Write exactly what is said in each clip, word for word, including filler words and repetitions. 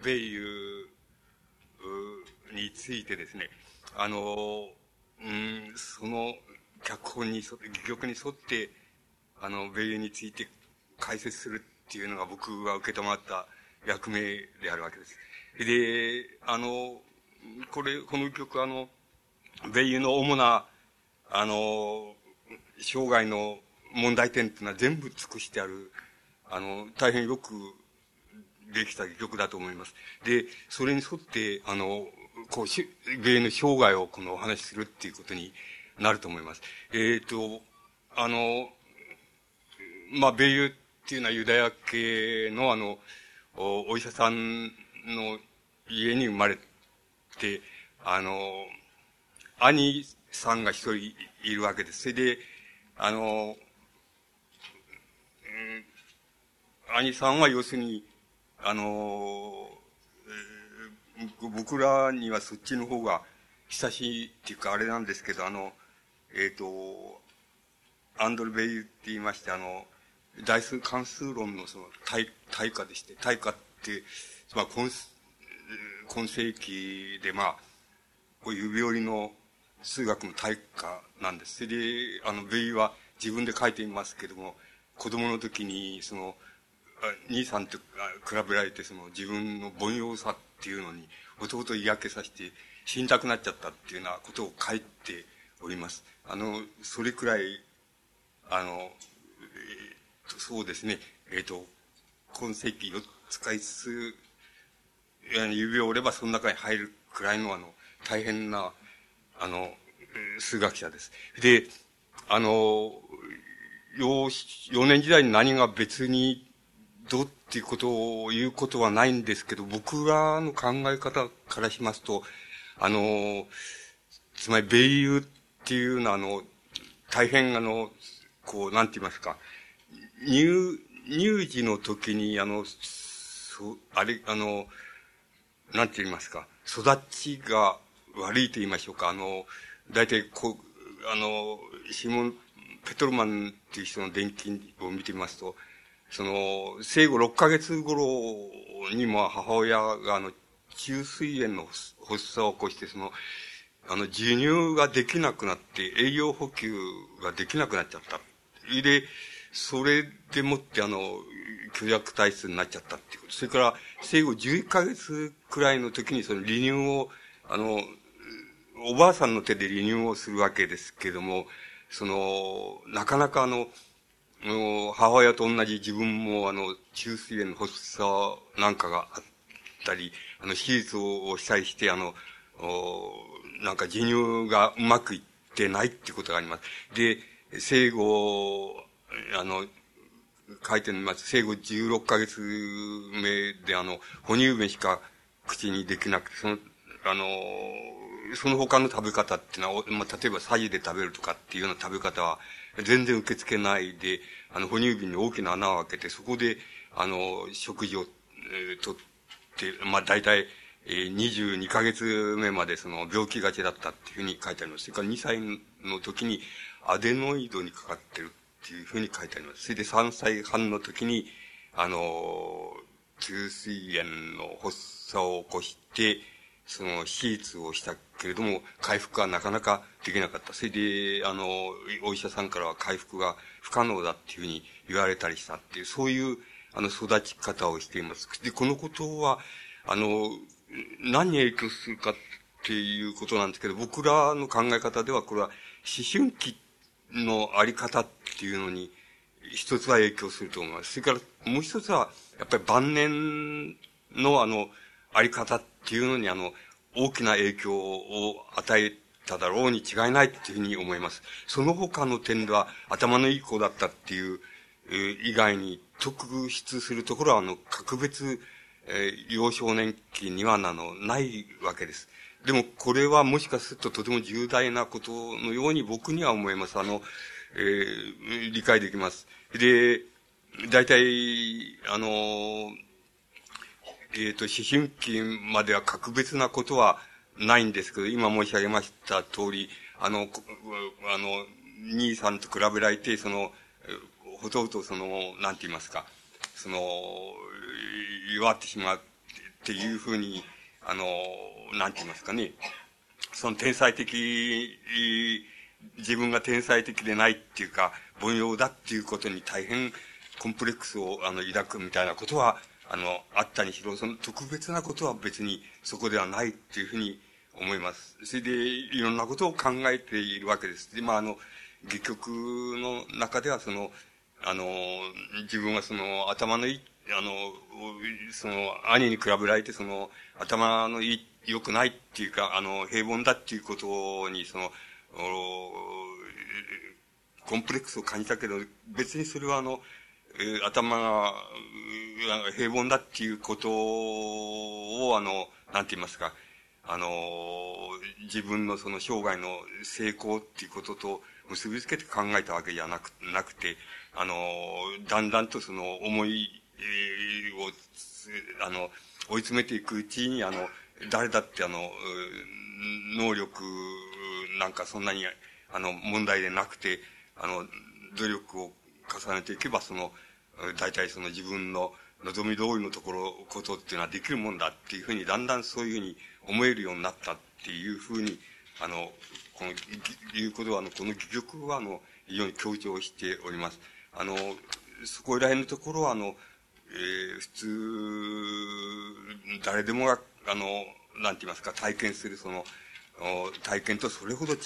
米友についてですね、あの、うん、その脚本に沿って、戯曲に沿って、あの、米友について解説するっていうのが僕が受け止まった役目であるわけです。で、あの、これ、この曲あの、米友の主な、あの、生涯の問題点っていうのは全部尽くしてある、あの、大変よくできた曲だと思います。で、それに沿って、あの、こう、し米友の生涯をこのお話しするっていうことになると思います。えっと、あの、まあ、米友っていうのはユダヤ系のあの、お、お医者さんの家に生まれて、あの、兄さんが一人いるわけです。それで、あの、うん、兄さんは要するに、あの、えー、僕らにはそっちの方が久しいっていうかあれなんですけど、あの、えっ、ー、と、アンドル・ベイユって言いまして、あの、代数関数論のその対、対価でして、対価って、まあ、今、今世紀で、まあ、こういう指折りの数学の対価なんです。それで、あの、ベイユは自分で書いていますけども、子供の時に、その、兄さんと比べられて、その自分の凡庸さっていうのに、弟嫌気させて死にたくなっちゃったっていうようなことを書いております。あの、それくらい、あの、えー、そうですね、えっ、ー、と、今世紀よっつかいつつ、指を折ればその中に入るくらいのあの、大変な、あの、数学者です。で、あの、幼、幼年時代に何が別にどうっていうことを言うことはないんですけど、僕らの考え方からしますと、あの、つまり米友っていうのはあの、大変あの、こう、なんて言いますか、入、乳児の時にあの、そ、あれ、あの、なんて言いますか、育ちが悪いと言いましょうか、あの、大体こう、あの、シモン・ペトルマンっていう人の伝記を見てみますと、その、生後ろっかげつ頃にも母親があの、虫垂炎の発作を起こして、その、あの、授乳ができなくなって、栄養補給ができなくなっちゃった。で、それでもってあの、虚弱体質になっちゃったっていうこと。それから、生後じゅういっかげつくらいの時にその離乳を、あの、おばあさんの手で離乳をするわけですけれども、その、なかなかあの、母親と同じ自分もあの、虫垂炎の発作なんかがあったり、あの、手術をしたりして、あの、なんか授乳がうまくいってないっていうことがあります。で、生後、あの、書いてみます。生後じゅうろっかげつめであの、哺乳瓶しか口にできなくて、その、あの、その他の食べ方っていうのは、まあ、例えば左右で食べるとかっていうような食べ方は全然受け付けないで、あの、哺乳瓶に大きな穴を開けて、そこで、あの、食事を、えー、とって、まあ、大体、えー、にじゅうにかげつめまでその病気がちだったっていうふうに書いてあります。それからにさいの時にアデノイドにかかってるっていうふうに書いてあります。それでさんさいはんの時に、あの、虫垂炎の発作を起こして、その手術をしたけれども、回復がなかなかできなかった。それで、あの、お医者さんからは回復が不可能だっていうふうに言われたりしたっていう、そういう、あの、育ち方をしています。で、このことは、あの、何に影響するかっていうことなんですけど、僕らの考え方では、これは思春期のあり方っていうのに、一つは影響すると思います。それからもう一つは、やっぱり晩年のあの、あり方っていうのにあの、大きな影響を与えただろうに違いないっていうふうに思います。その他の点では、頭のいい子だったっていう、えー、以外に特筆するところは、あの、格別、えー、幼少年期には、あの、ないわけです。でも、これはもしかするととても重大なことのように僕には思います。あの、えー、理解できます。で、大体、あの、えっ、ー、と、思春期までは格別なことはないんですけど、今申し上げました通り、あの、あの、兄さんと比べられて、その、ほとんどその、なんて言いますか、その、弱ってしまっっていうふうに、あの、なんて言いますかね、その天才的、自分が天才的でないっていうか、凡庸だっていうことに大変コンプレックスを、あの、抱くみたいなことは、あの、あったにしろ、その特別なことは別にそこではないっていうふうに思います。それで、いろんなことを考えているわけです。で、まあ、あの、戯曲の中では、その、あの、自分はその、頭のいい、あの、その、兄に比べられて、その、頭のいい、良くないっていうか、あの、平凡だっていうことに、その、コンプレックスを感じたけど、別にそれはあの、えー、頭が、平凡だっていうことを、あの、なんて言いますか、あの、自分のその生涯の成功っていうことと結びつけて考えたわけじゃなく、なくて、あの、だんだんとその思い、えー、を、あの、追い詰めていくうちに、あの、誰だってあの、能力なんかそんなに、あの、問題でなくて、あの、努力を重ねていけば、その、大体その自分の望み通りのところ、ことっていうのはできるもんだっていうふうに、だんだんそういうふうに思えるようになったっていうふうに、あの、この、いうことは、あの、この戯曲は、あの、非常に強調しております。あの、そこら辺のところは、あの、えー、普通、誰でもが、あの、なんて言いますか、体験するその、体験とそれほど違った、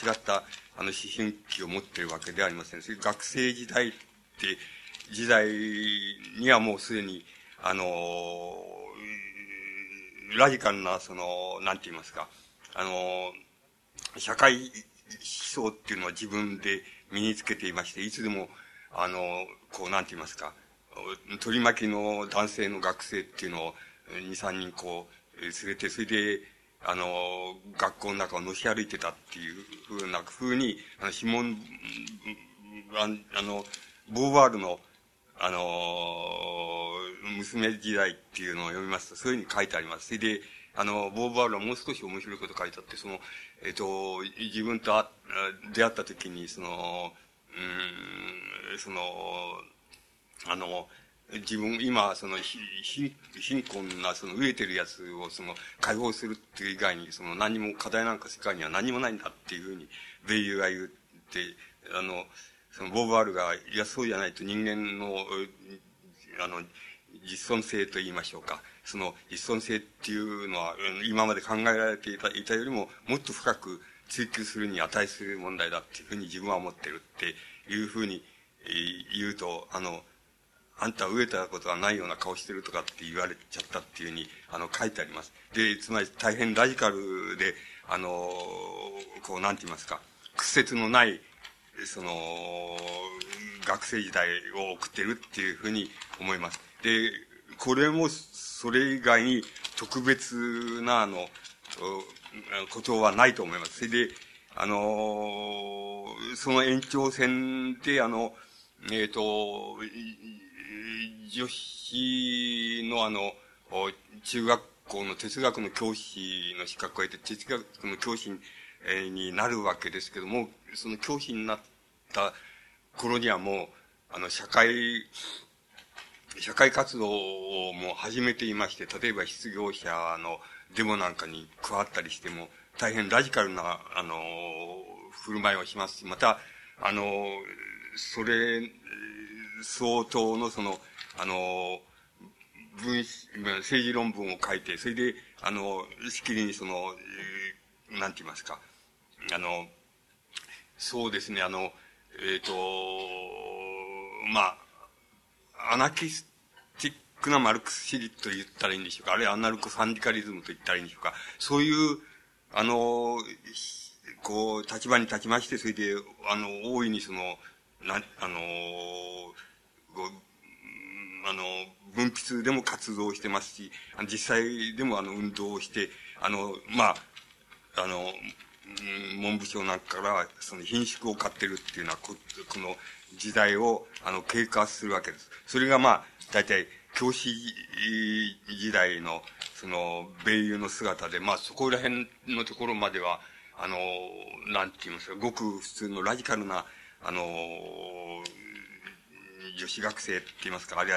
あの、思春期を持っているわけではありません。それ学生時代って、時代にはもうすでに、あの、ラジカルな、その、なんて言いますか、あの、社会思想っていうのは自分で身につけていまして、いつでも、あの、こう、なんて言いますか、取り巻きの男性の学生っていうのをに、さんにんこう、連れて、それで、あの、学校の中をのし歩いてたっていうふうな風に、あの、シモン、あの、ボーヴァールの、あの、娘時代っていうのを読みますと、そういうふうに書いてあります。それで、あの、ボーヴァールはもう少し面白いこと書いてあって、その、えっと、自分とあ出会った時に、その、うん、その、あの、自分、今、その、貧、貧困な、その、飢えてるやつを、その、解放するっていう以外に、その、何も、課題なんか世界には何もないんだっていうふうに、ベイユが言って、あの、その、ボーヴァールが、いや、そうじゃないと人間の、あの、実存性と言いましょうか。その、実存性っていうのは、今まで考えられていた、いたよりも、もっと深く追求するに値する問題だっていうふうに自分は思ってるっていうふうに、えー、言うと、あの、あんたは飢えたことはないような顔してるとかって言われちゃったっていうふうに、あの、書いてあります。で、つまり大変ラジカルで、あの、こう、なんて言いますか、屈折のない、その、学生時代を送ってるっていうふうに思います。で、これも、それ以外に特別な、あの、ことはないと思います。それで、あの、その延長線で、あの、えっと、女子のあの、中学校の哲学の教師の資格を得て、哲学の教師になるわけですけども、その教師になった頃にはもう、あの、社会、社会活動をもう始めていまして、例えば失業者のデモなんかに加わったりしても、大変ラジカルな、あの、振る舞いをしますし、また、あの、それ、相当のその、あの、文、政治論文を書いて、それで、あの、しきりにその、えー、なんて言いますか、あの、そうですね、あの、えっと、まあ、アナキスティックなマルクス主義と言ったらいいんでしょうか、あるいはアナルコサンディカリズムと言ったらいいんでしょうか、そういう、あの、こう、立場に立ちまして、それで、あの、大いにその、な、あの、こう、あの、分泌でも活動してますし、実際でもあの、運動をして、あの、まあ、あの、文部省なんかから、その品種を買ってるっていうのは、こ、この時代を、あの、経過するわけです。それがまあ、大体、教師時代の、その、米友の姿で、まあ、そこら辺のところまでは、あの、なんて言いますか、ごく普通のラジカルな、あの、女子学生って言いますか、あるいは、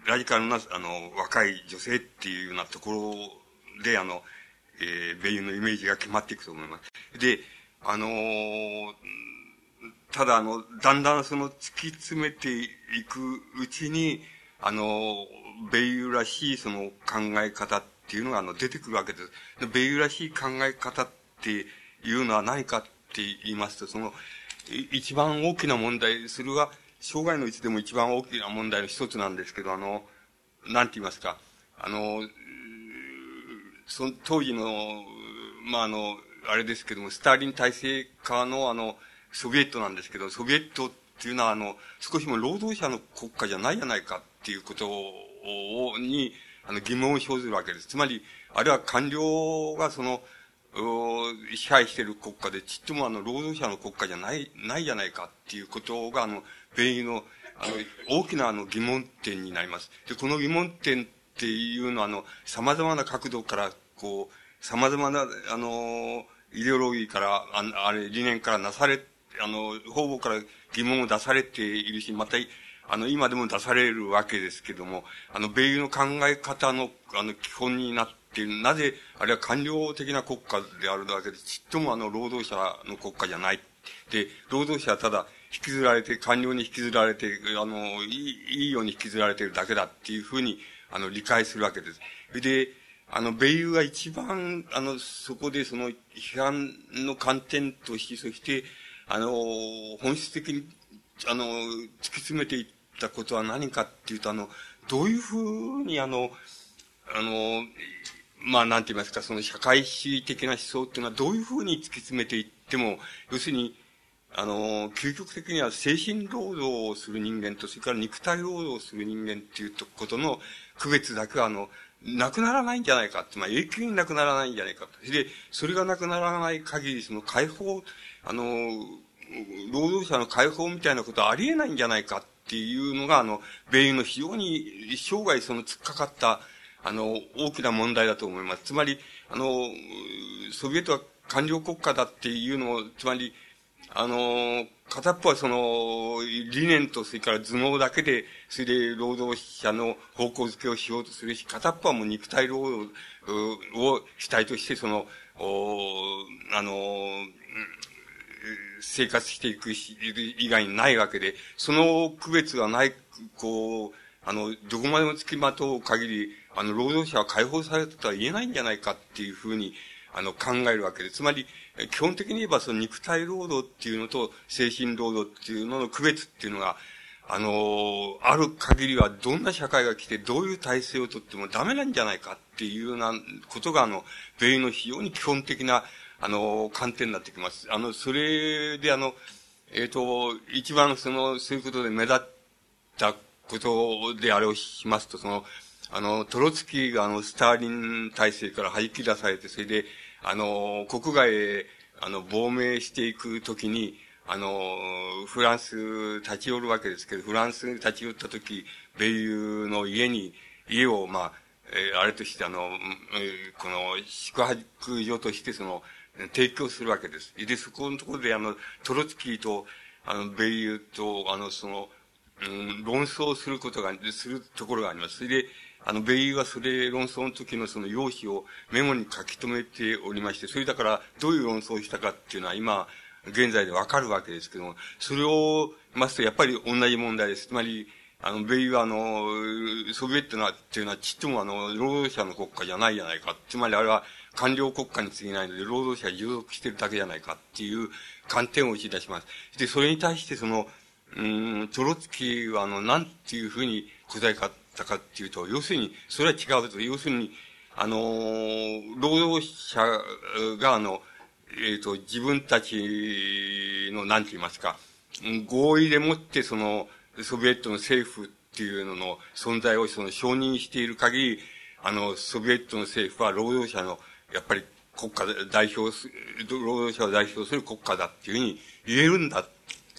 ラジカルな、あの、若い女性っていうようなところで、あの、えー、米友のイメージが決まっていくと思います。で、あのー、ただ、あの、だんだんその突き詰めていくうちに、あの、米友らしいその考え方っていうのが、あの、出てくるわけです。米友らしい考え方っていうのは何かって言いますと、その、一番大きな問題、それは、生涯のうちでも一番大きな問題の一つなんですけど、あの、なんて言いますか、あの、その当時の、まあ、あの、あれですけども、スターリン体制下のあの、ソビエトなんですけど、ソビエトっていうのはあの、少しも労働者の国家じゃないじゃないかっていうことを、に、あの、疑問を生ずるわけです。つまり、あれは官僚がその、支配している国家で、ちっともあの、労働者の国家じゃない、ないじゃないかっていうことが、あの、米友の、あの、大きなあの、疑問点になります。で、この疑問点っていうのは、あの、様々な角度から、こう、様々な、あの、イデオロギーから、ああれ、理念からなされ、あの、方々から疑問を出されているし、また、あの、今でも出されるわけですけども、あの、米友の考え方の、あの、基本になっている。なぜ、あれは官僚的な国家であるだけで、ちっともあの、労働者の国家じゃない。で、労働者はただ、引きずられて、官僚に引きずられて、あの、いい、いいように引きずられているだけだっていうふうに、あの、理解するわけです。で、あの、米友が一番、あの、そこでその、批判の観点として、そして、あの、本質的に、あの、突き詰めていったことは何かっていうと、あの、どういうふうに、あの、あの、まあ、なんて言いますか、その社会主義的な思想っていうのはどういうふうに突き詰めていっても、要するに、あの、究極的には精神労働をする人間と、それから肉体労働をする人間っていうことの区別だけは、あの、なくならないんじゃないかって、まあ、永久になくならないんじゃないかと。で、それがなくならない限り、その解放、あの、労働者の解放みたいなことはありえないんじゃないかっていうのが、あの、米友の非常に生涯その突っかかった、あの、大きな問題だと思います。つまり、あの、ソビエトは官僚国家だっていうのを、つまり、あの、片っぽはその、理念と、それから頭脳だけで、それで労働者の方向づけをしようとするし、片っぽはもう肉体労働を主体として、その、あの、生活していく以外にないわけで、その区別がない、こう、あの、どこまでも付きまとう限り、あの、労働者は解放されたとは言えないんじゃないかっていうふうに、あの、考えるわけで、つまり、基本的に言えばその肉体労働っていうのと精神労働っていうのの区別っていうのが、あの、ある限りはどんな社会が来てどういう体制をとってもダメなんじゃないかっていうようなことが、あの、米の非常に基本的な、あの、観点になってきます。あの、それであの、えっと、一番その、そういうことで目立ったことであれをしますと、その、あの、トロツキーがあの、スターリン体制から弾き出されて、それで、あの、国外へ、あの、亡命していくときに、あの、フランス立ち寄るわけですけど、フランスに立ち寄ったとき、米友の家に、家を、まあ、えー、あれとしてあの、えー、この、宿泊所としてその、提供するわけです。で、そこのところであの、トロツキーと、あの、米友と、あの、その、うん、論争することが、するところがあります。それで、あの、米友はそれ、論争の時のその用紙をメモに書き留めておりまして、それだからどういう論争をしたかっていうのは今、現在でわかるわけですけども、それを見ますとやっぱり同じ問題です。つまり、あの、米友はあの、ソビエトなっていうのはちっともあの、労働者の国家じゃないじゃないか。つまりあれは官僚国家に過ぎないので、労働者が従属してるだけじゃないかっていう観点を打ち出します。で、それに対してその、うん、トロツキーはあの、なんていうふうに答えたかっていうと、要するに、それは違うと。要するに、あの、労働者があの、えっと、自分たちの、なんて言いますか、合意でもってその、ソビエトの政府っていうのの存在をその承認している限り、あの、ソビエトの政府は労働者の、やっぱり国家代表す、労働者を代表する国家だっていうふうに言えるんだって。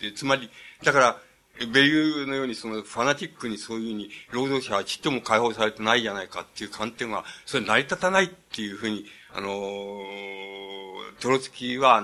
つまり、だから、米友のようにそのファナティックにそういうふうに労働者はちっとも解放されてないじゃないかっていう観点は、それ成り立たないっていうふうに、あの、トロツキーはあの、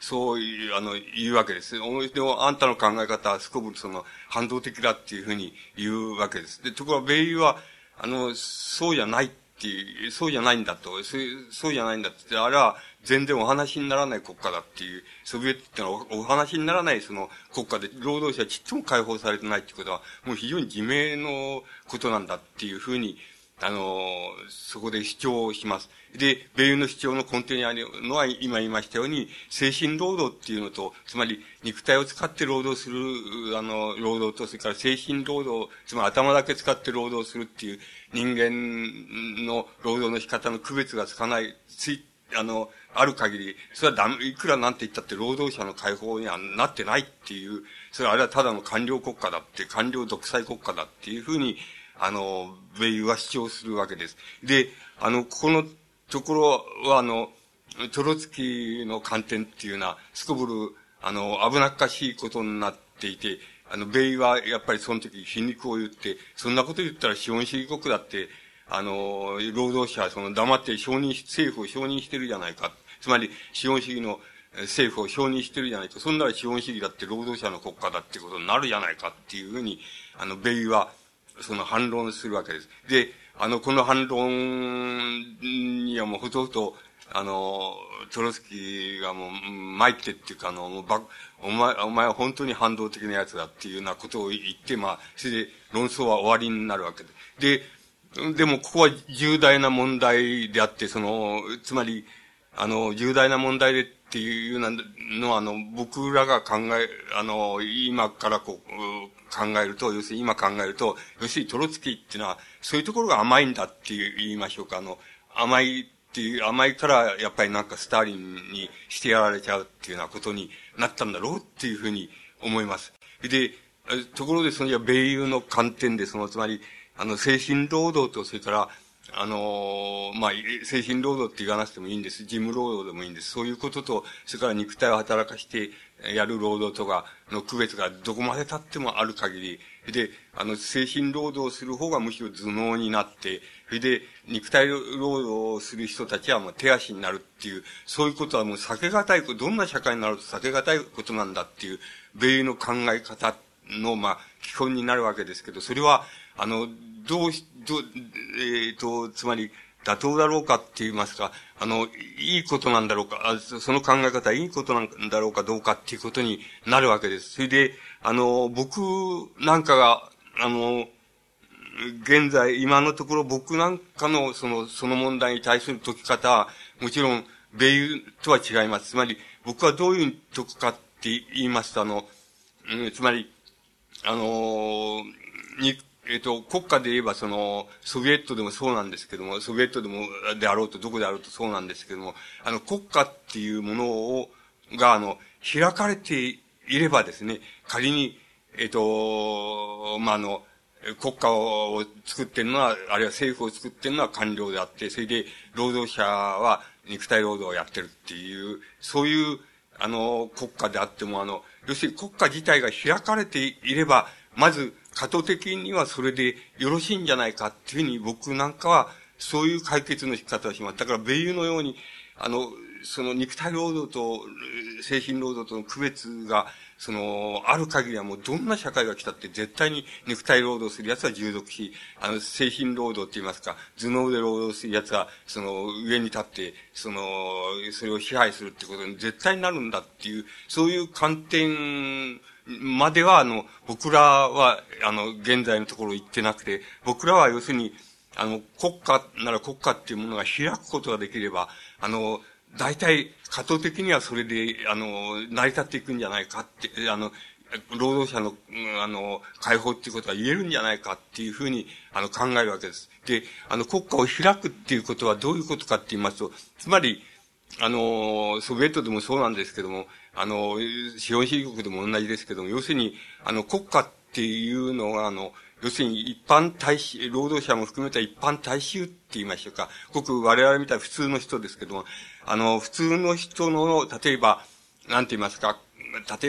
そういう、あの、言うわけです。でも、あんたの考え方はすこぶるその、反動的だっていうふうに言うわけです。で、ところが、米友は、あの、そうじゃないっていう、そうじゃないんだと、そうそうじゃないんだって、あれは全然お話にならない国家だっていう、ソビエトってのはお話にならないその国家で、労働者はちっとも解放されてないっていうことは、もう非常に自明のことなんだっていうふうに、あの、そこで主張します。で、米友の主張の根底にあるのは、今言いましたように、精神労働っていうのと、つまり肉体を使って労働する、あの、労働と、それから精神労働、つまり頭だけ使って労働するっていう人間の労働の仕方の区別がつかない、つい、あの、ある限り、それはダメ、いくらなんて言ったって労働者の解放にはなってないっていう、それはあれはただの官僚国家だって、官僚独裁国家だっていうふうに、あの、米友は主張するわけです。で、あの、ここのところは、あの、トロツキーの観点っていうのは、すこぶる、あの、危なっかしいことになっていて、あの、米友はやっぱりその時皮肉を言って、そんなこと言ったら資本主義国だって、あの、労働者はその黙って承認、政府を承認してるじゃないか。つまり、資本主義の政府を承認してるじゃないか。そんなら資本主義だって労働者の国家だってことになるじゃないかっていうふうに、あの、米友は、その反論するわけです。で、あの、この反論にはもうほとんど、あの、トロツキーがもう、参ってっていうか、あの、もうば、お前、お前は本当に反動的なやつだっていうようなことを言って、まあ、それで論争は終わりになるわけで。で、でもここは重大な問題であって、その、つまり、あの、重大な問題でっていうのは、あの、僕らが考え、あの、今からこう、考えると、要するに今考えると、要するにトロツキーっていうのは、そういうところが甘いんだっていう言いましょうか。あの、甘いっていう、甘いからやっぱりなんかスターリンにしてやられちゃうっていうようなことになったんだろうっていうふうに思います。で、ところでその、じゃ米友の観点で、その、つまり、あの、精神労働と、それから、あのー、まあ、精神労働って言わなくてもいいんです。事務労働でもいいんです。そういうことと、それから肉体を働かしてやる労働とかの区別がどこまで経ってもある限り、で、あの、精神労働をする方がむしろ頭脳になって、それで、肉体労働をする人たちはもう手足になるっていう、そういうことはもう避けがたい、どんな社会になると避けがたいことなんだっていう、米の考え方の、まあ、基本になるわけですけど、それは、あの、どうし、どう、えっと、つまり、妥当だろうかって言いますか、あの、いいことなんだろうか、あその考え方はいいことなんだろうかどうかっていうことになるわけです。それで、あの、僕なんかが、あの、現在、今のところ僕なんかのその、その問題に対する解き方は、もちろん、米友とは違います。つまり、僕はどういう解くかって言いますと、あの、うん、つまり、あの、に、えっと、国家で言えばその、ソビエトでもそうなんですけども、ソビエトでも、であろうと、どこであろうとそうなんですけども、あの、国家っていうものを、が、あの、開かれていればですね、仮に、えっと、まあ、あの、国家を作ってるのは、あるいは政府を作ってるのは官僚であって、それで、労働者は肉体労働をやってるっていう、そういう、あの、国家であっても、あの、要するに国家自体が開かれていれば、まず、過渡的にはそれでよろしいんじゃないかっていうふうに僕なんかはそういう解決の仕方をします。だから米友のように、あの、その肉体労働と精神労働との区別が、その、ある限りはもうどんな社会が来たって絶対に肉体労働する奴は従属し、あの、精神労働って言いますか、頭脳で労働する奴は、その、上に立って、その、それを支配するってことに絶対になるんだっていう、そういう観点、までは、あの、僕らは、あの、現在のところ言ってなくて、僕らは要するに、あの、国家なら国家っていうものが開くことができれば、あの、大体、過渡的にはそれで、あの、成り立っていくんじゃないかって、あの、労働者の、あの、解放っていうことが言えるんじゃないかっていうふうに、あの、考えるわけです。で、あの、国家を開くっていうことはどういうことかって言いますと、つまり、あの、ソビエトでもそうなんですけども、あの、資本主義国でも同じですけども、要するに、あの、国家っていうのが、あの、要するに一般大衆、労働者も含めた一般大衆って言いましょうか。ごく我々みたいな普通の人ですけども、あの、普通の人の、例えば、なんて言いますか、例えば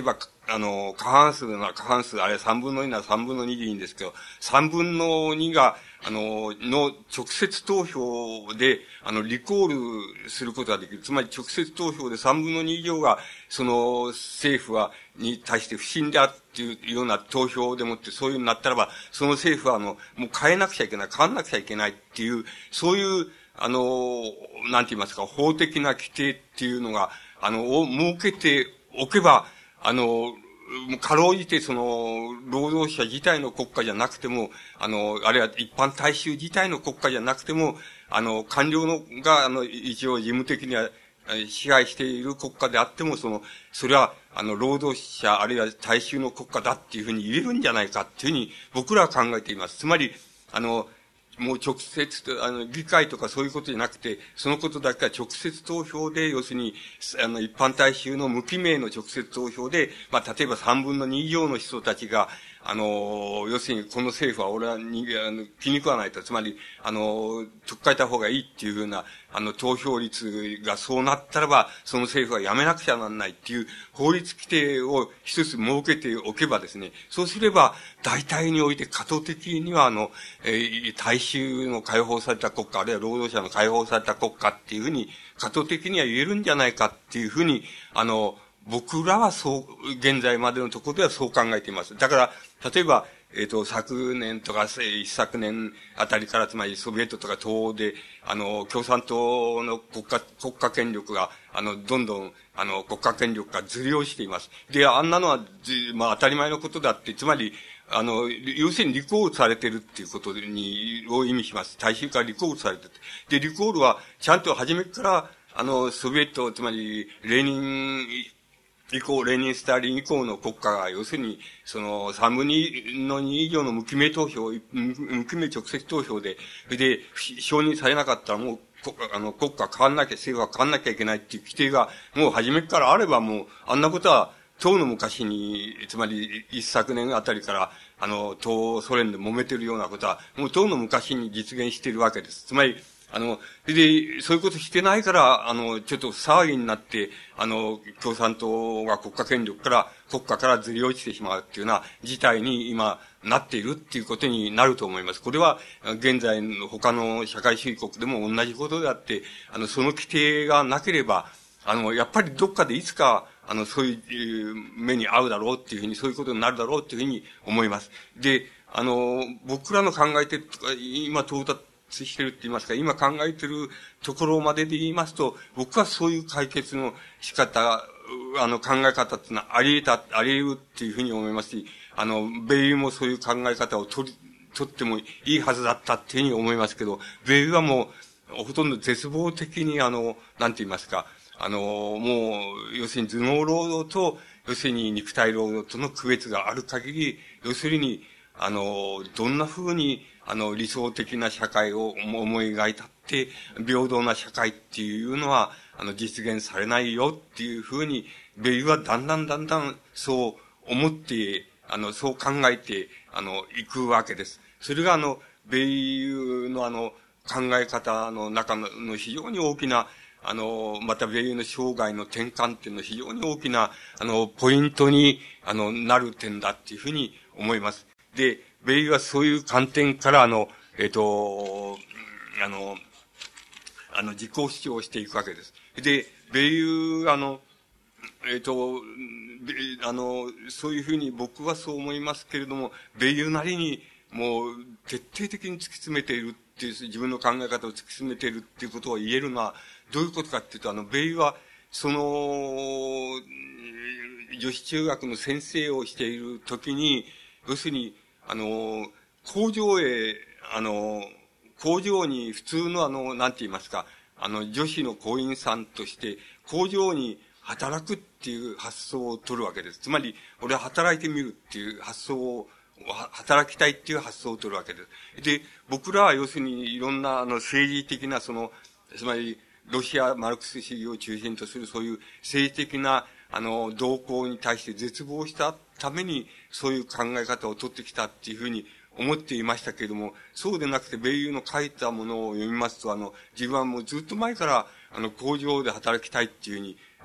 あの、過半数なら過半数、あれは三分の二なら三分の二でいいんですけど、三分の二が、あの、の直接投票で、あの、リコールすることができる。つまり直接投票で三分の二以上が、その、政府は、に対して不信であるっていうような投票でもって、そういうようになったらば、その政府は、あの、もう変えなくちゃいけない、変わんなくちゃいけないっていう、そういう、あの、なんて言いますか、法的な規定っていうのが、あの、を設けておけば、あの、かろうじてその、労働者自体の国家じゃなくても、あの、あるいは一般大衆自体の国家じゃなくても、あの、官僚のが、あの、一応事務的には支配している国家であっても、その、それは、あの、労働者、あるいは大衆の国家だっていうふうに言えるんじゃないかっていうふうに僕らは考えています。つまり、あの、もう直接、あの、議会とかそういうことじゃなくて、そのことだけは直接投票で、要するに、あの、一般大衆の無記名の直接投票で、まあ、例えば三分の二以上の人たちが、あの、要するに、この政府は俺はに、あの、気に食わないと。つまり、あの、取っ替えた方がいいっていうふうな、あの、投票率がそうなったらば、その政府はやめなくちゃならないっていう法律規定を一つ設けておけばですね、そうすれば、大体において過渡的には、あの、えー、大衆の解放された国家、あるいは労働者の解放された国家っていうふうに、過渡的には言えるんじゃないかっていうふうに、あの、僕らはそう、現在までのところではそう考えています。だから、例えば、えっと、昨年とか、一昨年あたりから、つまりソビエトとか東欧で、あの、共産党の国家、国家権力が、あの、どんどん、あの、国家権力がずり落ちています。で、あんなのは、まあ当たり前のことだって、つまり、あの、要するにリコールされてるっていうことに、を意味します。大衆からリコールされてる。で、リコールは、ちゃんと初めから、あの、ソビエト、つまり、レーニン、以降、レーニン・スターリン以降の国家が、要するに、その、三分の二以上の無記名投票、無記名直接投票で、で、承認されなかったらもう、あの、国家変わんなきゃ、政府は変わんなきゃいけないっていう規定が、もう初めからあればもう、あんなことは、当の昔に、つまり、一昨年あたりから、あの、東ソ連で揉めてるようなことは、もう当の昔に実現しているわけです。つまり、あの、で、そういうことしてないから、あの、ちょっと騒ぎになって、あの、共産党が国家権力から、国家からずり落ちてしまうっていうような事態に今なっているっていうことになると思います。これは、現在の他の社会主義国でも同じことであって、あの、その規定がなければ、あの、やっぱりどっかでいつか、あの、そういう目に遭うだろうっていうふうに、そういうことになるだろうっていうふうに思います。で、あの、僕らの考えてるとか、今到達してるって言いますか、今考えてるところまでで言いますと、僕はそういう解決の仕方、あの、考え方っていうのはあり得た、あり得るっていうふうに思いますし、あの、米ユもそういう考え方を取り、取ってもいいはずだったっていうふうに思いますけど、米ユはもう、ほとんど絶望的に、あの、なんて言いますか、あの、もう、要するに頭脳労働と、要するに肉体労働との区別がある限り、要するに、あの、どんな風に、あの、理想的な社会を思い描いたって、平等な社会っていうのは、あの、実現されないよっていう風に、米ユはだんだんだんだんそう思って、あの、そう考えて、あの、行くわけです。それがあの、米ユのあの、考え方の中の非常に大きな、あの、また米ユの生涯の転換っていうのは非常に大きな、あの、ポイントに、あの、なる点だっていうふうに思います。で、米ユはそういう観点から、あの、えっと、あの、あの、自己主張をしていくわけです。で、米ユ、あの、えっと、あの、そういうふうに僕はそう思いますけれども、米ユなりにもう徹底的に突き詰めているっていう、自分の考え方を突き詰めているっていうことを言えるのは、どういうことかっていうと、あの、米ユは、その、女子中学の先生をしているときに、要するに、あの、工場へ、あの、工場に普通のあの、なんて言いますか、あの、女子の工員さんとして、工場に働くっていう発想を取るわけです。つまり、俺は働いてみるっていう発想を、働きたいっていう発想を取るわけです。で、僕らは要するにいろんなあの政治的なその、つまり、ロシアマルクス主義を中心とするそういう政治的なあの動向に対して絶望したためにそういう考え方を取ってきたっていうふうに思っていましたけれども、そうでなくて米ユの書いたものを読みますと、あの、自分はもうずっと前からあの工場で働きたいっていうふうに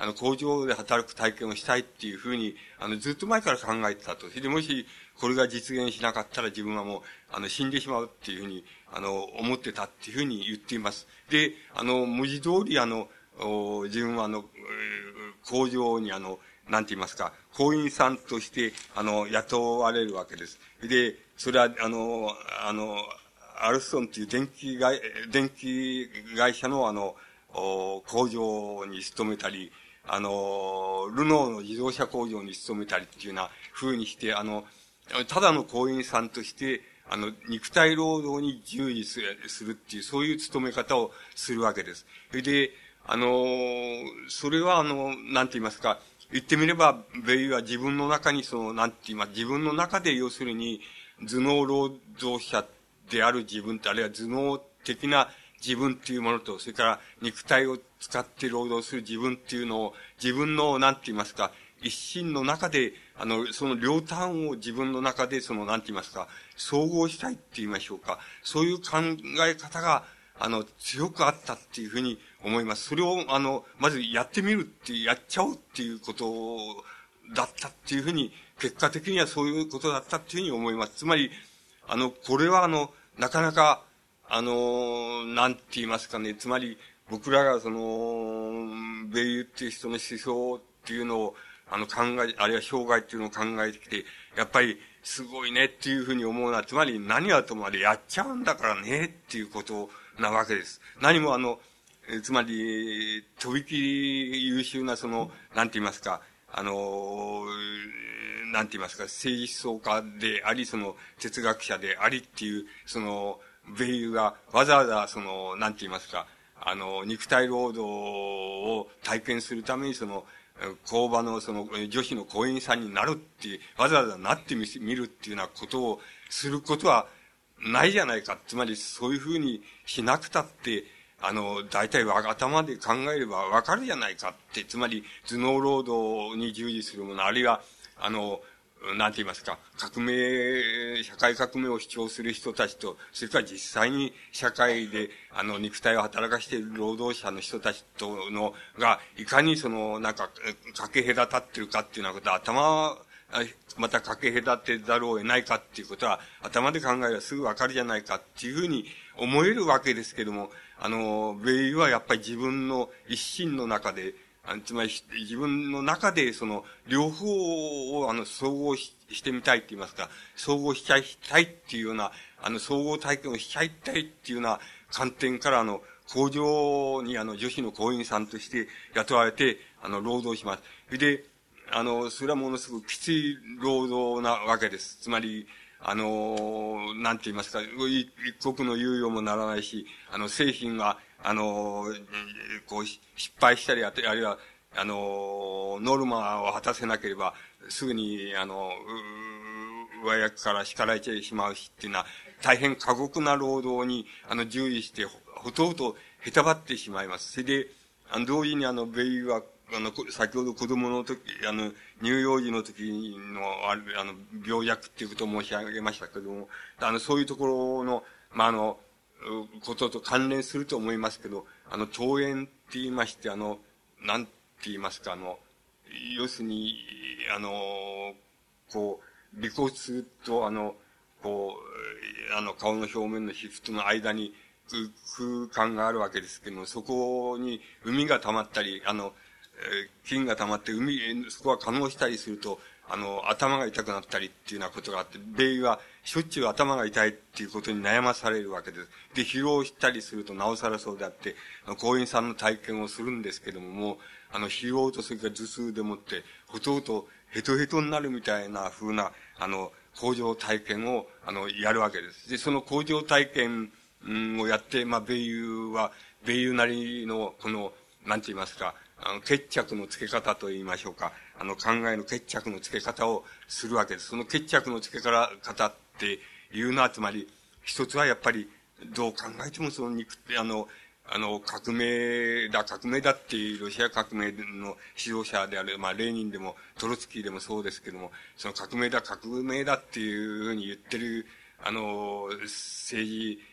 あの、工場で働く体験をしたいっていうふうに、あの、ずっと前から考えてたと。それでもし、これが実現しなかったら自分はもう、あの、死んでしまうっていうふうに、あの、思ってたっていうふうに言っています。で、あの、文字通り、あの、自分はあの、工場にあの、なんて言いますか、工員さんとして、あの、雇われるわけです。で、それは、あの、あの、アルストンという電気会、電気会社のあの、工場に勤めたり、あの、ルノーの自動車工場に勤めたりっていうような風にして、あの、ただの工員さんとして、あの、肉体労働に従事するっていう、そういう勤め方をするわけです。で、あの、それはあの、なんて言いますか、言ってみれば、ベイは自分の中にその、なんて言います、自分の中で要するに、頭脳労働者である自分と、あるいは頭脳的な自分っていうものと、それから肉体を使って労働する自分っていうのを、自分の、なんて言いますか、一心の中で、あの、その両端を自分の中で、その、なんて言いますか、総合したいって言いましょうか。そういう考え方が、あの、強くあったっていうふうに思います。それを、あの、まずやってみるっていう、やっちゃおうっていうことだったっていうふうに、結果的にはそういうことだったっていうふうに思います。つまり、あの、これはあの、なかなか、あの、なんて言いますかね、つまり、僕らがその、ベイユっていう人の思想っていうのを、あの考え、あるいは生涯っていうのを考えてきて、やっぱりすごいねっていうふうに思うのは、つまり何はともあれやっちゃうんだからねっていうことなわけです。何もあの、えつまり、とびきり優秀なその、なんて言いますか、あの、なんて言いますか、政治思想家であり、その、哲学者でありっていう、その、ベイユがわざわざその、なんて言いますか、あの、肉体労働を体験するためにその、工場のその女子の工員さんになるっていう、わざわざなってみるっていうようなことをすることはないじゃないか。つまりそういうふうにしなくたって、あの、大体頭で考えればわかるじゃないかって、つまり頭脳労働に従事するもの、あるいは、あの、なんて言いますか、革命、社会革命を主張する人たちと、それから実際に社会で、あの、肉体を働かしている労働者の人たちとの、が、いかにその、なんか、かけ隔たってるかっていうようなことは、頭、またかけ隔てざるを得ないかっていうことは、頭で考えればすぐわかるじゃないかっていうふうに思えるわけですけども、あの、ベイユはやっぱり自分の一心の中で、つまり自分の中でその両方をあの総合ししてみたいって言いますか、総合しちゃいたいっていうような、あの総合体験をしちゃいたいっていうような観点からあの工場にあの女子の工員さんとして雇われてあの労働します。それで、あの、それはものすごくきつい労働なわけです。つまり、あの、なんて言いますか、一刻の猶予もならないし、あの、製品が、あの、こう、失敗したり、あるいは、あの、ノルマを果たせなければ、すぐに、あの、上役から叱られてしまうしっていうのは、大変過酷な労働に、あの、従事して、ほとんどへたばってしまいます。それで、あの、同時にあの、ベイユは、あの、先ほど子供の時、あの、乳幼児の時の、ある、あの、病弱っていうことを申し上げましたけども、あの、そういうところの、まあ、あの、ことと関連すると思いますけど、あの、桃園って言いまして、あの、なんて言いますか、あの、要するに、あの、こう、尾骨と、あの、こう、あの、顔の表面の皮膚との間に空間があるわけですけども、そこに海が溜まったり、あの、菌が溜まって海、そこは可能したりすると、あの、頭が痛くなったりっていうようなことがあって、ベイユはしょっちゅう頭が痛いっていうことに悩まされるわけです。で、疲労したりするとなおさらそうであって、工員さんの体験をするんですけども、もう、あの、疲労とそれから頭痛でもって、ほとんどヘトヘトになるみたいな風な、あの、工場体験を、あの、やるわけです。で、その工場体験、をやって、まあ、ベイユは、ベイユなりの、この、なんて言いますか、あの、決着の付け方と言いましょうか。あの、考えの決着の付け方をするわけです。その決着の付け方っていうのは、つまり、一つはやっぱり、どう考えてもその肉って、あの、あの、革命だ、革命だっていう、ロシア革命の指導者である、まあ、レーニンでも、トロツキーでもそうですけども、その革命だ、革命だっていうふうに言ってる、あの、政治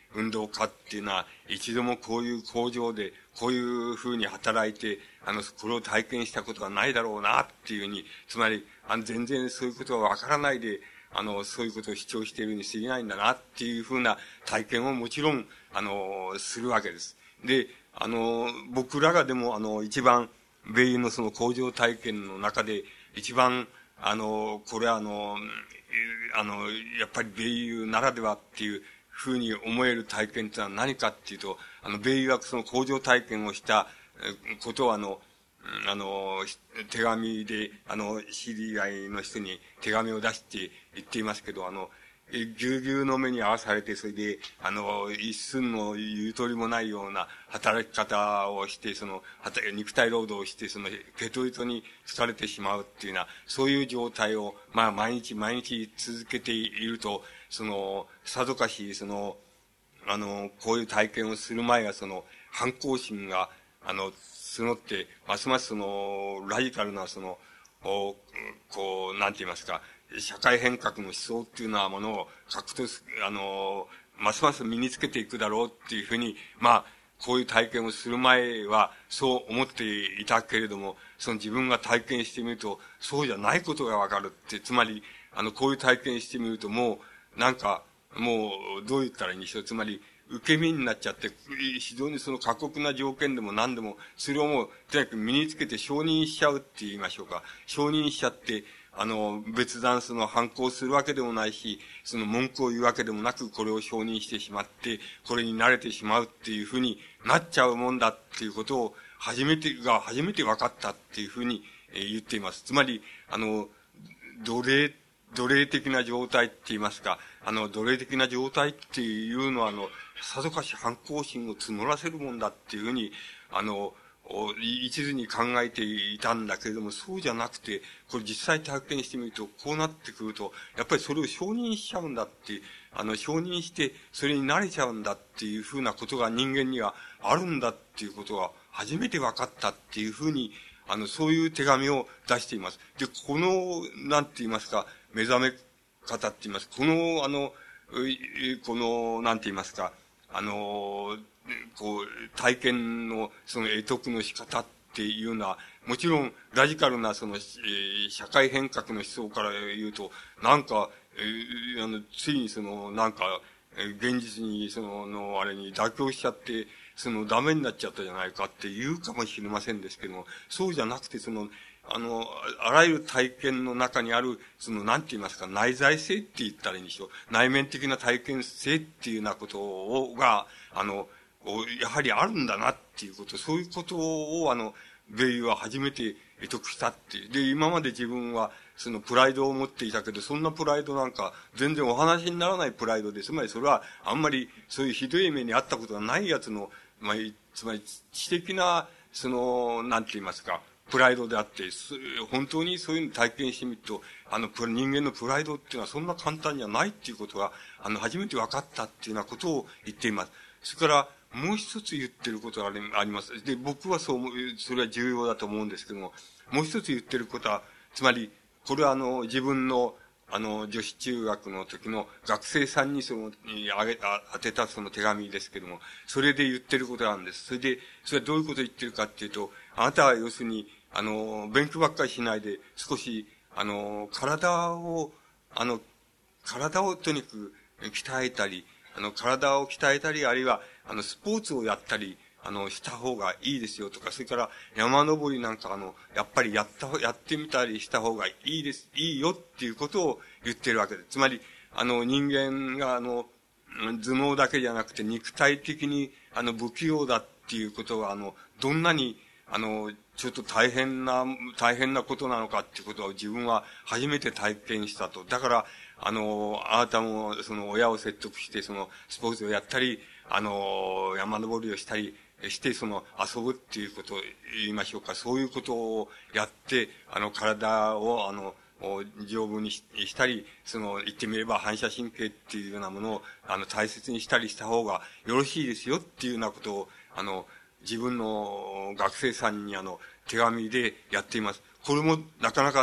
運動家っていうのは、一度もこういう工場で、こういう風に働いて、あの、これを体験したことがないだろうな、っていうふうに、つまり、あの、全然そういうことがわからないで、あの、そういうことを主張しているに過ぎないんだな、っていう風な体験をもちろん、あの、するわけです。で、あの、僕らがでも、あの、一番、米友のその工場体験の中で、一番、あの、これはあの、あの、やっぱり米友ならではっていうふうに思える体験ってのは何かっていうと、あの、米友はその工場体験をしたことをあの、あの、手紙で、あの、知り合いの人に手紙を出して言っていますけど、あの、ぎゅうぎゅうの目に合わされて、それで、あの、一寸のゆとりもないような働き方をして、その、肉体労働をして、その、ヘトヘトに疲れてしまうっていうような、そういう状態を、まあ、毎日毎日続けていると、その、さぞかし、その、あの、こういう体験をする前は、その、反抗心が、あの、募って、ますますその、ラジカルな、その、こう、なんて言いますか、社会変革の思想っていうようなものを獲得、あの、ますます身につけていくだろうっていうふうに、まあ、こういう体験をする前はそう思っていたけれども、その自分が体験してみると、そうじゃないことがわかるって、つまり、あの、こういう体験してみると、もう、なんか、もう、どう言ったらいいんでしょう。つまり、受け身になっちゃって、非常にその過酷な条件でも何でも、それをもう、とにかく身につけて承認しちゃうって言いましょうか。承認しちゃって、あの、別段その反抗するわけでもないし、その文句を言うわけでもなく、これを承認してしまって、これに慣れてしまうっていうふうになっちゃうもんだっていうことを、初めてが、初めて分かったっていうふうに言っています。つまり、あの、奴隷、奴隷的な状態って言いますか、あの、奴隷的な状態っていうのは、あの、さぞかし反抗心を募らせるもんだっていうふうに、あの、一途に考えていたんだけれども、そうじゃなくて、これ実際体験してみると、こうなってくると、やっぱりそれを承認しちゃうんだって、あの、承認して、それに慣れちゃうんだっていうふうなことが人間にはあるんだっていうことが初めて分かったっていうふうに、あの、そういう手紙を出しています。で、この、なんて言いますか、目覚め方って言います。この、あの、この、なんて言いますか、あの、こう、体験の、その、得得の仕方っていうのは、もちろん、ラジカルな、その、えー、社会変革の思想から言うと、なんか、えー、あの、ついにその、なんか、えー、現実に、その、の、あれに妥協しちゃって、その、ダメになっちゃったじゃないかって言うかもしれませんですけども、そうじゃなくて、その、あの、あらゆる体験の中にある、その、なんて言いますか、内在性って言ったらいいんでしょう。内面的な体験性っていうようなことを、が、あの、やはりあるんだなっていうこと、そういうことを、あの、米友は初めて得得したっていう。で、今まで自分は、そのプライドを持っていたけど、そんなプライドなんか、全然お話にならないプライドで、つまりそれは、あんまり、そういうひどい目にあったことがないやつの、まあ、つまり、知的な、その、なんて言いますか、プライドであって、本当にそういうのを体験してみると、あの、人間のプライドっていうのはそんな簡単じゃないっていうことが、あの、初めて分かったっていうようなことを言っています。それから、もう一つ言ってることがあります。で、僕はそう思う、それは重要だと思うんですけども、もう一つ言ってることは、つまり、これはあの、自分の、あの、女子中学の時の学生さんにその、にあげた、当てたその手紙ですけども、それで言ってることなんです。それで、それはどういうことを言ってるかっていうと、あなたは要するに、あの、勉強ばっかりしないで、少し、あの、体を、あの、体をとにかく鍛えたり、あの、体を鍛えたり、あるいは、あの、スポーツをやったり、あの、した方がいいですよとか、それから山登りなんかあの、やっぱりやった、やってみたりした方がいいです、いいよっていうことを言ってるわけです。つまり、あの、人間があの、頭脳だけじゃなくて肉体的にあの、不器用だっていうことがあの、どんなにあの、ちょっと大変な、大変なことなのかっていうことを自分は初めて体験したと。だから、あの、あなたもその親を説得して、そのスポーツをやったり、あの、山登りをしたりして、その遊ぶっていうことを言いましょうか。そういうことをやって、あの、体を、あの、丈夫にしたり、その、言ってみれば反射神経っていうようなものを、あの、大切にしたりした方がよろしいですよっていうようなことを、あの、自分の学生さんにあの、手紙でやっています。これもなかなか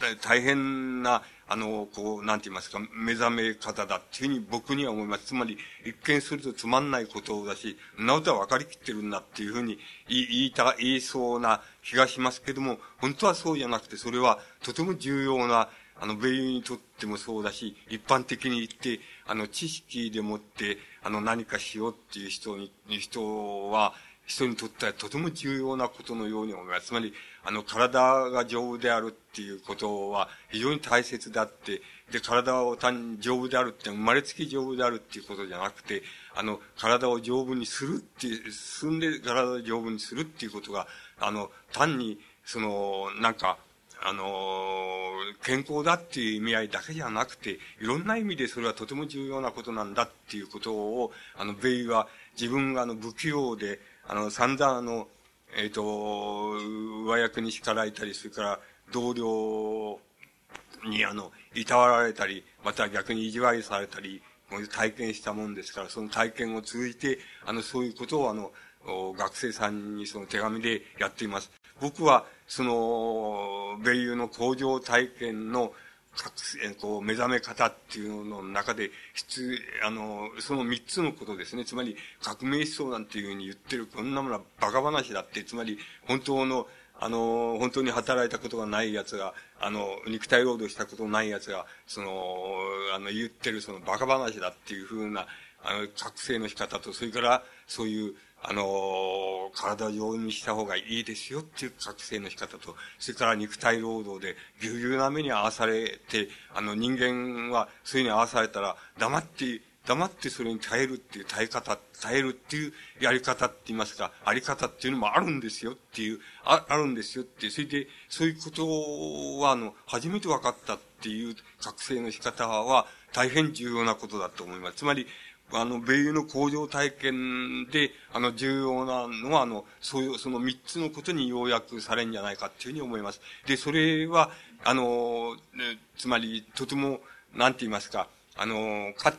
大変な、あの、こう、なんて言いますか、目覚め方だっていうふうに僕には思います。つまり、一見するとつまんないことだし、そんなことは分かりきってるんだっていうふうに言い、言いた、言いそうな気がしますけども、本当はそうじゃなくて、それはとても重要な、あの、米友にとってもそうだし、一般的に言って、あの、知識でもって、あの、何かしようっていう人に、人は、人にとってはとても重要なことのように思います。つまり、あの、体が丈夫であるっていうことは非常に大切であって、で、体を単に丈夫であるって生まれつき丈夫であるっていうことじゃなくて、あの、体を丈夫にするっていう、進んで体を丈夫にするっていうことが、あの、単に、その、なんか、あの、健康だっていう意味合いだけじゃなくて、いろんな意味でそれはとても重要なことなんだっていうことを、あの、ベイは自分があの、不器用で、あの、散々あの、えっ、と、上役に叱られたり、それから同僚にあの、いたわられたり、また逆に意地悪されたり、体験したもんですから、その体験を通じて、あの、そういうことをあの、学生さんにその手紙でやっています。僕は、その、米友の工場体験の、えっと、目覚め方っていうのの中で、必、あの、その三つのことですね。つまり、革命思想なんていうふうに言ってる、こんなものはバカ話だって、つまり、本当の、あの、本当に働いたことがない奴が、あの、肉体労働したことのない奴が、その、あの、言ってるそのバカ話だっていうふうな、あの、覚醒の仕方と、それから、そういう、あの、体を丈夫にした方がいいですよっていう覚醒の仕方と、それから肉体労働でぎゅうぎゅうな目に遭わされて、あの人間はそういうふうに遭わされたら黙って、黙ってそれに耐えるっていう耐え方、耐えるっていうやり方って言いますか、あり方っていうのもあるんですよっていう、あ、あるんですよっていう、それで、そういうことは、あの、初めて分かったっていう覚醒の仕方は大変重要なことだと思います。つまり、あの、米友の工場体験で、あの、重要なのは、あの、そういう、その三つのことに要約されるんじゃないかっていうふうに思います。で、それは、あの、ね、つまり、とても、なんて言いますか、あの、かって、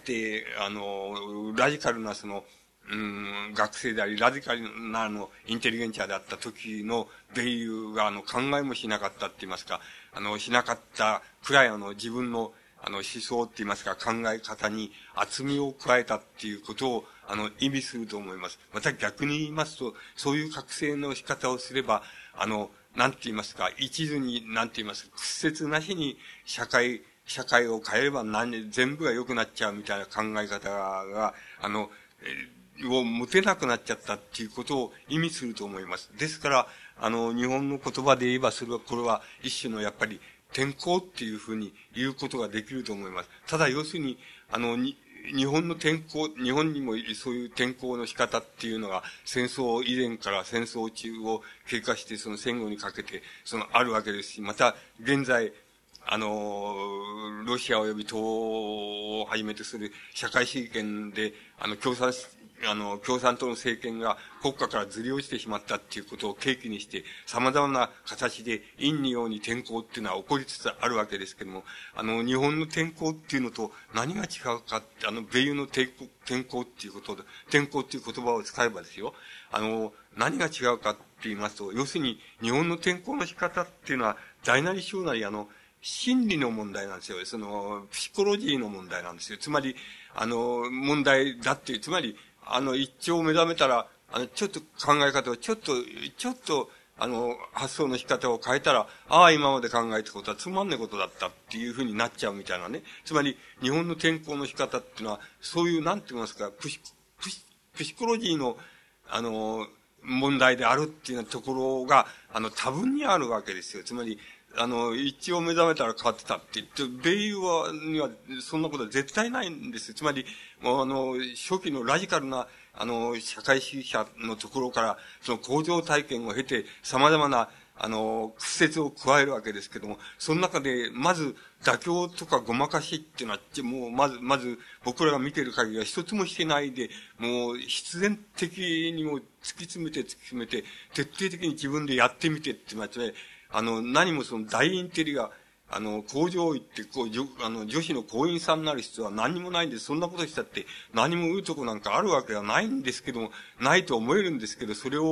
あの、ラジカルな、その、うん、学生であり、ラジカルな、あの、インテリゲンチャーであった時の米友が、あの、考えもしなかったって言いますか、あの、しなかったくらい、あの、自分の、あの、思想って言いますか、考え方に厚みを加えたっていうことを、あの、意味すると思います。また逆に言いますと、そういう覚醒の仕方をすれば、あの、なんて言いますか、一途に、なんて言いますか、屈折なしに社会、社会を変えれば何、全部が良くなっちゃうみたいな考え方が、あの、えを持てなくなっちゃったっていうことを意味すると思います。ですから、あの、日本の言葉で言えば、それは、これは一種のやっぱり、転校っていうふうに言うことができると思います。ただ、要するに、あの、に、日本の転校、日本にもそういう転校の仕方っていうのが、戦争以前から戦争中を経過して、その戦後にかけて、その、あるわけですし、また、現在、あの、ロシア及び東欧をはじめとする社会主義圏で、あの、共産、あの、共産党の政権が国家からずり落ちてしまったっていうことを契機にして、様々な形で陰に陽に転校っていうのは起こりつつあるわけですけども、あの、日本の転校っていうのと何が違うかって、あの、米友の転校、転校っていうことで、転校っていう言葉を使えばですよ、あの、何が違うかって言いますと、要するに日本の転校の仕方っていうのは、大なり小なり、あの、心理の問題なんですよ。その、ピシコロジーの問題なんですよ。つまり、あの、問題だっていう、つまり、あの、一丁目覚めたら、あの、ちょっと考え方を、ちょっと、ちょっと、あの、発想の仕方を変えたら、ああ、今まで考えたことはつまんねえことだったっていうふうになっちゃうみたいなね。つまり、日本の転校の仕方っていうのは、そういう、なんて言いますか、プシ、プシ、プシコロジーの、あの、問題であるっていうようなところが、あの、多分にあるわけですよ。つまり、あの、一応目覚めたら変わってたって言って、米友は、には、そんなことは絶対ないんですよ。つまり、もうあの、初期のラジカルな、あの、社会主義者のところから、その工場体験を経て、様々な、あの、屈折を加えるわけですけども、その中で、まず、妥協とかごまかしっていうのは、もう、まず、まず、僕らが見てる限りは一つもしてないで、もう、必然的にも突き詰めて突き詰めて、徹底的に自分でやってみてって言って、あの、何もその大インテリが、あの、工場行って、こう、じょ、あの、女子の工員さんになる必要は何にもないんです。そんなことしたって、何も言うとこなんかあるわけはないんですけども、ないと思えるんですけど、それを、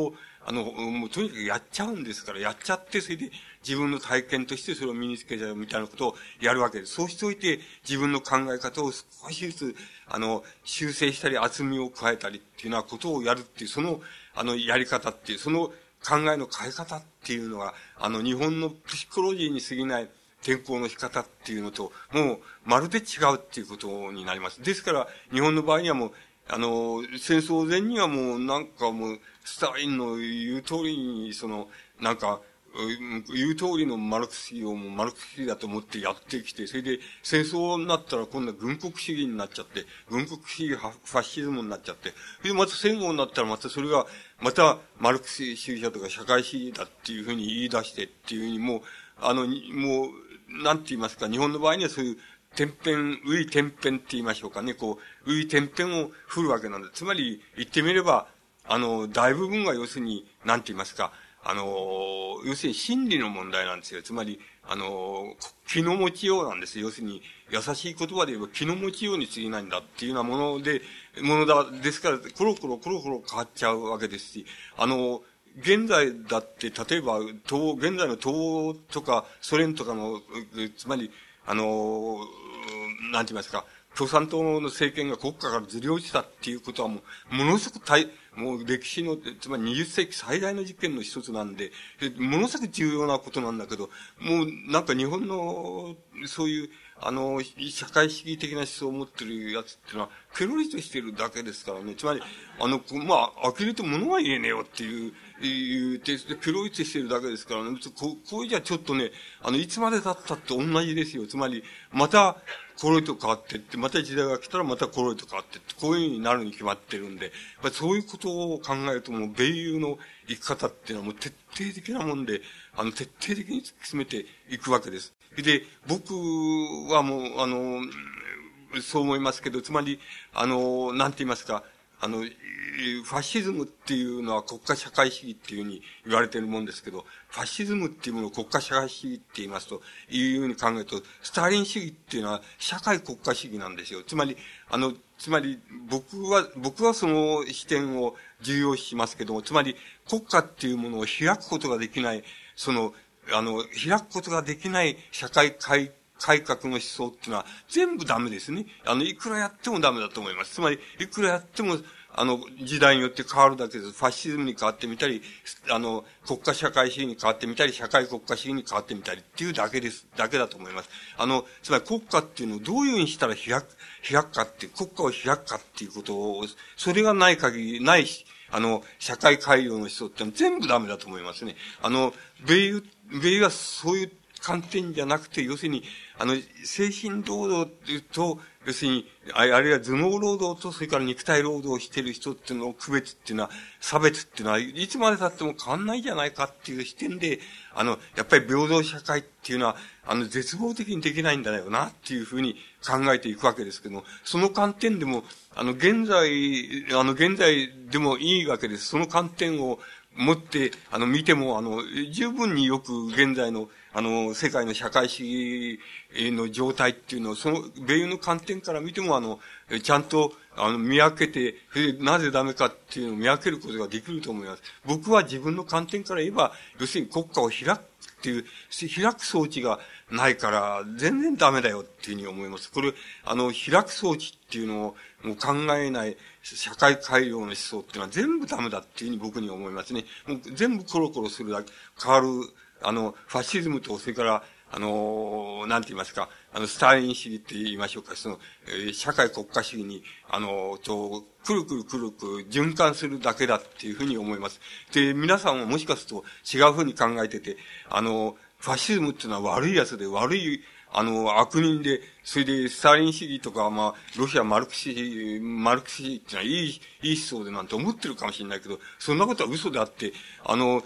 あの、もうとにかくやっちゃうんですから、やっちゃって、それで自分の体験としてそれを身につけちゃうみたいなことをやるわけです。そうしておいて、自分の考え方を少しずつ、あの、修正したり厚みを加えたりっていうようなことをやるっていう、その、あの、やり方っていう、その考えの変え方っていうのは、あの、日本のプシコロジーに過ぎない転校の仕方っていうのと、もう、まるで違うっていうことになります。ですから、日本の場合にはもう、あの、戦争前にはもう、なんかもう、スターリンの言う通りに、その、なんか、言う通りのマルクス主義をもうマルクス主義だと思ってやってきて、それで戦争になったら今度は軍国主義になっちゃって、軍国主義ファッシズムになっちゃって、それでまた戦後になったらまたそれが、またマルクス主義者とか社会主義だっていうふうに言い出してっていうふうにもう、あの、もう、なんて言いますか、日本の場合にはそういう、天変、ウイ天変って言いましょうかね、こう、ウイ天変を振るわけなんです。つまり、言ってみれば、あの、大部分が要するに、なんて言いますか、あの、要するに心理の問題なんですよ。つまり、あの、気の持ちようなんです。要するに、優しい言葉で言えば気の持ちように過ぎないんだっていうようなもので、ものだ、ですから、コロコロコロコロ変わっちゃうわけですし、あの、現在だって、例えば、東、現在の東欧とかソ連とかの、つまり、あの、なんて言いますか、共産党の政権が国家からずり落ちたっていうことはもう、ものすごく大、もう歴史の、つまりにじゅっ世紀最大の事件の一つなんで、ものすごく重要なことなんだけど、もうなんか日本の、そういう、あの、社会主義的な思想を持ってるやつっていうのは、ケロリとしてるだけですからね。つまり、あの、まあ、呆れて物は言えねえよっていう、いうテストでケロリとしてるだけですからね。ここういうじゃちょっとね、あの、いつまで経ったって同じですよ。つまり、また、コロリと変わってって、また時代が来たらまたコロリと変わってって、こういう風になるに決まってるんで、やっぱりそういうことを考えるともう、米友の生き方っていうのはもう徹底的なもんで、あの、徹底的に突き詰めていくわけです。で、僕はもう、あの、そう思いますけど、つまり、あの、なんて言いますか、あの、ファシズムっていうのは国家社会主義っていうふうに言われているもんですけど、ファシズムっていうものを国家社会主義って言いますと、いうふうに考えると、スターリン主義っていうのは社会国家主義なんですよ。つまり、あの、つまり、僕は、僕はその視点を重要視しますけども、つまり、国家っていうものを開くことができない、その、あの、開くことができない社会改改革の思想っていうのは全部ダメですね。あの、いくらやってもダメだと思います。つまり、いくらやっても、あの、時代によって変わるだけです。ファシズムに変わってみたり、あの、国家社会主義に変わってみたり、社会国家主義に変わってみたりっていうだけです。だけだと思います。あの、つまり国家っていうのをどういうふうにしたら開く、開くかっていう、国家を開くかっていうことを、それがない限り、ないし、あの、社会改良の思想ってのは全部ダメだと思いますね。あの、米友、米友はそういう観点じゃなくて、要するに、あの、精神労働と、要するに、あるいは頭脳労働と、それから肉体労働をしている人っていうのを区別っていうのは、差別っていうのは、いつまで経っても変わんないじゃないかっていう視点で、あの、やっぱり平等社会っていうのは、あの、絶望的にできないんだよなっていうふうに考えていくわけですけども、その観点でも、あの、現在、あの、現在でもいいわけです。その観点を持って、あの、見ても、あの、十分によく現在の、あの、世界の社会主義の状態っていうのを、その、米友の観点から見ても、あの、ちゃんと、あの、見分けて、なぜダメかっていうのを見分けることができると思います。僕は自分の観点から言えば、要するに国家を開くっていう、開く装置がないから、全然ダメだよっていうふうに思います。これ、あの、開く装置っていうのをもう考えない、社会改良の思想っていうのは全部ダメだっていうふうに僕に思いますね。もう全部コロコロするだけ、変わる、あの、ファシズムと、それから、あの、なんて言いますか、あの、スターリン主義って言いましょうか、その、えー、社会国家主義に、あの、と、くるくるくるくる循環するだけだっていうふうに思います。で、皆さんはもしかすると違うふうに考えてて、あの、ファシズムっていうのは悪いやつで、悪い、あの、悪人で、それで、スターリン主義とか、まあ、ロシアマルクス主義、マルクス主義っていうのは、いい、いい思想でなんて思ってるかもしれないけど、そんなことは嘘であって、あの、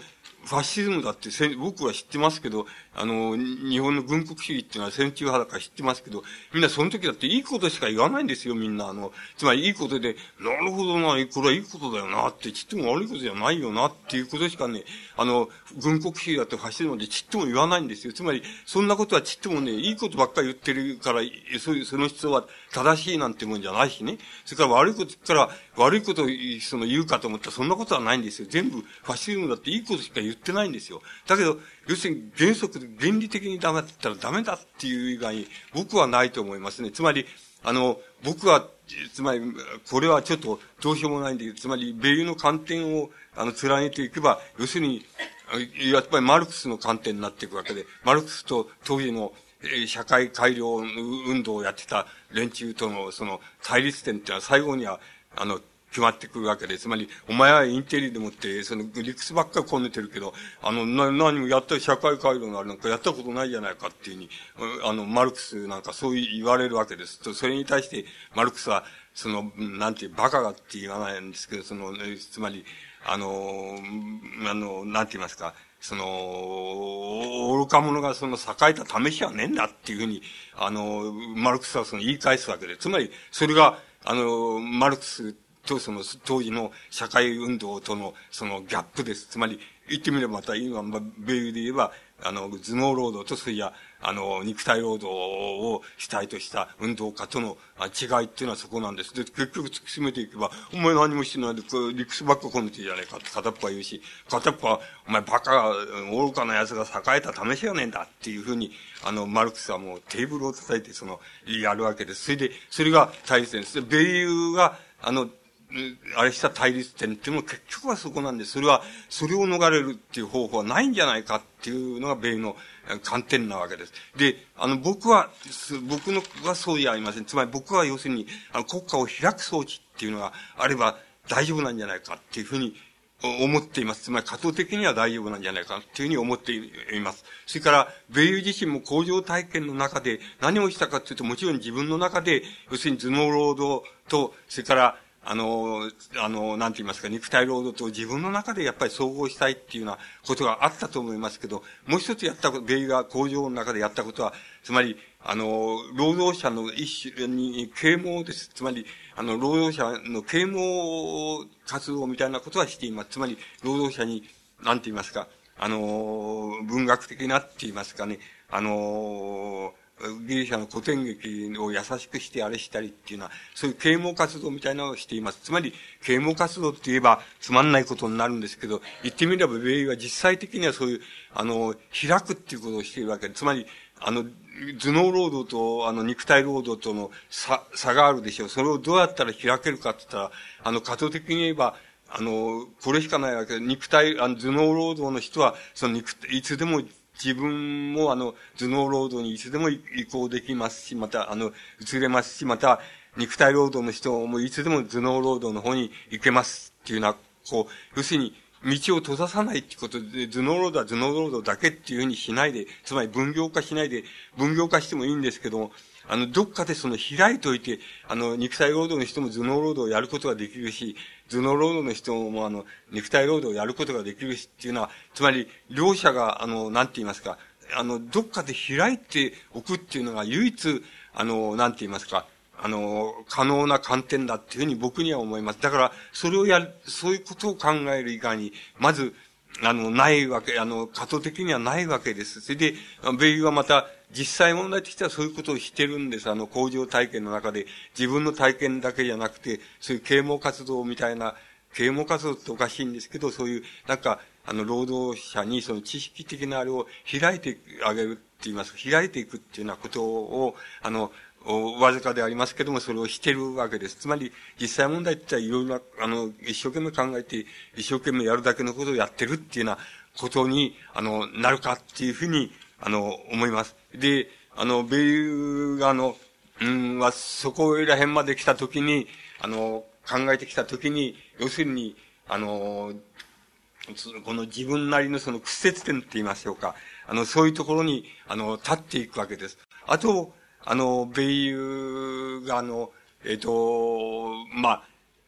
ファシズムだってせ、僕は知ってますけど、あの、日本の軍国主義っていうのは戦中派だから知ってますけど、みんなその時だっていいことしか言わないんですよ、みんな。あの、つまりいいことで、なるほどな、これはいいことだよなって、ちっとも悪いことじゃないよなっていうことしかね、あの、軍国主義だってファシズムでちっとも言わないんですよ。つまり、そんなことはちっともね、いいことばっかり言ってるから、そういう、その人は正しいなんてもんじゃないしね。それから悪いことから、悪いことをその言うかと思ったらそんなことはないんですよ。全部ファシズムだっていいことしか言ってないんですよ。だけど、要するに原則で原理的にダメだったらダメだっていう以外に僕はないと思いますね。つまり、あの、僕は、つまり、これはちょっとどうしようもないんで、つまり、米友の観点を、あの、貫いていけば、要するに、やっぱりマルクスの観点になっていくわけで、マルクスと当時の、社会改良運動をやってた連中とのその対立点っていうのは最後には、あの、決まってくるわけで、つまり、お前はインテリでもって、その理屈ばっかりこねてるけど、あの、な、何もやった社会改良のあれなんかやったことないじゃないかっていうふうに、あの、マルクスなんかそう言われるわけです。と、それに対して、マルクスは、その、なんていう、バカがって言わないんですけど、その、つまり、あの、あの、なんて言いますか、その、愚か者がその栄えた試しはねえんだっていうふうに、あの、マルクスはその言い返すわけで、つまり、それが、あの、マルクスとその当時の社会運動とのそのギャップです。つまり、言ってみればまた今、米友で言えば、あの、頭脳労働とそれや、あの、肉体労働を主体とした運動家との違いっていうのはそこなんです。で、結局突き詰めていけば、お前何もしてないで、理屈ばっかこねてじゃないかって片っぽは言うし、片っぽは、お前バカ、愚かな奴が栄えた試しがねえんだっていうふうに、あの、マルクスはもうテーブルを叩いてその、やるわけです。それで、それが対立点です。米友が、あの、あれした対立点っていうのも結局はそこなんです。それは、それを逃れるっていう方法はないんじゃないかっていうのが米の観点なわけです。で、あの、僕は、僕のはそうじゃありません。つまり僕は要するに、あの、国家を開く装置っていうのがあれば大丈夫なんじゃないかっていうふうに思っています。つまり、過当的には大丈夫なんじゃないかっていうふうに思っています。それから、米友自身も工場体験の中で何をしたかというと、もちろん自分の中で、要するに頭脳労働と、それから、あの、あの、なんて言いますか、肉体労働と自分の中でやっぱり総合したいっていうようなことがあったと思いますけど、もう一つやったこと、米友が工場の中でやったことは、つまり、あの、労働者の一種に啓蒙です。つまり、あの、労働者の啓蒙活動みたいなことはしています。つまり、労働者に、なんて言いますか、あの、文学的なって言いますかね、あの、ギリシャの古典劇を優しくしてあれしたりっていうのは、そういう啓蒙活動みたいなのをしています。つまり、啓蒙活動って言えばつまんないことになるんですけど、言ってみれば米友は実際的にはそういう、あの、開くっていうことをしているわけで、つまり、あの、頭脳労働と、あの、肉体労働との差、差があるでしょう。それをどうやったら開けるかって言ったら、あの、過当的に言えば、あの、これしかないわけで、肉体、あの、頭脳労働の人は、その肉、いつでも自分もあの、頭脳労働にいつでも移行できますし、また、あの、移れますし、また、肉体労働の人もいつでも頭脳労働の方に行けますっていうような、こう、要するに、道を閉ざさないってことで、頭脳労働は頭脳労働だけっていうふうにしないで、つまり分業化しないで、分業化してもいいんですけども、あの、どっかでその開いておいて、あの、肉体労働の人も頭脳労働をやることができるし、頭脳労働の人もあの、肉体労働をやることができるしっていうのは、つまり、両者が、あの、なんて言いますか、あの、どっかで開いておくっていうのが唯一、あの、なんて言いますか、あの、可能な観点だっていうふうに僕には思います。だから、それをやる、そういうことを考える以外に、まず、あの、ないわけ、あの、過渡的にはないわけです。それで、米友はまた、実際問題としてはそういうことをしてるんです。あの、工場体験の中で、自分の体験だけじゃなくて、そういう啓蒙活動みたいな、啓蒙活動っておかしいんですけど、そういう、なんか、あの、労働者にその知識的なあれを開いてあげるって言いますか、開いていくっていうようなことを、あの、わずかでありますけども、それをしてるわけです。つまり、実際問題って言ったらいろいろな、あの、一生懸命考えて、一生懸命やるだけのことをやってるっていうようなことに、あの、なるかっていうふうに、あの、思います。で、あの、米友が、あの、うん、は、そこら辺まで来たときに、あの、考えてきたときに、要するに、あの、この自分なりのその屈折点って言いましょうか。あの、そういうところに、あの、立っていくわけです。あと、あの、米友が、あの、えっと、まあ、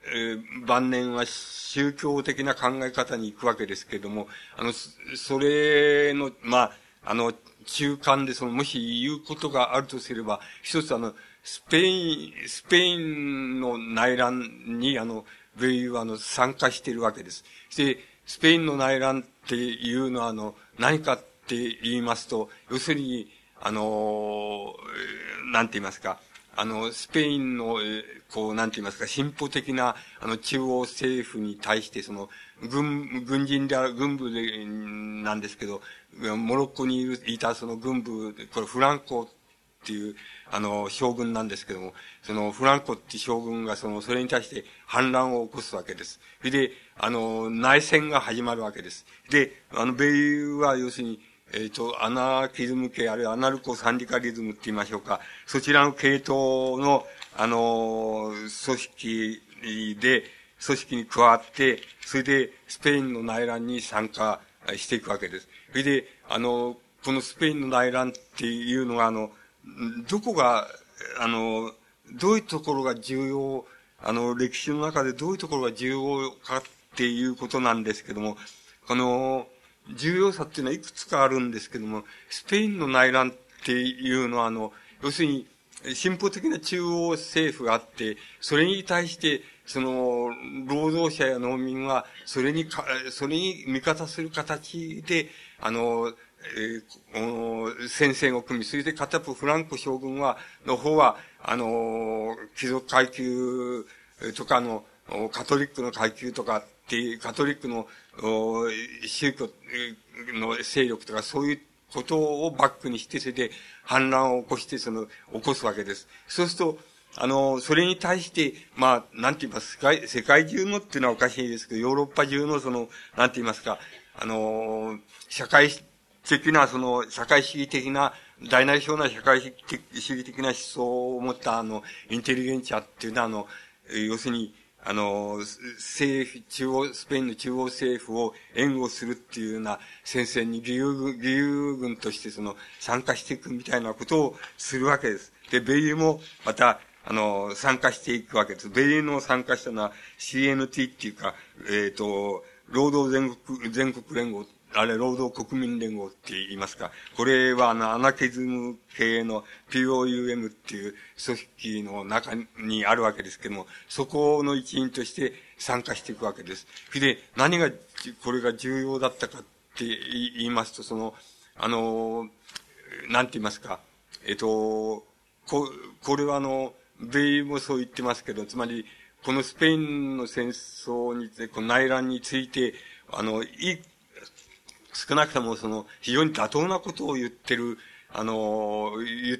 えー、晩年は宗教的な考え方に行くわけですけれども、あの、それの、まあ、あの、中間でその、もし言うことがあるとすれば、一つあの、スペイン、スペインの内乱にあの、ベイユはあの、参加しているわけです。で、スペインの内乱っていうのはあの、何かって言いますと、要するに、あの、なんて言いますか、あの、スペインの、こう、なんて言いますか、進歩的な、あの、中央政府に対して、その、軍、軍人である、軍部で、なんですけど、モロッコにいる、いたその軍部、これフランコっていう、あの、将軍なんですけども、その、フランコっていう将軍が、その、それに対して反乱を起こすわけです。それで、あの、内戦が始まるわけです。で、あの、ベイユは、要するに、えっと、アナーキズム系、あるいはアナルコサンディカリズムって言いましょうか。そちらの系統の、あの、組織で、組織に加わって、それでスペインの内乱に参加していくわけです。それで、あの、このスペインの内乱っていうのが、あの、どこが、あの、どういうところが重要、あの、歴史の中でどういうところが重要かっていうことなんですけども、この、重要さっていうのはいくつかあるんですけども、スペインの内乱っていうのは、あの、要するに、進歩的な中央政府があって、それに対して、その、労働者や農民は、それにか、それに味方する形で、あの、えー、戦線を組み、それで片方フランコ将軍は、の方は、あの、貴族階級とかの、カトリックの階級とかっていう、カトリックの宗教の勢力とかそういうことをバックにして、それで反乱を起こして、その、起こすわけです。そうすると、あの、それに対して、まあ、なんて言いますか、世界、世界中のっていうのはおかしいですけど、ヨーロッパ中のその、なんて言いますか、あの、社会的な、その、社会主義的な、大なり小なり社会主義的な思想を持ったあの、インテリゲンチャっていうのは、あの、要するに、あの、政府、中央、スペインの中央政府を援護するっていうような戦線に義勇軍、義勇軍としてその参加していくみたいなことをするわけです。で、ベイユもまた、あの、参加していくわけです。ベイユの参加したのは シーエヌティー っていうか、えっと、労働全国、全国連合、あれ、労働国民連合って言いますか。これは、あの、アナキズム系の ピーオーユーエム っていう組織の中にあるわけですけども、そこの一員として参加していくわけです。で、何が、これが重要だったかって言いますと、その、あの、なんて言いますか。えっと、こ、これはあの、米ユもそう言ってますけど、つまり、このスペインの戦争について、この内乱について、あの、い少なくともその、非常に妥当なことを言ってる、あの、言って、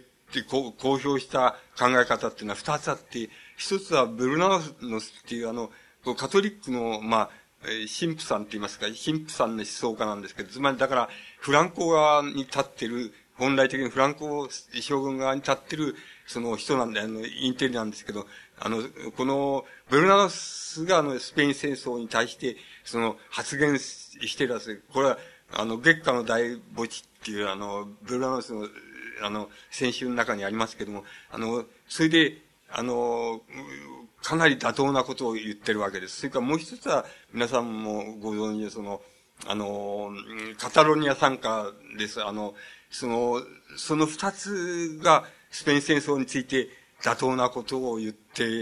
こう、公表した考え方っていうのは二つあって、一つはベルナノスっていうあの、カトリックの、まあ、神父さんって言いますか、神父さんの思想家なんですけど、つまりだから、フランコ側に立ってる、本来的にフランコ将軍側に立ってる、その人なんで、あの、インテリなんですけど、あの、この、ベルナノスがあの、スペイン戦争に対して、その、発言してるんです。これは、あの、月下の大墓地っていう、あの、ベルナノスの、あの、選集の中にありますけども、あの、それで、あの、かなり妥当なことを言ってるわけです。それからもう一つは、皆さんもご存知で、その、あの、カタロニア参加です。あの、その、その二つが、スペイン戦争について妥当なことを言って、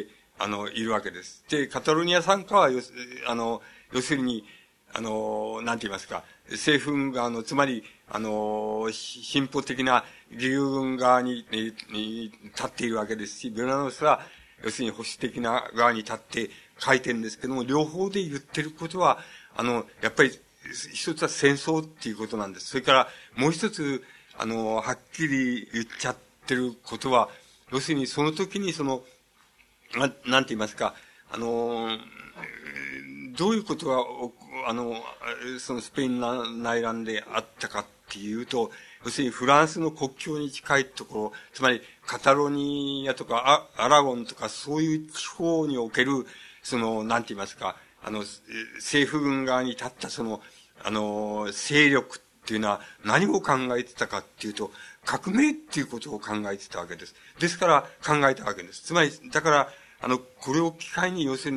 あの、いるわけです。で、カタロニア参加は、あの、要するに、あの、なんて言いますか、政府軍側の、つまり、あの、進歩的な義勇軍側に、に立っているわけですし、ベルナノスは、要するに保守的な側に立って書いてるんですけども、両方で言ってることは、あの、やっぱり、一つは戦争っていうことなんです。それから、もう一つ、あの、はっきり言っちゃってることは、要するにその時にその、な、なんて言いますか、あの、どういうことが、あの、そのスペイン内乱であったかっていうと、要するにフランスの国境に近いところ、つまりカタロニアとかアラゴンとかそういう地方における、その、なんて言いますか、あの、政府軍側に立ったその、あの、勢力っていうのは何を考えてたかっていうと、革命っていうことを考えてたわけです。ですから考えたわけです。つまり、だから、あの、これを機会に要するに、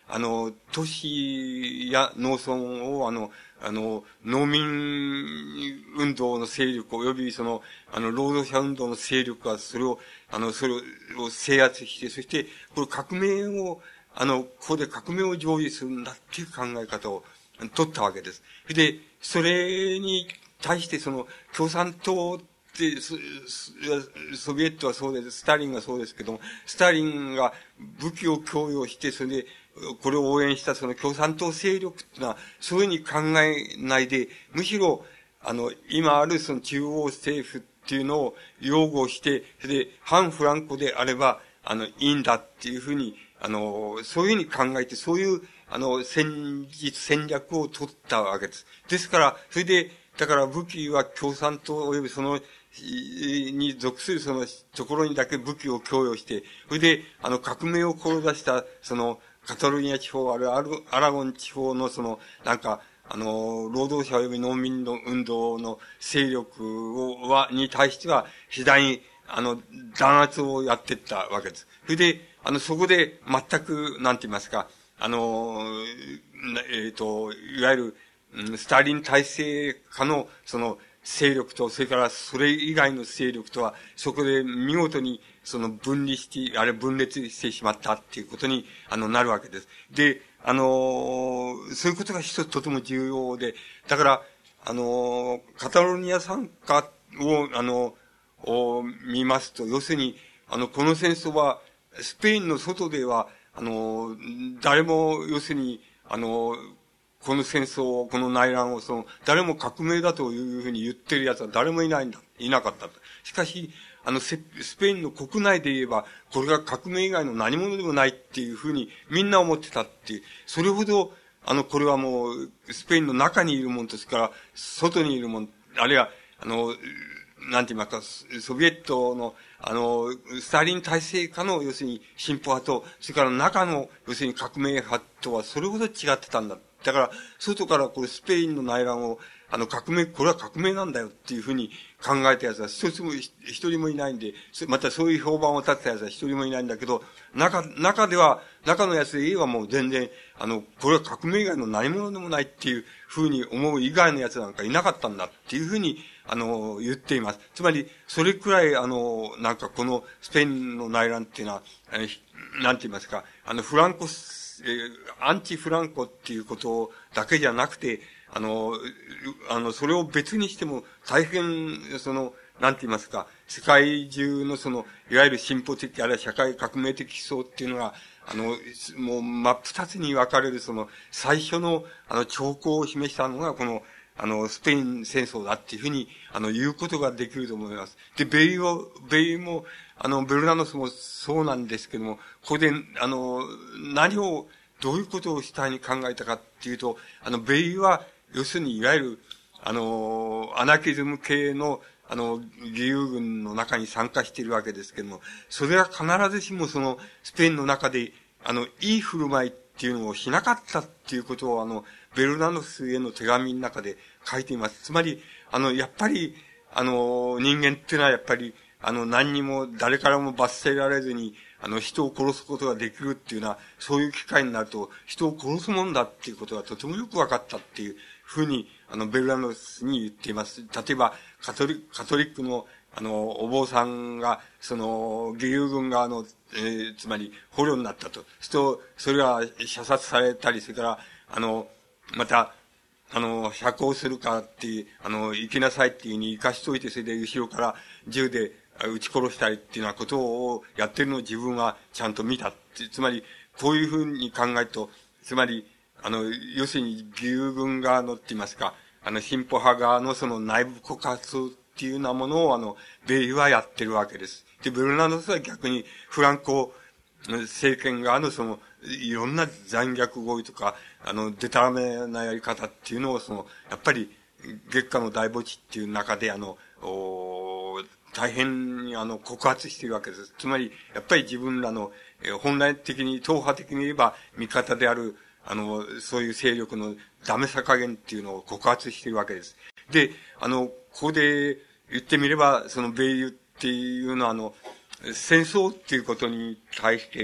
あの、都市や農村を、あの、あの、農民運動の勢力及びその、あの、労働者運動の勢力がそれを、あの、それを制圧して、そして、これ革命を、あの、ここで革命を成就するんだっていう考え方を取ったわけです。で、それに対してその、共産党ってソ、ソビエトはそうです。スターリンがそうですけども、スターリンが武器を供与して、それで、これを応援したその共産党勢力っていうのは、そういうふうに考えないで、むしろ、あの、今あるその中央政府っていうのを擁護して、それで、反フランコであれば、あの、いいんだっていうふうに、あの、そういうふうに考えて、そういう、あの、戦術、戦略を取ったわけです。ですから、それで、だから武器は共産党及びその、に属するそのところにだけ武器を供与して、それで、あの、革命を志した、その、カタルニア地方、あるいはアラゴン地方のその、なんか、あの、労働者及び農民の運動の勢力を、は、に対しては、次第に、あの、弾圧をやっていったわけです。それで、あの、そこで全く、なんて言いますか、あの、えっと、いわゆる、スターリン体制下の、その、勢力と、それからそれ以外の勢力とは、そこで見事に、その分離して、あれ分裂してしまったっていうことに、あの、なるわけです。で、あの、そういうことが一つとても重要で、だから、あの、カタロニア参加を、あの、を見ますと、要するに、あの、この戦争は、スペインの外では、あの、誰も、要するに、あの、この戦争を、この内乱を、その、誰も革命だというふうに言ってる奴は誰もいないんだ、いなかったと。しかし、あの、スペインの国内で言えば、これが革命以外の何者でもないっていうふうにみんな思ってたっていう、それほど、あの、これはもう、スペインの中にいるもんですから、外にいるもん、あるいは、あの、なんて言いますか、ソビエトの、あの、スターリン体制下の、要するに進歩派と、それから中の、要するに革命派とはそれほど違ってたんだ。だから、外からこれスペインの内乱を、あの、革命、これは革命なんだよっていうふうに考えた奴は一つも、一人もいないんで、またそういう評判を立てた奴は一人もいないんだけど、中、中では、中の奴で言えばもう全然、あの、これは革命以外の何者でもないっていうふうに思う以外の奴なんかいなかったんだっていうふうに、あの、言っています。つまり、それくらい、あの、なんかこのスペインの内乱っていうのは、なんて言いますか、あの、フランコス、えー、アンチフランコっていうことだけじゃなくて、あの、あの、それを別にしても、大変、その、なんて言いますか、世界中のその、いわゆる進歩的、あるいは社会革命的思想っていうのが、あの、もう真っ二つに分かれるその、最初の、あの、兆候を示したのが、この、あの、スペイン戦争だっていうふうに、あの、言うことができると思います。で、ベイを、ベイも、あの、ベルナノスもそうなんですけども、ここで、あの、何を、どういうことを主体に考えたかっていうと、あの、ベイは、要するに、いわゆる、あの、アナキズム系の、あの、義勇軍の中に参加しているわけですけども、それは必ずしもその、スペインの中で、あの、いい振る舞いっていうのをしなかったっていうことを、あの、ベルナノスへの手紙の中で書いています。つまり、あの、やっぱり、あの、人間っていうのはやっぱり、あの、何にも、誰からも罰せられずに、あの、人を殺すことができるっていうのは、そういう機会になると、人を殺すもんだっていうことがとてもよく分かったっていうふうに、あの、ベルナノスに言っています。例えば、カトリ、カトリックの、あの、お坊さんが、その、義勇軍側の、えー、つまり、捕虜になったと。すると、それが射殺されたり、それから、あの、また、あの、釈放するかっていう、あの、行きなさいっていうふうに行かしといて、それで後ろから銃で撃ち殺したりっていうようなことをやってるのを自分はちゃんと見たって。つまり、こういうふうに考えると、つまり、あの、要するに義勇軍側のって言いますか、あの、進歩派側のその内部告発っていうようなものを、あの、ベイはやってるわけです。で、ベルナノスは逆にフランコ政権側のその、いろんな残虐行為とか、あの、でたらめなやり方っていうのを、その、やっぱり、月下の大墓地っていう中で、あの、大変にあの、告発しているわけです。つまり、やっぱり自分らの、えー、本来的に、党派的に言えば、味方である、あの、そういう勢力のダメさ加減っていうのを告発しているわけです。で、あの、ここで言ってみれば、その、米油っていうのは、あの、戦争っていうことに対して、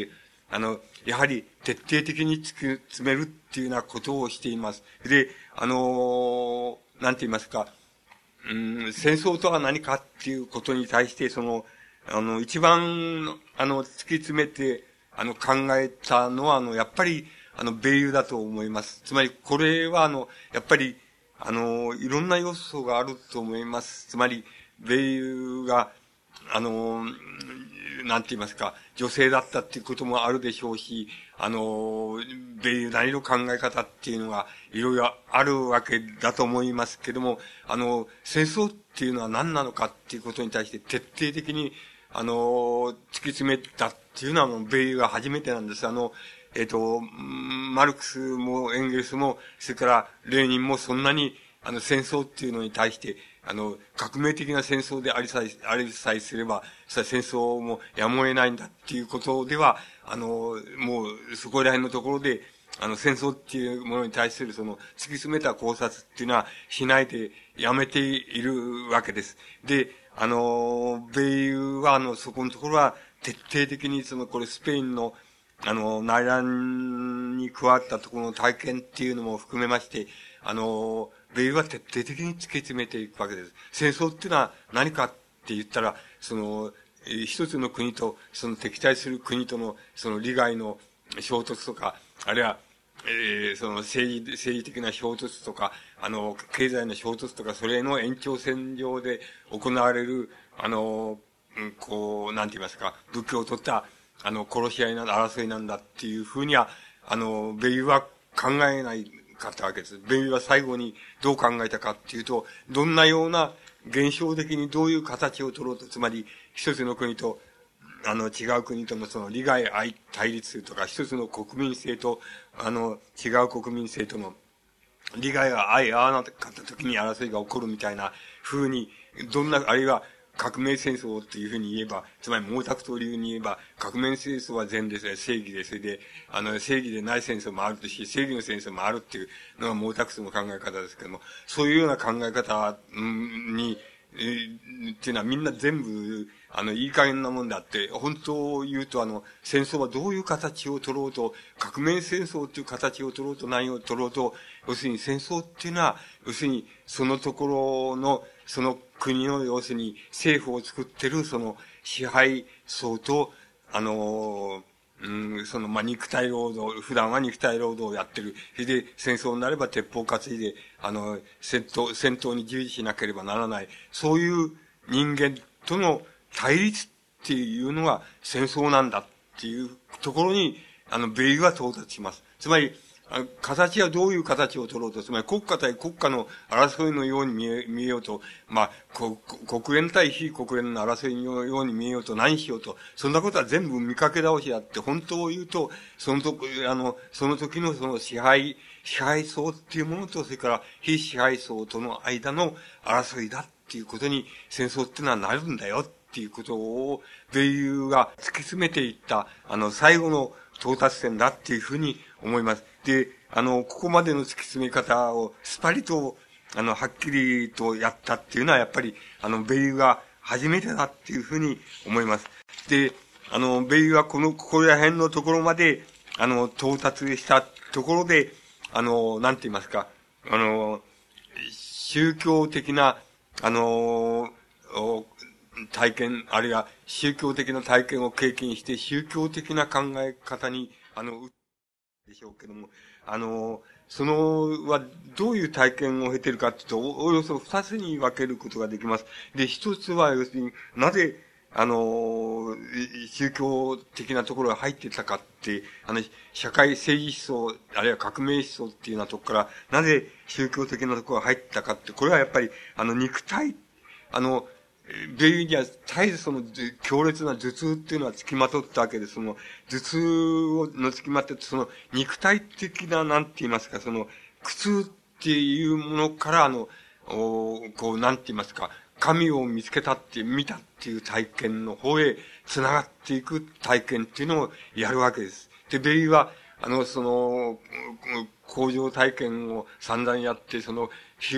あの、やはり徹底的に突き詰めるっていうようなことをしています。で、あのー、なんて言いますか、うん、戦争とは何かっていうことに対して、その、あの、一番、あの、突き詰めて、あの、考えたのは、あの、やっぱり、あの、米友だと思います。つまり、これは、あの、やっぱり、あの、いろんな要素があると思います。つまり、米友が、あの、なんて言いますか、女性だったっていうこともあるでしょうし、あの、米友なりの考え方っていうのがいろいろあるわけだと思いますけども、あの、戦争っていうのは何なのかっていうことに対して徹底的に、あの、突き詰めたっていうのはもう米友が初めてなんです。あの、えっと、マルクスもエンゲルスも、それからレーニンもそんなに、あの、戦争っていうのに対して、あの、革命的な戦争でありさえ、ありさえすれば、それは戦争もやむを得ないんだっていうことでは、あの、もう、そこら辺のところで、あの、戦争っていうものに対するその、突き詰めた考察っていうのはしないでやめているわけです。で、あの、米友は、あの、そこのところは、徹底的にその、これスペインの、あの、内乱に加わったところの体験っていうのも含めまして、あの、米友は徹底的に突き詰めていくわけです。戦争っていうのは何かって言ったら、その、えー、一つの国と、その敵対する国との、その利害の衝突とか、あるいは、えー、その政治、政治的な衝突とか、あの、経済の衝突とか、それの延長線上で行われる、あの、うん、こう、なんて言いますか、武器を取った、あの、殺し合いな、争いなんだっていうふうには、あの、米友は考えないかったわけです。米友は最後にどう考えたかっていうと、どんなような現象的にどういう形を取ろうと、つまり、一つの国と、あの、違う国とのその利害愛対立とか、一つの国民性と、あの、違う国民性との利害が相合わなかった時に争いが起こるみたいな風に、どんな、あるいは革命戦争っていうふうに言えば、つまり毛沢東流に言えば、革命戦争は善ですね、正義で、それで、あの、正義でない戦争もあるとし、正義の戦争もあるっていうのが毛沢東の考え方ですけども、そういうような考え方に、えー、っていうのはみんな全部、あの、いい加減なもんだって、本当を言うと、あの、戦争はどういう形を取ろうと、革命戦争っていう形を取ろうと、何を取ろうと、要するに戦争っていうのは、要するに、そのところの、その国の、要するに、政府を作ってる、その、支配層と、あの、うん、その、まあ、肉体労働、普段は肉体労働をやってる。それで、戦争になれば鉄砲担いで、あの、戦闘、戦闘に従事しなければならない。そういう人間との対立っていうのが戦争なんだっていうところに、あの、米軍は到達します。つまり、形はどういう形を取ろうと、つまり国家対国家の争いのように見え、見えようと、まあ、国連対非国連の争いのように見えようと何しようと、そんなことは全部見かけ倒しだって、本当を言うと、そのと、あの、その時のその支配、支配層っていうものと、それから非支配層との間の争いだっていうことに、戦争っていうのはなるんだよっていうことを、米友が突き詰めていった、あの、最後の到達点だっていうふうに思います。で、あの、ここまでの突き詰め方をスパリと、あの、はっきりとやったっていうのは、やっぱり、あの、米友が初めてだっていうふうに思います。で、あの、米友はこの、ここら辺のところまで、あの、到達したところで、あの、なんて言いますか、あの、宗教的な、あの、体験、あるいは宗教的な体験を経験して、宗教的な考え方に、あの、でしょうけども、あの、その、は、どういう体験を経ているかというと、お、およそ二つに分けることができます。で、一つは、要するに、なぜ、あの、宗教的なところが入ってたかって、あの、社会政治思想、あるいは革命思想っていうようなところから、なぜ宗教的なところが入ったかって、これはやっぱり、あの、肉体、あの、米軍には絶えずその強烈な頭痛っていうのは付きまとったわけで、その頭痛の付きまとって、その肉体的な、なんて言いますか、その苦痛っていうものから、あの、こう、なんて言いますか、神を見つけたって、見たっていう体験の方へ繋がっていく体験っていうのをやるわけです。で、米軍は、あの、その、工場体験を散々やって、その、疲労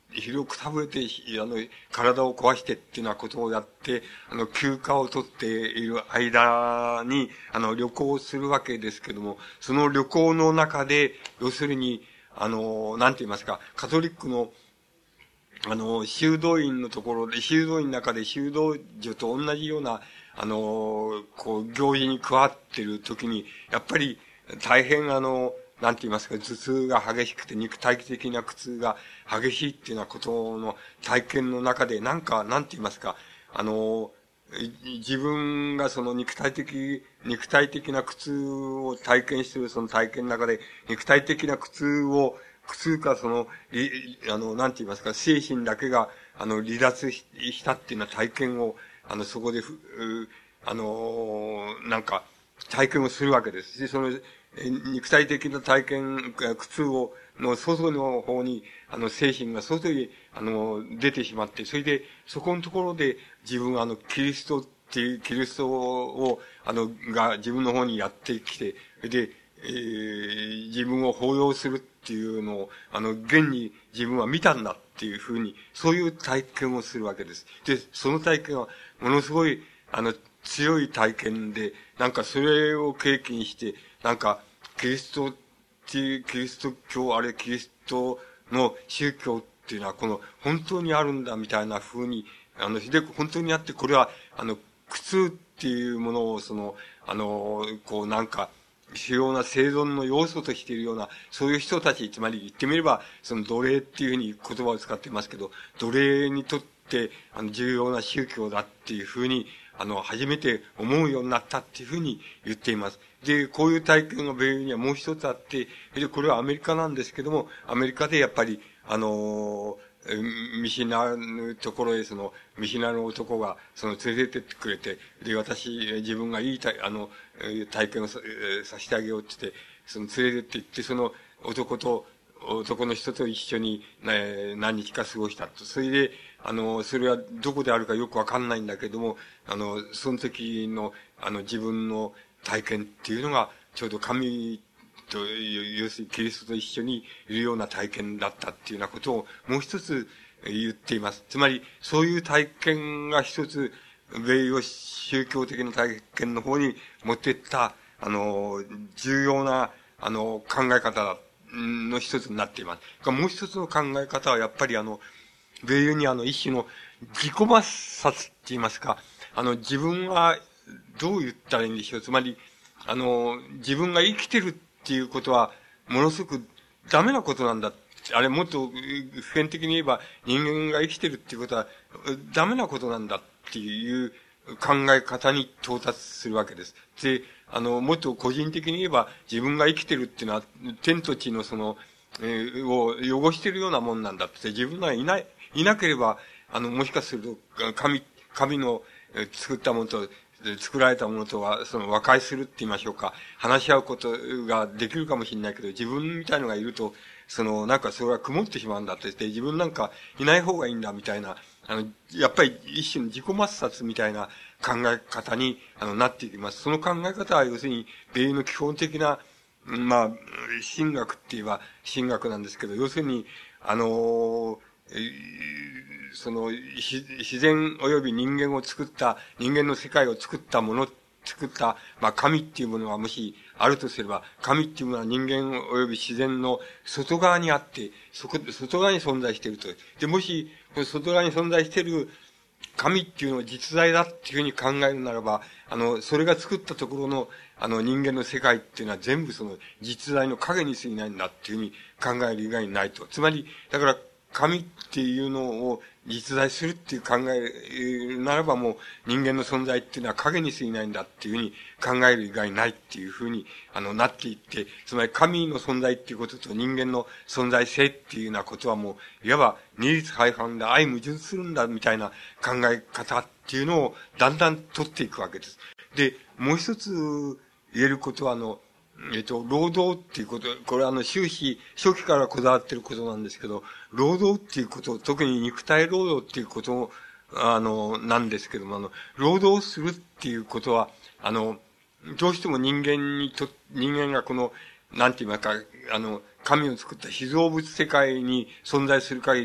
疲労くたぶれて、あの、体を壊してっていうようなことをやって、あの、休暇を取っている間に、あの、旅行をするわけですけども、その旅行の中で、要するに、あの、なんて言いますか、カトリックの、あの、修道院のところで、修道院の中で修道女と同じような、あの、こう、行事に加わっているときに、やっぱり、大変あの、なんて言いますか、頭痛が激しくて肉体的な苦痛が激しいっていうようなことの体験の中で、なんか、なんて言いますか、あの、自分がその肉体的、肉体的な苦痛を体験しているその体験の中で、肉体的な苦痛を、苦痛かその、あの、なんて言いますか、精神だけが、あの、離脱したっていうような体験を、あの、そこで、あの、なんか、体験をするわけです。で、その、肉体的な体験、苦痛を、の外の方に、あの、精神が外に、あの、出てしまって、それで、そこのところで、自分はあの、キリストっていう、キリストを、あの、が自分の方にやってきて、で、えー、自分を抱擁するっていうのを、あの、現に自分は見たんだっていうふうに、そういう体験をするわけです。で、その体験は、ものすごい、あの、強い体験で、なんかそれを経験して、なんか、キリストっていう、キリスト教、あれキリストの宗教っていうのは、この、本当にあるんだみたいな風に、あの、で、本当にあって、これは、あの、苦痛っていうものを、その、あの、こうなんか、主要な生存の要素としているような、そういう人たち、つまり言ってみれば、その奴隷っていうふうに言葉を使っていますけど、奴隷にとって、あの、重要な宗教だっていうふうに、あの、初めて思うようになったっていうふうに言っています。で、こういう体験が米軍にはもう一つあって、で、これはアメリカなんですけども、アメリカでやっぱり、あの見知らぬところへ、その、見知らぬ男が、その、連れてってくれて、で、私、自分がいい体、あの、体験をさ、させてあげようって言って、その、連れてって行って、その、男と、男の人と一緒に、ね、何日か過ごしたと。それで、あの、それはどこであるかよくわかんないんだけども、あの、その時の、あの、自分の体験っていうのが、ちょうど神と、要するにキリストと一緒にいるような体験だったっていうようなことをもう一つ言っています。つまり、そういう体験が一つ、米洋宗教的な体験の方に持っていった、あの、重要な、あの、考え方の一つになっています。もう一つの考え方はやっぱりあの、米友にあの、一種の自己抹殺って言いますか、あの、自分はどう言ったらいいんでしょう。つまり、あの、自分が生きてるっていうことは、ものすごくダメなことなんだ。あれもっと普遍的に言えば、人間が生きてるっていうことは、ダメなことなんだっていう考え方に到達するわけです。で、あの、もっと個人的に言えば、自分が生きてるっていうのは、天と地のその、えー、を汚してるようなもんなんだって、自分がいない、いなければ、あの、もしかすると、神、神の作ったものと、作られたものとは、その和解するって言いましょうか。話し合うことができるかもしれないけど、自分みたいのがいると、その、なんかそれは曇ってしまうんだって言って、自分なんかいない方がいいんだみたいな、あの、やっぱり一種の自己抹殺みたいな考え方に、あの、なっていきます。その考え方は、要するに、米の基本的な、まあ、神学って言えば神学なんですけど、要するに、あの、その、自然及び人間を作った、人間の世界を作ったもの、作った、まあ、神っていうものがもしあるとすれば、神っていうものは人間及び自然の外側にあって、そこ、外側に存在していると。で、もし、外側に存在している神っていうのを実在だっていうふうに考えるならば、あの、それが作ったところの、あの、人間の世界っていうのは全部その実在の影に過ぎないんだっていうふうに考える以外にないと。つまり、だから、神っていうのを実在するっていう考えならばもう人間の存在っていうのは影に過ぎないんだっていうふうに考える以外ないっていうふうにあのなっていって、つまり神の存在っていうことと人間の存在性っていうようなことはもういわば二律背反で相矛盾するんだみたいな考え方っていうのをだんだん取っていくわけです。で、もう一つ言えることはあの、えっと、労働っていうこと、これはあの、終始、初期からこだわってることなんですけど、労働っていうこと、特に肉体労働っていうことも、あの、なんですけども、あの、労働するっていうことは、あの、どうしても人間にと、人間がこの、なんて言いますか、あの、神を作った被造物世界に存在する限り、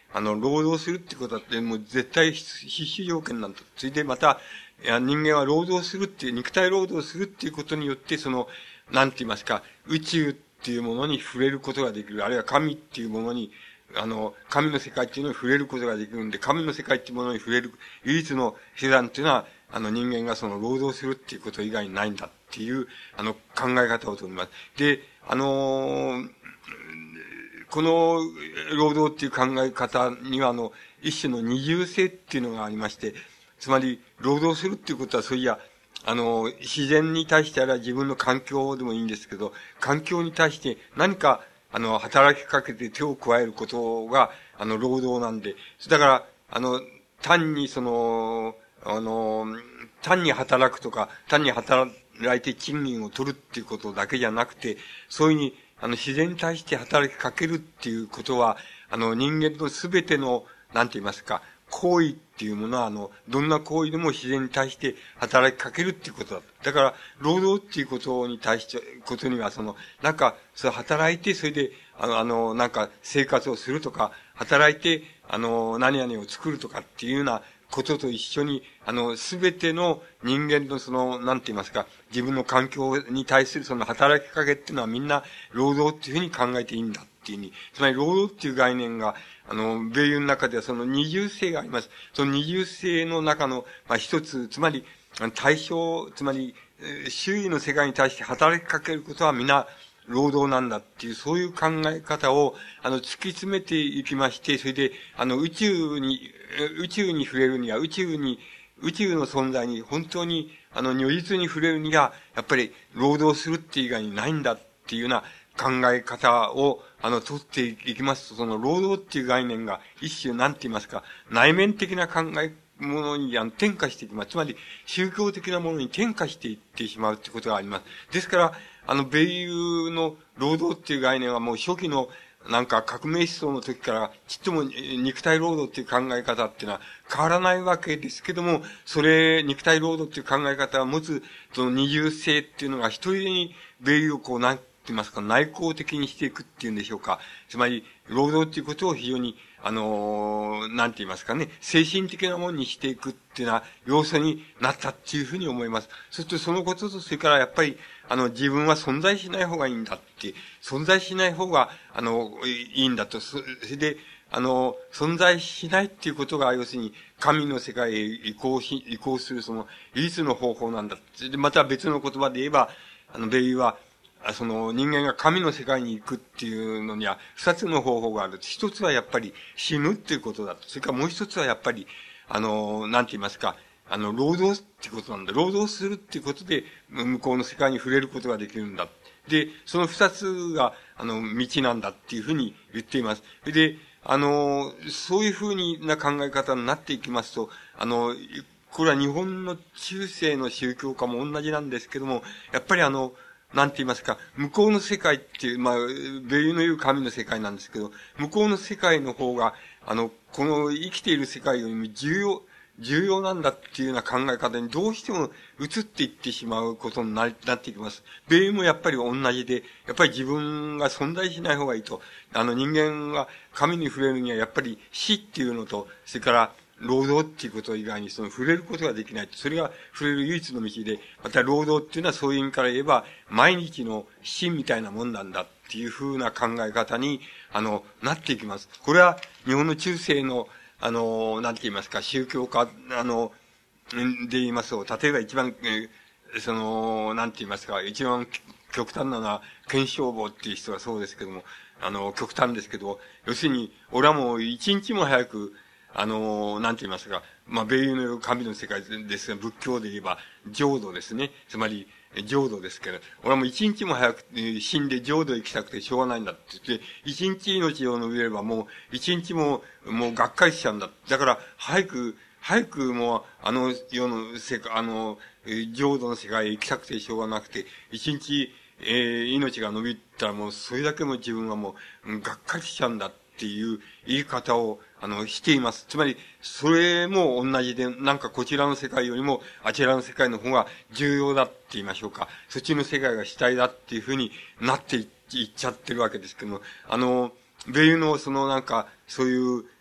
あの、労働するってことだってもう絶対必須条件なんだ。それでまた、いや人間は労働するっていう、肉体労働するっていうことによって、その、なんて言いますか、宇宙っていうものに触れることができる。あるいは神っていうものに、あの、神の世界っていうのに触れることができるんで、神の世界っていうものに触れる唯一の手段っていうのは、あの人間がその労働するっていうこと以外にないんだっていう、あの考え方をとります。で、あのー、この労働っていう考え方には、あの、一種の二重性っていうのがありまして、つまり、労働するっていうことは、そういや、あの、自然に対してあるいは自分の環境でもいいんですけど、環境に対して何か、あの、働きかけて手を加えることが、あの、労働なんで、だから、あの、単にその、あの、単に働くとか、単に働いて賃金を取るっていうことだけじゃなくて、そういうふうに、あの、自然に対して働きかけるっていうことは、あの、人間のすべての、なんて言いますか、行為っていうものは、あの、どんな行為でも自然に対して働きかけるっていうことだ。だから、労働っていうことに対して、ことには、その、なんか、それ働いて、それで、あの、あの、なんか、生活をするとか、働いて、あの、何々を作るとかっていうようなことと一緒に、あの、すべての人間のその、なんて言いますか、自分の環境に対するその働きかけっていうのはみんな、労働っていうふうに考えていいんだっていうふうに、つまり労働っていう概念が、あの、米友の中ではその二重性があります。その二重性の中の、まあ、一つ、つまり、対象、つまり、周囲の世界に対して働きかけることは皆、労働なんだっていう、そういう考え方を、あの、突き詰めていきまして、それで、あの、宇宙に、宇宙に触れるには、宇宙に、宇宙の存在に本当に、あの、如実に触れるには、やっぱり、労働するって以外にないんだっていうような考え方を、あの、取っていきますと、その、労働っていう概念が、一種、なんて言いますか、内面的な考え、ものに、あの、転化していきます。つまり、宗教的なものに転化していってしまうってことがあります。ですから、あの、米友の労働っていう概念はもう初期のなんか革命思想の時からちっとも肉体労働っていう考え方っていうのは変わらないわけですけども、それ、肉体労働っていう考え方を持つその二重性っていうのが一人に米友をこうなんて言いますか内向的にしていくっていうんでしょうか。つまり、労働っていうことを非常にあのー、なんて言いますかね、精神的なものにしていくっていうような要素になったっていうふうに思います。そしてそのことと、それからやっぱり、あの、自分は存在しない方がいいんだって、存在しない方が、あの、いいんだと、それで、あの、存在しないっていうことが、要するに、神の世界へ移行し、移行するその、唯一の方法なんだ。で、また別の言葉で言えば、あの、米友は、その人間が神の世界に行くっていうのには二つの方法がある。一つはやっぱり死ぬっていうことだと。それからもう一つはやっぱり、あの、なんて言いますか、あの、労働っていうことなんだ。労働するっていうことで、向こうの世界に触れることができるんだ。で、その二つが、あの、道なんだっていうふうに言っています。で、あの、そういうふうにな考え方になっていきますと、あの、これは日本の中世の宗教家も同じなんですけども、やっぱりあの、なんて言いますか、向こうの世界っていう、まあ、米友の言う神の世界なんですけど、向こうの世界の方が、あの、この生きている世界よりも重要、重要なんだっていうような考え方にどうしても移っていってしまうことになっていきます。米友もやっぱり同じで、やっぱり自分が存在しない方がいいと。あの人間が神に触れるにはやっぱり死っていうのと、それから労働っていうこと以外にその触れることができない。それが触れる唯一の道で、また労働っていうのはそういう意味から言えば、毎日の死みたいなもんなんだっていう風な考え方に、あの、なっていきます。これは日本の中世の、あの、なんて言いますか、宗教家、あの、で言いますと、例えば一番、えー、その、なんて言いますか、一番極端なのは、検証坊っていう人はそうですけども、あの、極端ですけど、要するに、俺はもう一日も早く、あの、なんて言いますか、まあ、米友の神の世界ですが、仏教で言えば、浄土ですね。つまり、浄土ですけど、俺はもう一日も早く死んで浄土行きたくてしょうがないんだって言って、一日命を延びればもう、一日も、もうがっかりしちゃうんだ。だから、早く、早くもう、あの世の世界、あの、浄土の世界へ行きたくてしょうがなくて、一日、えー、命が延びたらもう、それだけも自分はもう、がっかりしちゃうんだっていう言い方を、あの、しています。つまり、それも同じで、なんかこちらの世界よりも、あちらの世界の方が重要だって言いましょうか。そっちの世界が主体だっていうふうになっていっちゃってるわけですけども、あの、米友のそのなんか、そういう、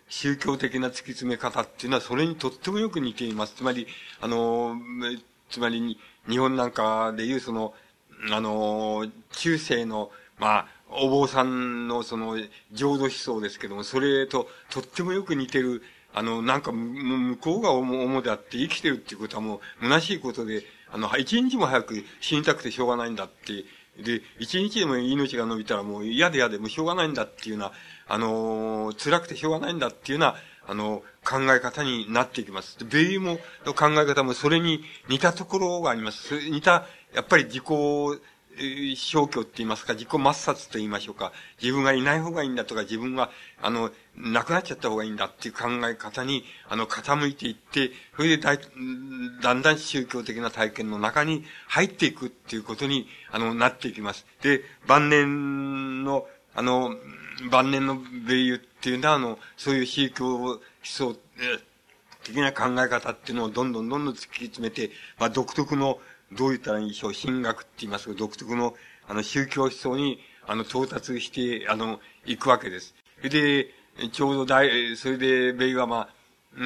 宗教的な突き詰め方っていうのはそれにとってもよく似ています。つまり、あの、つまりに、日本なんかでいうその、あの、中世の、まあ、お坊さんのその、浄土思想ですけども、それととってもよく似てる、あの、なんか、向こうが主であって生きてるっていうことはもう虚しいことで、あの、一日も早く死にたくてしょうがないんだって、で、一日でも命が伸びたらもう嫌で嫌でもうしょうがないんだっていうような、あの、辛くてしょうがないんだっていうような、あの、考え方になっていきます。米友も、の考え方もそれに似たところがあります。似た、やっぱり自己、消去って言いますか、自己抹殺と言いましょうか。自分がいない方がいいんだとか、自分が、あの、亡くなっちゃった方がいいんだっていう考え方に、あの、傾いていって、それでだい、だんだん宗教的な体験の中に入っていくっていうことに、あの、なっていきます。で、晩年の、あの、晩年の米友っていうのは、あの、そういう宗教思想、的な考え方っていうのをどんどんどんどん突き詰めて、まあ、独特の、どう言ったらいいでしょう、神学って言いますか、独特の、あの、宗教思想に、あの、到達して、あの、行くわけです。で、ちょうど大、それで、米はまあ、うん、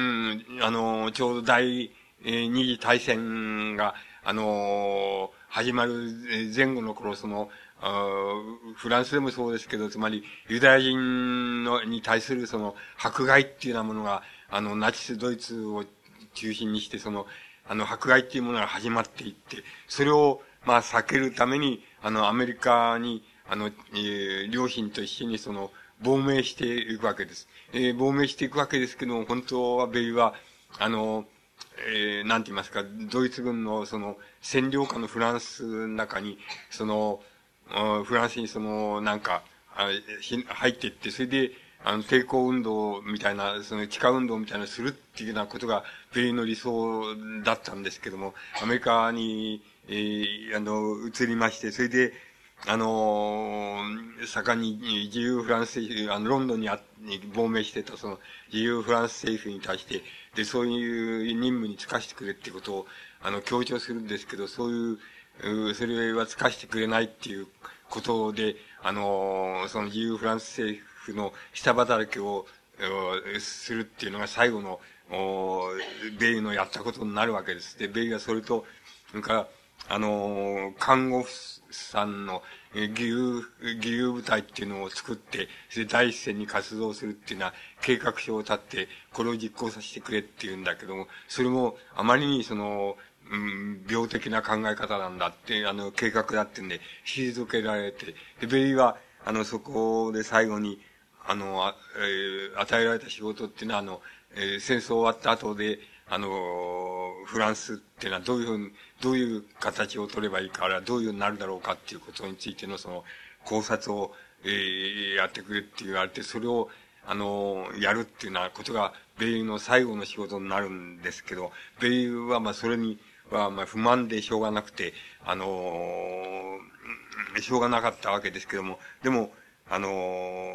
あの、ちょうど第二次大戦が、あの、始まる前後の頃、その、フランスでもそうですけど、つまり、ユダヤ人の、に対するその、迫害っていうようなものが、あの、ナチスドイツを中心にして、その、あの、迫害っていうものが始まっていって、それを、まあ、避けるために、あの、アメリカに、あの、えー、両親と一緒にその、亡命していくわけです。えー、亡命していくわけですけども、本当は米は、あの、えー、なんて言いますか、ドイツ軍のその、占領下のフランスの中に、その、フランスにその、なんか、入っていって、それで、あの、抵抗運動みたいな、その地下運動みたいなするっていうようなことが、米の理想だったんですけども、アメリカに、えー、あの、移りまして、それで、あのー、盛んに自由フランス政府、あの、ロンドンにあに亡命してた、その、自由フランス政府に対して、で、そういう任務に就かしてくれっていうことを、あの、強調するんですけど、そういう、それは就かしてくれないっていうことで、あのー、その自由フランス政府の下働きを、するっていうのが最後の、米のやったことになるわけです。で、米がそれと、それから、あのー、看護婦さんの義勇、義勇部隊っていうのを作って、それで第一線に活動するっていうのは計画書を立って、これを実行させてくれっていうんだけども、それもあまりにその、うん、病的な考え方なんだって、あの、計画だってんで、退けられて、で、ベイは、あの、そこで最後に、あの、あえー、与えられた仕事っていうのは、あの、えー、戦争終わった後で、あの、フランスっていうのはどういうふうに、どういう形を取ればいいか、あるいはどういうふうになるだろうかっていうことについてのその考察を、えー、やってくれって言われて、それを、あの、やるっていうようなことが、米友の最後の仕事になるんですけど、米友はまあそれにはまあ不満でしょうがなくて、あの、しょうがなかったわけですけども、でも、あの、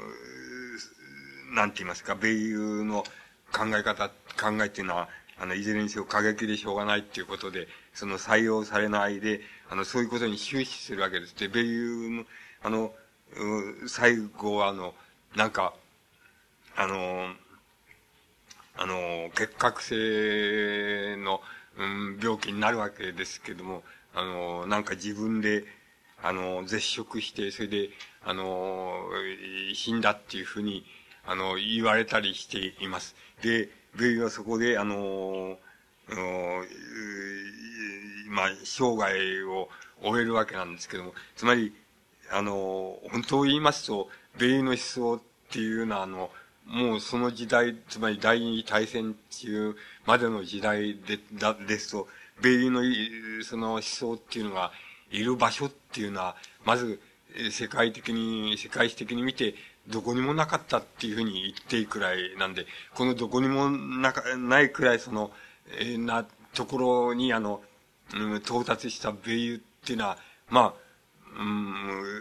なんて言いますか、米友の考え方、考えっていうのは、あの、いずれにせよ過激でしょうがないっていうことで、その採用されないで、あの、そういうことに終始するわけです。で、米友の、あの、最後は、あの、なんか、あの、あの、結核性の、うん、病気になるわけですけども、あの、なんか自分で、あの、絶食して、それで、あの、死んだっていうふうに、あの、言われたりしています。で、ベイはそこで、あの、あのまあ、生涯を終えるわけなんですけども、つまり、あの、本当を言いますと、ベイの思想っていうのは、あの、もうその時代、つまり第二次大戦中までの時代で、だ、ですと、米のその思想っていうのがいる場所っていうのは、まず世界的に、世界史的に見て、どこにもなかったっていうふうに言っていいくらいなんで、このどこにもなか、ないくらいその、えー、なところにあの、うん、到達した米友っていうのは、まあ、うん、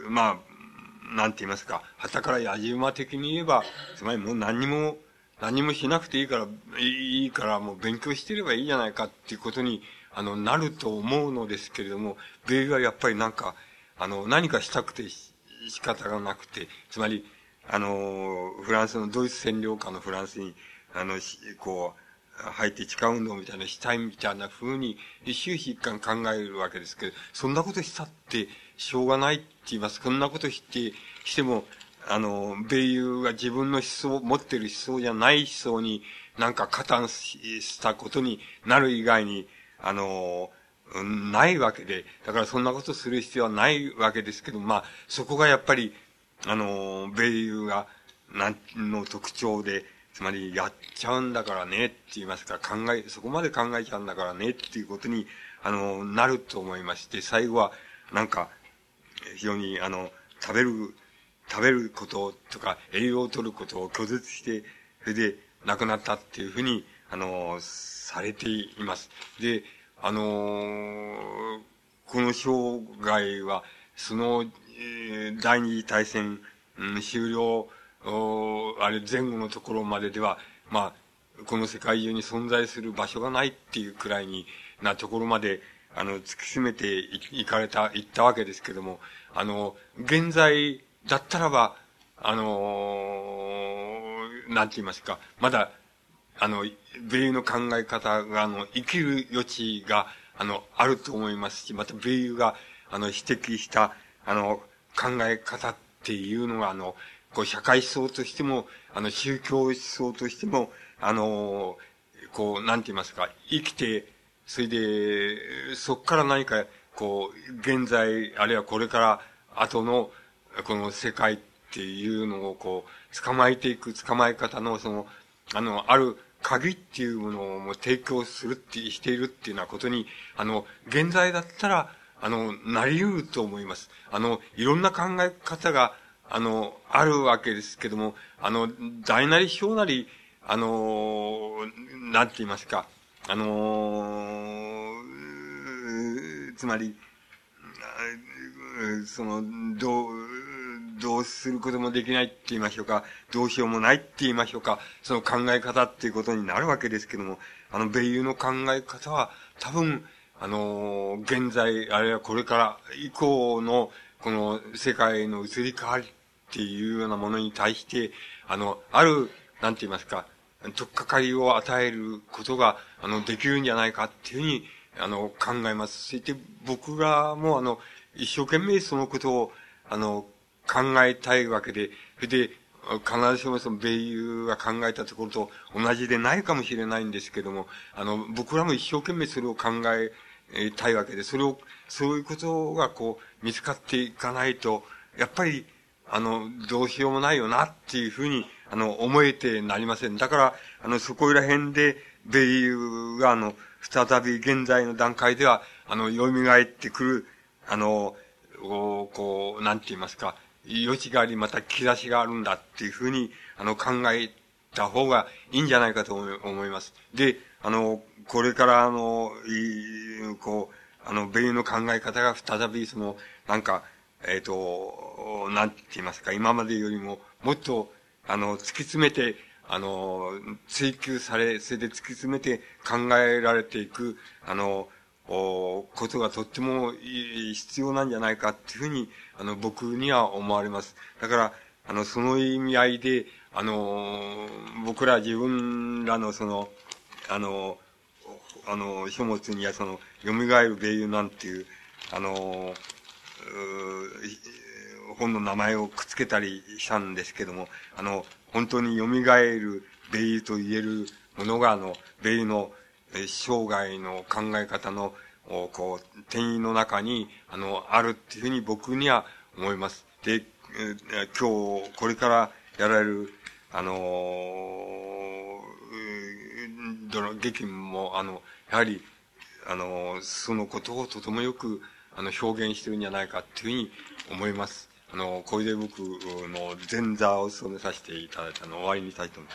まあ、なんて言いますか、旗から矢島的に言えば、つまりもう何にも、何にもしなくていいから、いいからもう勉強してればいいじゃないかっていうことに、あの、なると思うのですけれども、米はやっぱりなんか、あの、何かしたくて仕方がなくて、つまり、 あの、フランスのドイツ占領下のフランスに、あの、こう、入って地下運動みたいなしたいみたいな風に終始一貫考えるわけですけど、そんなことしたってしょうがないって言います。そんなことして、しても、あの、米友が自分の思想、持ってる思想じゃない思想になんか加担したことになる以外に、あの、ないわけで、だからそんなことする必要はないわけですけど、まあ、そこがやっぱり、あの、米友が、なんの特徴で、つまり、やっちゃうんだからね、って言いますか、考え、そこまで考えちゃうんだからね、っていうことに、あの、なると思いまして、最後は、なんか、非常に、あの、食べる、食べることとか、栄養を取ることを拒絶して、それで亡くなったっていうふうに、あの、されています。で、あの、この生涯は、その、えー、第二次大戦、うん、終了、あれ前後のところまででは、まあ、この世界中に存在する場所がないっていうくらいになところまで、あの、突き詰めていかれた、いったわけですけども、あの、現在だったらば、あの、なんて言いますか、まだ、あの、米友の考え方が、あの、生きる余地が、あの、あると思いますし、また米友が、あの、指摘した、あの、考え方っていうのが、あの、こう、社会思想としても、あの、宗教思想としても、あの、こう、なんて言いますか、生きて、それで、そこから何か、こう、現在、あるいはこれから後の、この世界っていうのを、こう、捕まえていく、捕まえ方の、その、あの、ある鍵っていうものをも提供するって、しているっていうようなことに、あの、現在だったら、あの、なり得ると思います。あの、いろんな考え方が、あの、あるわけですけども、あの、大なり小なり、あの、なんて言いますか、あの、つまり、その、どう、どうすることもできないって言いましょうか、どうしようもないって言いましょうか、その考え方っていうことになるわけですけども、あの、米友の考え方は、多分、あの、現在、あるいはこれから以降の、この世界の移り変わりっていうようなものに対して、あの、ある、なんて言いますか、とっかかりを与えることが、あの、できるんじゃないかっていうふうに、あの、考えます。そして僕らも、あの、一生懸命そのことを、あの、考えたいわけで、それで、必ずしもその米友が考えたところと同じでないかもしれないんですけども、あの、僕らも一生懸命それを考えたいわけで、それを、そういうことがこう、見つかっていかないと、やっぱり、あの、どうしようもないよなっていうふうに、あの、思えてなりません。だから、あの、そこら辺で、米友が、あの、再び現在の段階では、あの、蘇ってくる、あの、こう、なんて言いますか、余地があり、また兆しがあるんだっていうふうに、あの、考えた方がいいんじゃないかと思います。で、あの、これから、あの、いこう、あの、米友の考え方が再び、その、なんか、えっと、なんて言いますか、今までよりも、もっと、あの、突き詰めて、あの、追求され、それで突き詰めて考えられていく、あの、ことがとっても必要なんじゃないかっていうふうに、あの、僕には思われます。だから、あの、その意味合いで、あの、僕ら自分らのその、あの、あの、書物にはその、蘇る米友なんていう、あの、本の名前をくっつけたりしたんですけども、あの、本当に蘇る米友と言えるものが、あの、米友の生涯の考え方の、こう、転移の中に、あの、あるっていうふうに僕には思います。で、今日、これからやられる、あの、ドラ、劇も、あの、やはり、あの、そのことをとてもよく、あの、表現してるんじゃないかっていうふうに思います。あの、これで僕の前座を務めさせていただいたのを終わりにしたいと思います。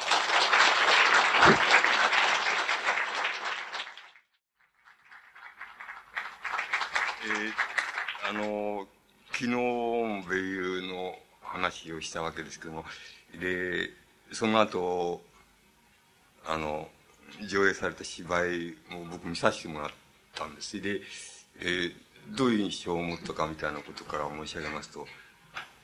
えー、あの、昨日、米友の話をしたわけですけども、で、その後、あの、上映された芝居も僕見させてもらったんです。で、えー、どういう印象を持ったかみたいなことから申し上げますと、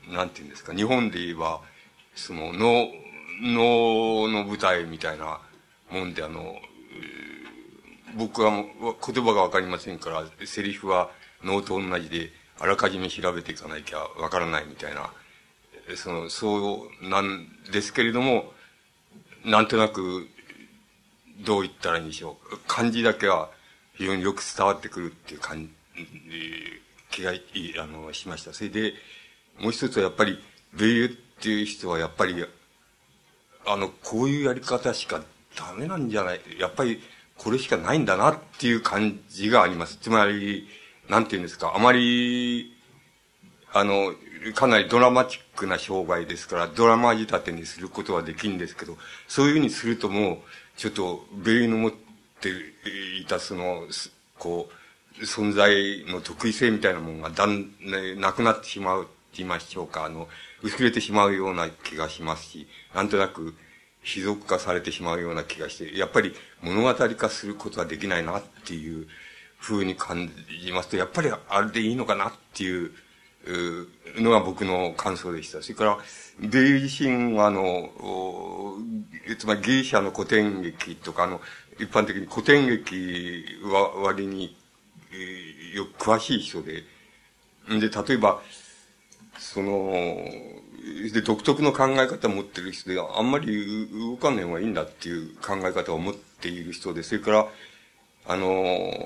なんていうんですか、日本で言えば、その、能、能の舞台みたいなもんで、あの、僕はもう言葉がわかりませんから、セリフは能と同じで、あらかじめ調べていかなきゃわからないみたいな、その、そうなんですけれども、なんとなく、どう言ったらいいんでしょう。漢字だけは非常によく伝わってくるっていう感じ、気が、あの、しました。それで、もう一つはやっぱり、ベイユっていう人はやっぱり、あの、こういうやり方しかダメなんじゃない、やっぱりこれしかないんだなっていう感じがあります。つまり、なんて言うんですか、あまり、あの、かなりドラマチックな商売ですから、ドラマ仕立てにすることはできるんですけど、そういうふうにするともう、ちょっと、ベイユの持っていたその、こう、存在の得意性みたいなものがだん、ね、なくなってしまうって言いましょうか、あの、薄れてしまうような気がしますし、なんとなく、卑俗化されてしまうような気がして、やっぱり物語化することはできないなっていう風に感じますと、やっぱりあれでいいのかなっていうのが僕の感想でした。それから、ベイユ自身はあの、つまりギリシャの古典劇とか、あの、一般的に古典劇は割に、えー、よく詳しい人で、で、例えば、その、で、独特の考え方を持っている人で、あんまり動かない方がいいんだっていう考え方を持っている人で、それから、あの、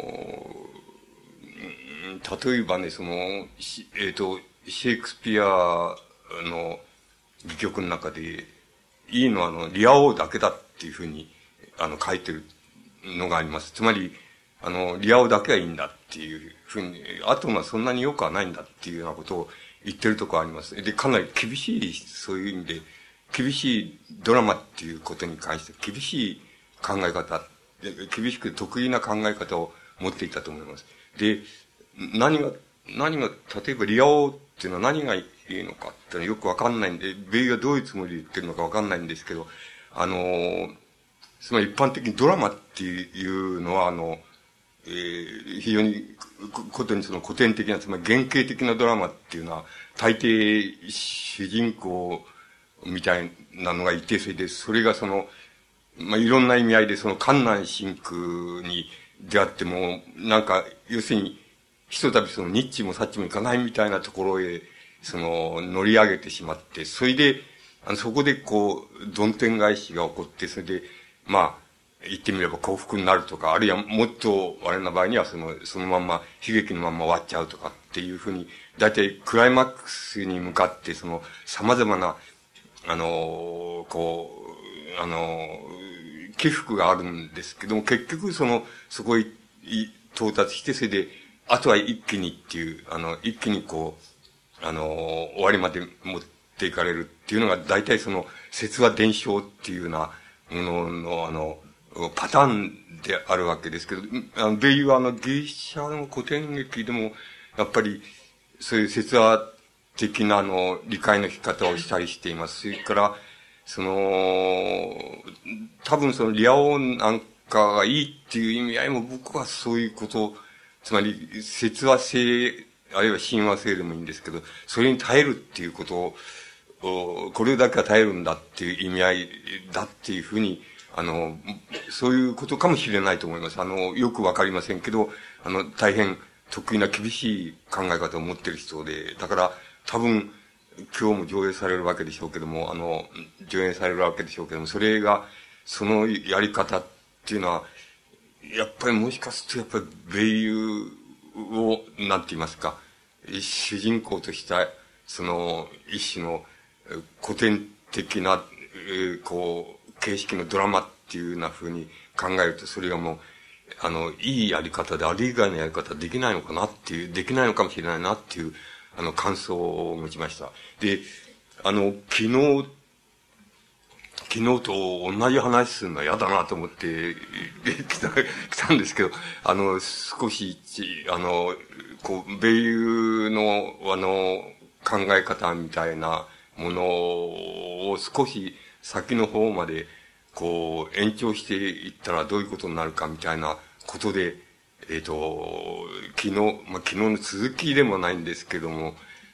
例えばね、その、えっ、ー、と、シェイクスピアの戯曲の中で、いいのはあの、リア王だけだっていうふうに、あの、書いてるのがあります。つまり、あの、リア王だけはいいんだっていうふうに、あとはそんなに良くはないんだっていうようなことを言ってるところあります。で、かなり厳しい、そういう意味で、厳しいドラマっていうことに関して厳しい考え方、厳しく得意な考え方を持っていたと思います。で、何が、何が、例えばリア王っていうのは何がいいのかっていうのはよくわかんないんで、ベイユはどういうつもりで言ってるのかわかんないんですけど、あの、つまり一般的にドラマっていうのは、あの、えー、非常に、ことにその古典的な、つまり原型的なドラマっていうのは、大抵主人公みたいなのがいて、それで、それがその、まあ、いろんな意味合いでその観南真空に出会っても、なんか、要するに、ひとたびそのニッチもサッチもいかないみたいなところへ、その、乗り上げてしまって、それで、あの、そこでこう、どん天返しが起こって、それで、まあ、言ってみれば幸福になるとか、あるいはもっとあれな場合にはその、そのまんま、悲劇のまんま終わっちゃうとかっていうふうに、だいたいクライマックスに向かって、その、様々な、あの、こう、あの、起伏があるんですけども、結局その、そこへ到達して、それで、あとは一気にっていう、あの、一気にこう、あの、終わりまで持っていかれるっていうのが、大体その、説話伝承っていうようなものの、あの、パターンであるわけですけど、あの、ベイユはあの、ギリシャの古典劇でも、やっぱり、そういう説話的なあの、理解の仕方をしたりしています。それから、その、多分その、リアオなんかがいいっていう意味合いも僕はそういうことを、つまり、説話性、あるいは親和性でもいいんですけど、それに耐えるっていうことを、これだけは耐えるんだっていう意味合いだっていうふうに、あの、そういうことかもしれないと思います。あの、よくわかりませんけど、あの、大変得意な厳しい考え方を持っている人で、だから多分、今日も上映されるわけでしょうけども、あの、上映されるわけでしょうけども、それが、そのやり方っていうのは、やっぱりもしかすると、やっぱり、ベイユを、なんて言いますか、主人公とした、その、一種の古典的な、えー、こう、形式のドラマっていうような風に考えると、それがもう、あの、いいやり方で、あれ以外のやり方できないのかなっていう、できないのかもしれないなっていう、あの、感想を持ちました。で、あの、昨日、昨日と同じ話するのは嫌だなと思って来た、来たんですけど、あの、少し、あの、こう、ベイユの、あの、考え方みたいなものを少し先の方まで、こう、延長していったらどういうことになるかみたいなことで、えっと、昨日、まあ、昨日の続きでもないんですけども、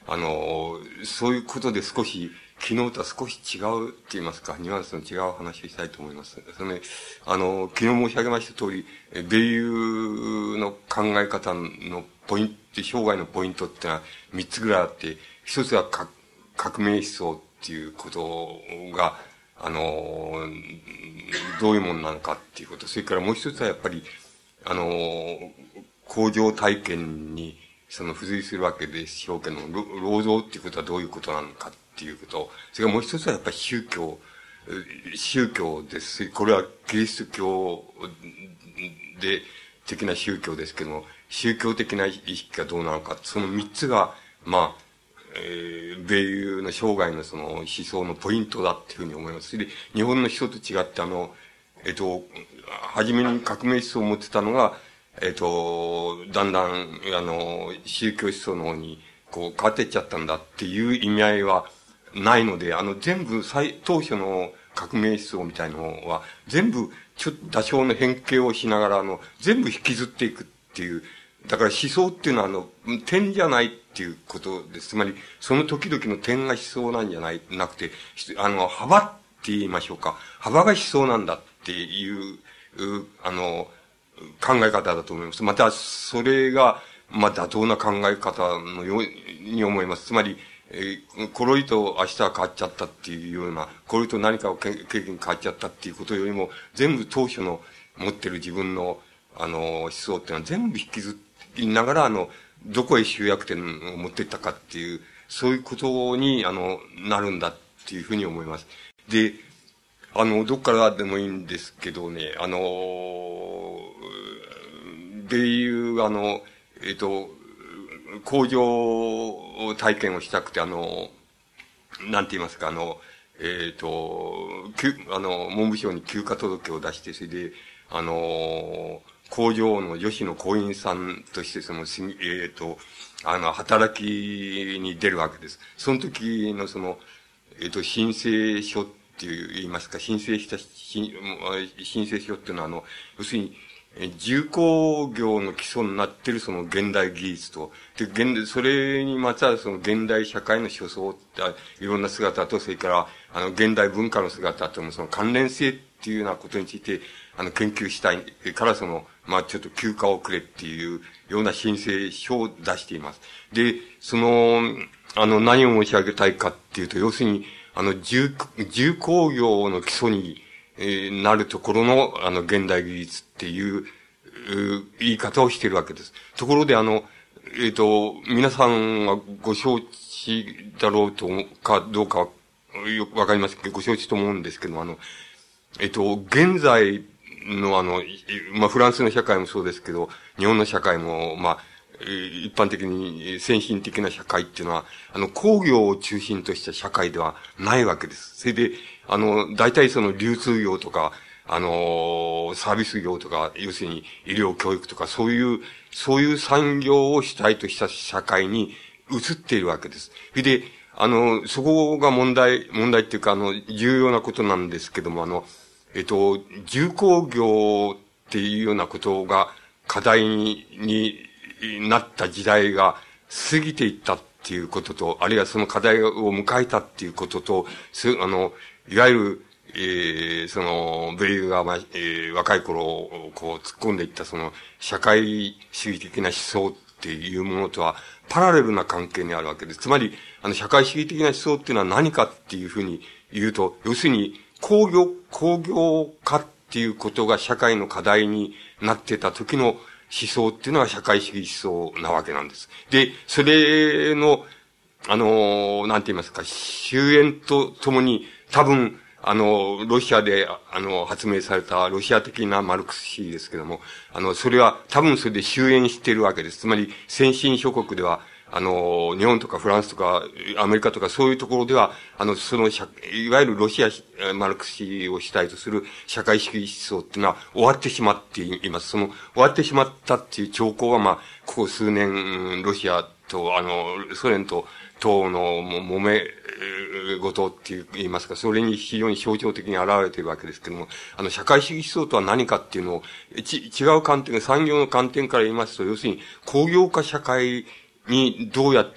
あの、そういうことで少し、昨日とは少し違うって言いますか、ニュアンスの違う話をしたいと思います。そのね、あの、昨日申し上げました通り、米友の考え方のポイント、生涯のポイントってのは三つぐらいあって、一つはか革命思想っていうことが、あの、どういうものなのかっていうこと、それからもう一つはやっぱり、あの、工場体験に、その付随するわけでしょうけども、労働っていうことはどういうことなのかっていうこと。それからもう一つはやっぱり宗教、宗教です。これはキリスト教で、的な宗教ですけども、宗教的な意識がどうなのか、その三つが、まあ、えー、米友の生涯のその思想のポイントだっていうふうに思います。で、日本の思想と違って、あの、えっと、初めに革命思想を持ってたのが、えっと、だんだん、あの、宗教思想の方に、こう、変わっていっちゃったんだっていう意味合いはないので、あの、全部、最、当初の革命思想みたいなのは、全部、ちょっと多少の変形をしながら、あの、全部引きずっていくっていう、だから思想っていうのは、あの、点じゃないっていうことです。つまり、その時々の点が思想なんじゃない、なくて、あの、幅って言いましょうか。幅が思想なんだっていう、あの、考え方だと思います。また、それが、まあ、妥当な考え方のように思います。つまり、えー、コロリと明日は変わっちゃったっていうような、コロリと何かを経験変わっちゃったっていうことよりも、全部当初の持ってる自分の、あの、思想っていうのは全部引きずりながら、あの、どこへ集約点を持っていったかっていう、そういうことに、あの、なるんだっていうふうに思います。で、あの、どっからでもいいんですけどね、あの、米友、あの、えっと、工場体験をしたくて、あの、なんて言いますか、あの、えっと、あの、文部省に休暇届を出して、それで、あの、工場の女子の工員さんとして、その、えっと、あの、働きに出るわけです。その時のその、えっと、申請書っていう、言いますか、申請した、申請書っていうのは、あの、要するに、重工業の基礎になっているその現代技術と、で、現、それにまつわるその現代社会の所相って、いろんな姿と、それから、あの、現代文化の姿とのその関連性っていうようなことについて、あの、研究したいから、その、まあ、ちょっと休暇をくれっていうような申請書を出しています。で、その、あの、何を申し上げたいかっていうと、要するに、あの、重、重工業の基礎に、えー、なるところの、あの、現代技術っていう、う言い方をしているわけです。ところで、あの、えっと、皆さんはご承知だろうとか、どうか、よくわかりますけど、ご承知と思うんですけど、あの、えっと、現在のあの、まあ、フランスの社会もそうですけど、日本の社会も、まあ、一般的に先進的な社会っていうのは、あの、工業を中心とした社会ではないわけです。それで、あの、大体その流通業とか、あの、サービス業とか、要するに医療教育とか、そういう、そういう産業を主体とした社会に移っているわけです。それで、あの、そこが問題、問題っていうか、あの、重要なことなんですけども、あの、えっと、重工業っていうようなことが課題に、になった時代が過ぎていったっていうことと、あるいはその課題を迎えたっていうことと、あの、いわゆる、えー、その、米友が、まあ、えー、若い頃をこう突っ込んでいったその、社会主義的な思想っていうものとは、パラレルな関係にあるわけです。つまり、あの、社会主義的な思想っていうのは何かっていうふうに言うと、要するに、工業、工業化っていうことが社会の課題になってた時の思想っていうのは社会主義思想なわけなんです。で、それの、あの、なんて言いますか、終焉とともに、多分、あの、ロシアで、あの、発明されたロシア的なマルクス主義ですけども、あの、それは多分それで終焉しているわけです。つまり、先進諸国では、あの、日本とかフランスとかアメリカとかそういうところでは、あの、その、いわゆるロシア、マルクス主義を主体とする社会主義思想っていうのは終わってしまっています。その、終わってしまったっていう兆候は、まあ、ここ数年、ロシアと、あの、ソ連と、党の揉め事っていう言いますか、それに非常に象徴的に現れているわけですけども、あの、社会主義思想とは何かっていうのを、ち、違う観点、産業の観点から言いますと、要するに工業化社会にどうやって、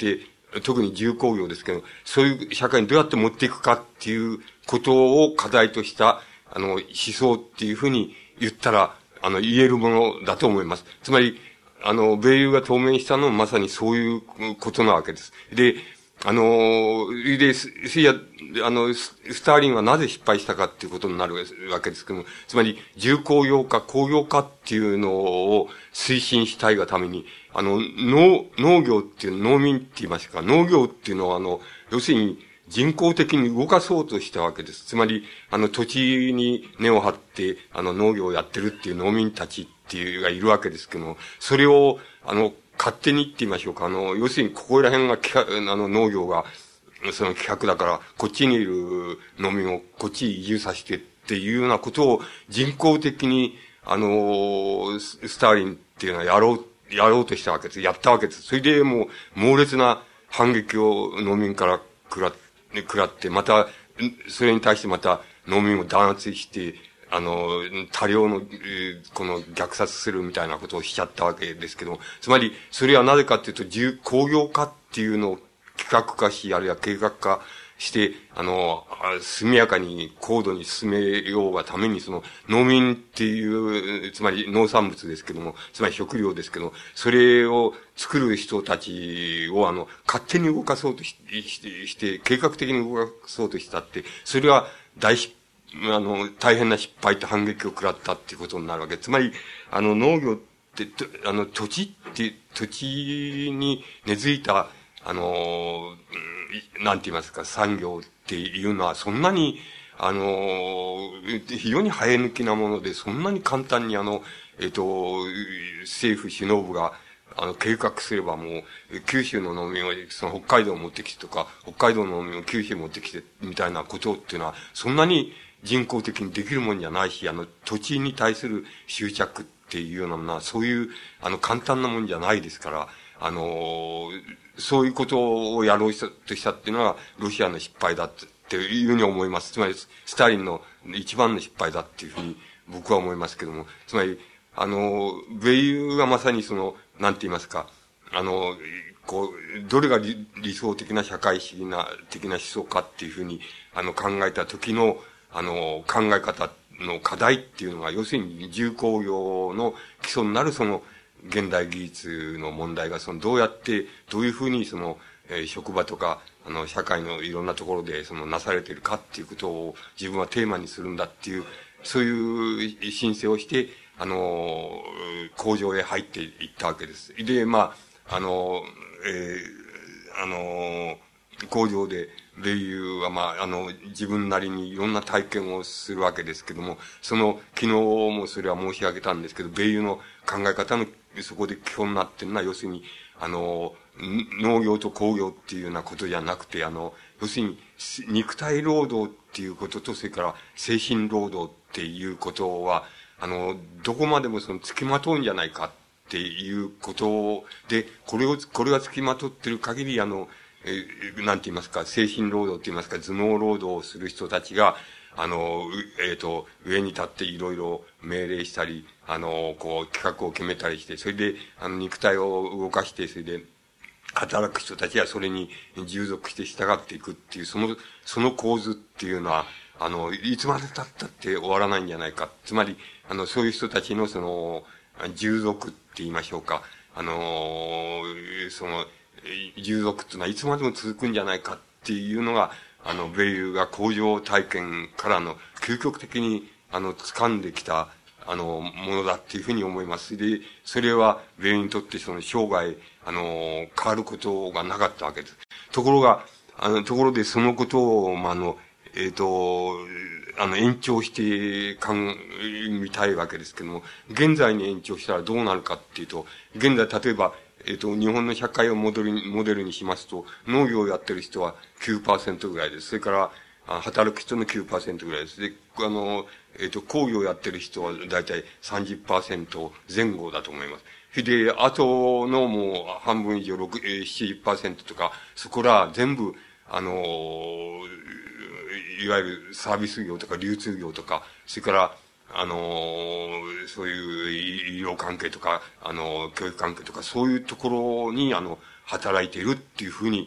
特に重工業ですけど、そういう社会にどうやって持っていくかっていうことを課題とした、あの、思想っていうふうに言ったら、あの、言えるものだと思います。つまり、あの、米友が当面したのはまさにそういうことなわけです。で、あの、で、す、いや、あの、スターリンはなぜ失敗したかっていうことになるわけですけども、つまり、重工業化、工業化っていうのを推進したいがために、あの、農、農業っていう、農民って言いますか、農業っていうのは、あの、要するに、人工的に動かそうとしたわけです。つまり、あの、土地に根を張って、あの、農業をやってるっていう農民たちっていうがいるわけですけども、それを、あの、勝手にって言いましょうか、あの、要するにここら辺が、あの、農業が、その企画だから、こっちにいる農民をこっちに移住させてっていうようなことを人工的に、あの、スターリンっていうのはやろう、やろうとしたわけです。やったわけです。それでもう猛烈な反撃を農民から食らって、食らって、また、それに対してまた農民を弾圧して、あの、多量の、この虐殺するみたいなことをしちゃったわけですけども、つまり、それはなぜかっていうと、重工業化っていうのを企画化し、あるいは計画化して、あの、速やかに高度に進めようがために、その、農民っていう、つまり農産物ですけども、つまり食料ですけども、それを作る人たちを、あの、勝手に動かそうとしして、して、計画的に動かそうとしたって、それは大失あの、大変な失敗と反撃を食らったっていうことになるわけ。つまり、あの、農業って、あの、土地って、土地に根付いた、あの、なんて言いますか、産業っていうのは、そんなに、あの、非常に生え抜きなもので、そんなに簡単にあの、えっと、政府首脳部が、あの、計画すればもう、九州の農民を、その北海道を持ってきてとか、北海道の農民を九州に持ってきて、みたいなことっていうのは、そんなに人工的にできるもんじゃないし、あの、土地に対する執着っていうようなものは、そういう、あの、簡単なもんじゃないですから、あの、そういうことをやろうとしたっていうのは、ロシアの失敗だっていうふうに思います。つまり、スターリンの一番の失敗だっていうふうに僕は思いますけども、つまり、あの、米友がまさにその、なんて言いますか、あの、こう、どれが 理, 理想的な社会主義な、的な思想かっていうふうに、あの、考えた時の、あの、考え方の課題っていうのが、要するに重工業の基礎になるその、現代技術の問題が、その、どうやって、どういうふうにその、えー、職場とか、あの、社会のいろんなところで、その、なされているかっていうことを自分はテーマにするんだっていう、そういう申請をして、あの、工場へ入っていったわけです。で、まあ、あの、えー、あの、工場で、米友は、まあ、あの、自分なりにいろんな体験をするわけですけども、その、昨日もそれは申し上げたんですけど、米友の考え方の、そこで基本になってるのは、要するに、あの、農業と工業っていうようなことじゃなくて、あの、要するに、肉体労働っていうことと、それから精神労働っていうことは、あの、どこまでもその付きまとうんじゃないかっていうことで、これを、これが付きまとってる限り、あの、えー、なんて言いますか、精神労働って言いますか、頭脳労働をする人たちが、あの、えっ、ー、と、上に立っていろいろ命令したり、あの、こう、企画を決めたりして、それで、あの、肉体を動かして、それで、働く人たちはそれに従属して従っていくっていう、その、その構図っていうのは、あの、いつまで経ったって終わらないんじゃないか。つまり、あの、そういう人たちのその、従属って言いましょうか。あの、その、従属っていうのはいつまでも続くんじゃないかっていうのが、あの、米友が工場体験からの究極的に、あの、掴んできた、あの、ものだっていうふうに思います。で、それは、米友にとってその生涯、あの、変わることがなかったわけです。ところが、あの、ところでそのことを、まあ、あの、えっ、ー、と、あの、延長して考えみたいわけですけども、現在に延長したらどうなるかっていうと、現在、例えば、えっ、ー、と、日本の社会をモデルに、モデルにしますと、農業をやってる人は きゅうパーセント ぐらいです。それから、働く人の きゅうパーセント ぐらいです。で、あの、えっ、ー、と、工業をやってる人はだいたい さんじゅっパーセント 前後だと思います。それで、あとのもう半分以上、ろく、ななじゅっパーセント とか、そこら全部、あの、いわゆるサービス業とか流通業とか、それから、あの、そういう医療関係とか、あの、教育関係とか、そういうところに、あの、働いているっていうふうに、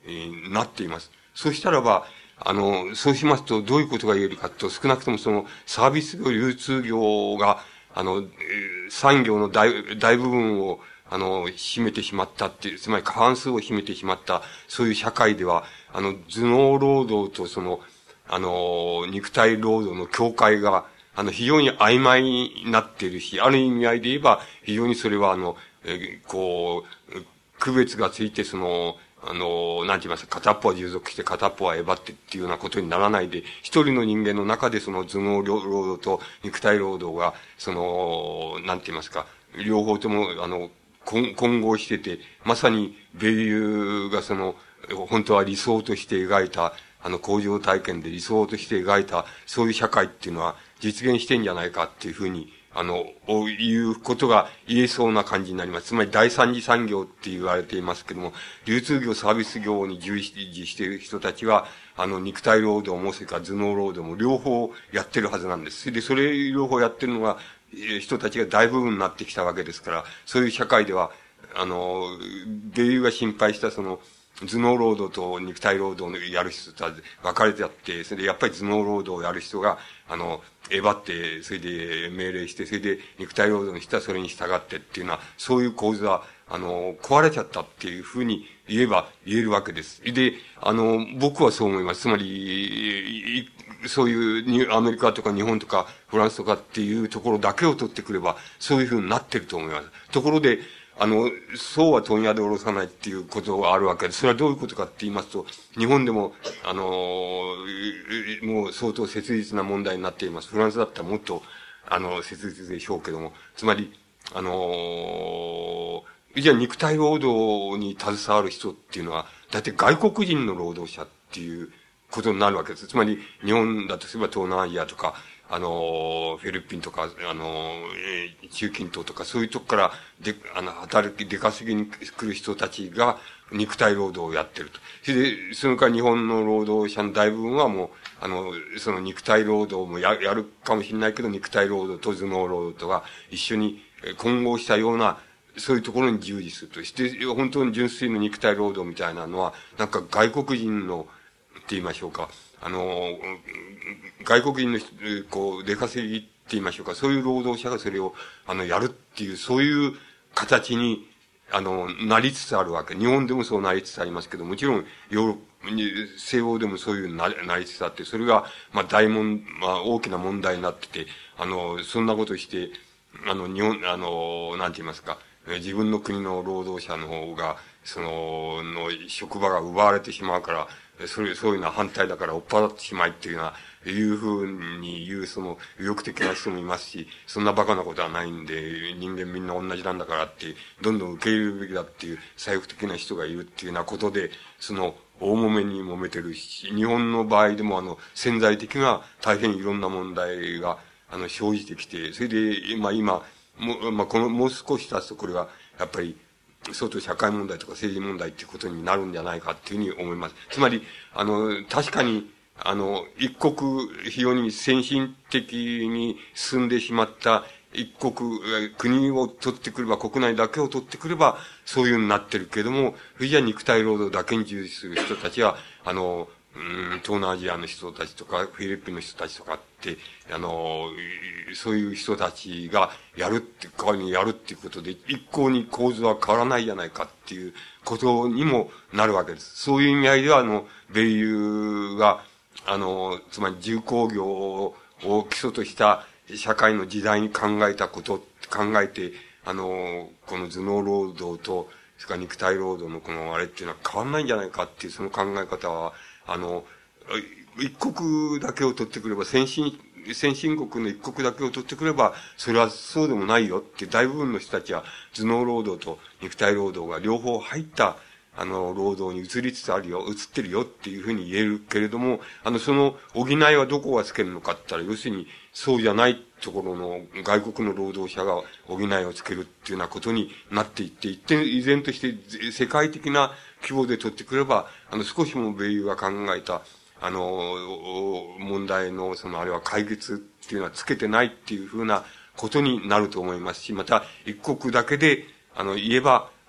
えー、なっています。そうしたらば、あの、そうしますと、どういうことが言えるかと、少なくともその、サービス業、流通業が、あの、えー、産業の大、大部分を、あの、占めてしまったっていう、つまり過半数を占めてしまった、そういう社会では、あの、頭脳労働とその、あの、肉体労働の境界が、あの、非常に曖昧になっているし、ある意味合いで言えば、非常にそれは、あの、えー、こう、区別がついて、その、あの、なんて言いますか、片っぽは従属して片っぽはえばってっていうようなことにならないで、一人の人間の中でその頭脳労働と肉体労働が、その、なんて言いますか、両方とも、あの、混混合してて、まさにベイユーがその、本当は理想として描いた、あの、工場体験で理想として描いた、そういう社会っていうのは実現してんじゃないかっていうふうに、あの、いうことが言えそうな感じになります。つまり第三次産業って言われていますけども、流通業、サービス業に従事している人たちは、あの、肉体労働も、それから頭脳労働も両方やってるはずなんです。で、それ両方やってるのが、人たちが大部分になってきたわけですから、そういう社会では、あの、米友が心配したその、頭脳労働と肉体労働をやる人とは分かれてあって、それでやっぱり頭脳労働をやる人が、あの、えばって、それで命令して、それで肉体労働の人はそれに従ってっていうのは、そういう構図は、あの、壊れちゃったっていうふうに言えば言えるわけです。で、あの、僕はそう思います。つまり、そういうアメリカとか日本とかフランスとかっていうところだけを取ってくれば、そういうふうになってると思います。ところで、あの、そうは問屋で下ろさないっていうことがあるわけです。それはどういうことかって言いますと、日本でも、あの、もう相当切実な問題になっています。フランスだったらもっと、あの、切実でしょうけども、つまり、あの、じゃあ肉体労働に携わる人っていうのは、だって外国人の労働者っていうことになるわけです。つまり、日本だとすれば東南アジアとか、あの、フィリピンとか、あの、えー、中近東とか、そういうとこから、で、あの、働き、出稼ぎに来る人たちが、肉体労働をやってると。それで、それから日本の労働者の大部分はもう、あの、その肉体労働もや、やるかもしれないけど、肉体労働と頭脳労働とが一緒に混合したような、そういうところに従事するとして、本当に純粋な肉体労働みたいなのは、なんか外国人の、って言いましょうか、あの、外国人の人、こう、出稼ぎって言いましょうか、そういう労働者がそれを、あの、やるっていう、そういう形に、あの、なりつつあるわけ。日本でもそうなりつつありますけど、もちろん、ヨーロッパ、西欧でもそういうななりつつあって、それが、まあ、大問、まあ、大きな問題になってて、あの、そんなことして、あの、日本、あの、なんて言いますか、自分の国の労働者の方が、その、の、職場が奪われてしまうから、それ、そういうのは反対だから追っ払ってしまいっていうような、いうふうに言う、その、右翼的な人もいますし、そんな馬鹿なことはないんで、人間みんな同じなんだからって、どんどん受け入れるべきだっていう、左翼的な人がいるっていうようなことで、その、大揉めに揉めてるし、日本の場合でもあの、潜在的な大変いろんな問題が、あの、生じてきて、それで、まあ今、もまあこの、もう少し経つとこれが、やっぱり、相当社会問題とか政治問題っていうことになるんじゃないかっていうふうに思います。つまり、あの、確かに、あの、一国、非常に先進的に進んでしまった一国、国を取ってくれば、国内だけを取ってくれば、そういうふうになってるけれども、じゃあ肉体労働だけに従事する人たちは、あの、うん、東南アジアの人たちとか、フィリピンの人たちとかって、あの、そういう人たちがやるって、代わりにやるっていうことで、一向に構図は変わらないじゃないかっていうことにもなるわけです。そういう意味合いでは、あの、米友が、あの、つまり重工業を基礎とした社会の時代に考えたこと、考えて、あの、この頭脳労働と、それから肉体労働のこのあれっていうのは変わんないんじゃないかっていうその考え方は、あの、一国だけを取ってくれば、先進、先進国の一国だけを取ってくれば、それはそうでもないよって大部分の人たちは頭脳労働と肉体労働が両方入った、あの、労働に移りつつあるよ、移ってるよっていうふうに言えるけれども、あの、その補いはどこがつけるのかって言ったら、要するに、そうじゃないところの外国の労働者が補いをつけるっていうようなことになっていって、一点依然として世界的な規模で取ってくれば、あの、少しも米友が考えた、あの、問題の、その、あれは解決っていうのはつけてないっていうふうなことになると思いますし、また、一国だけで、あの、言えば、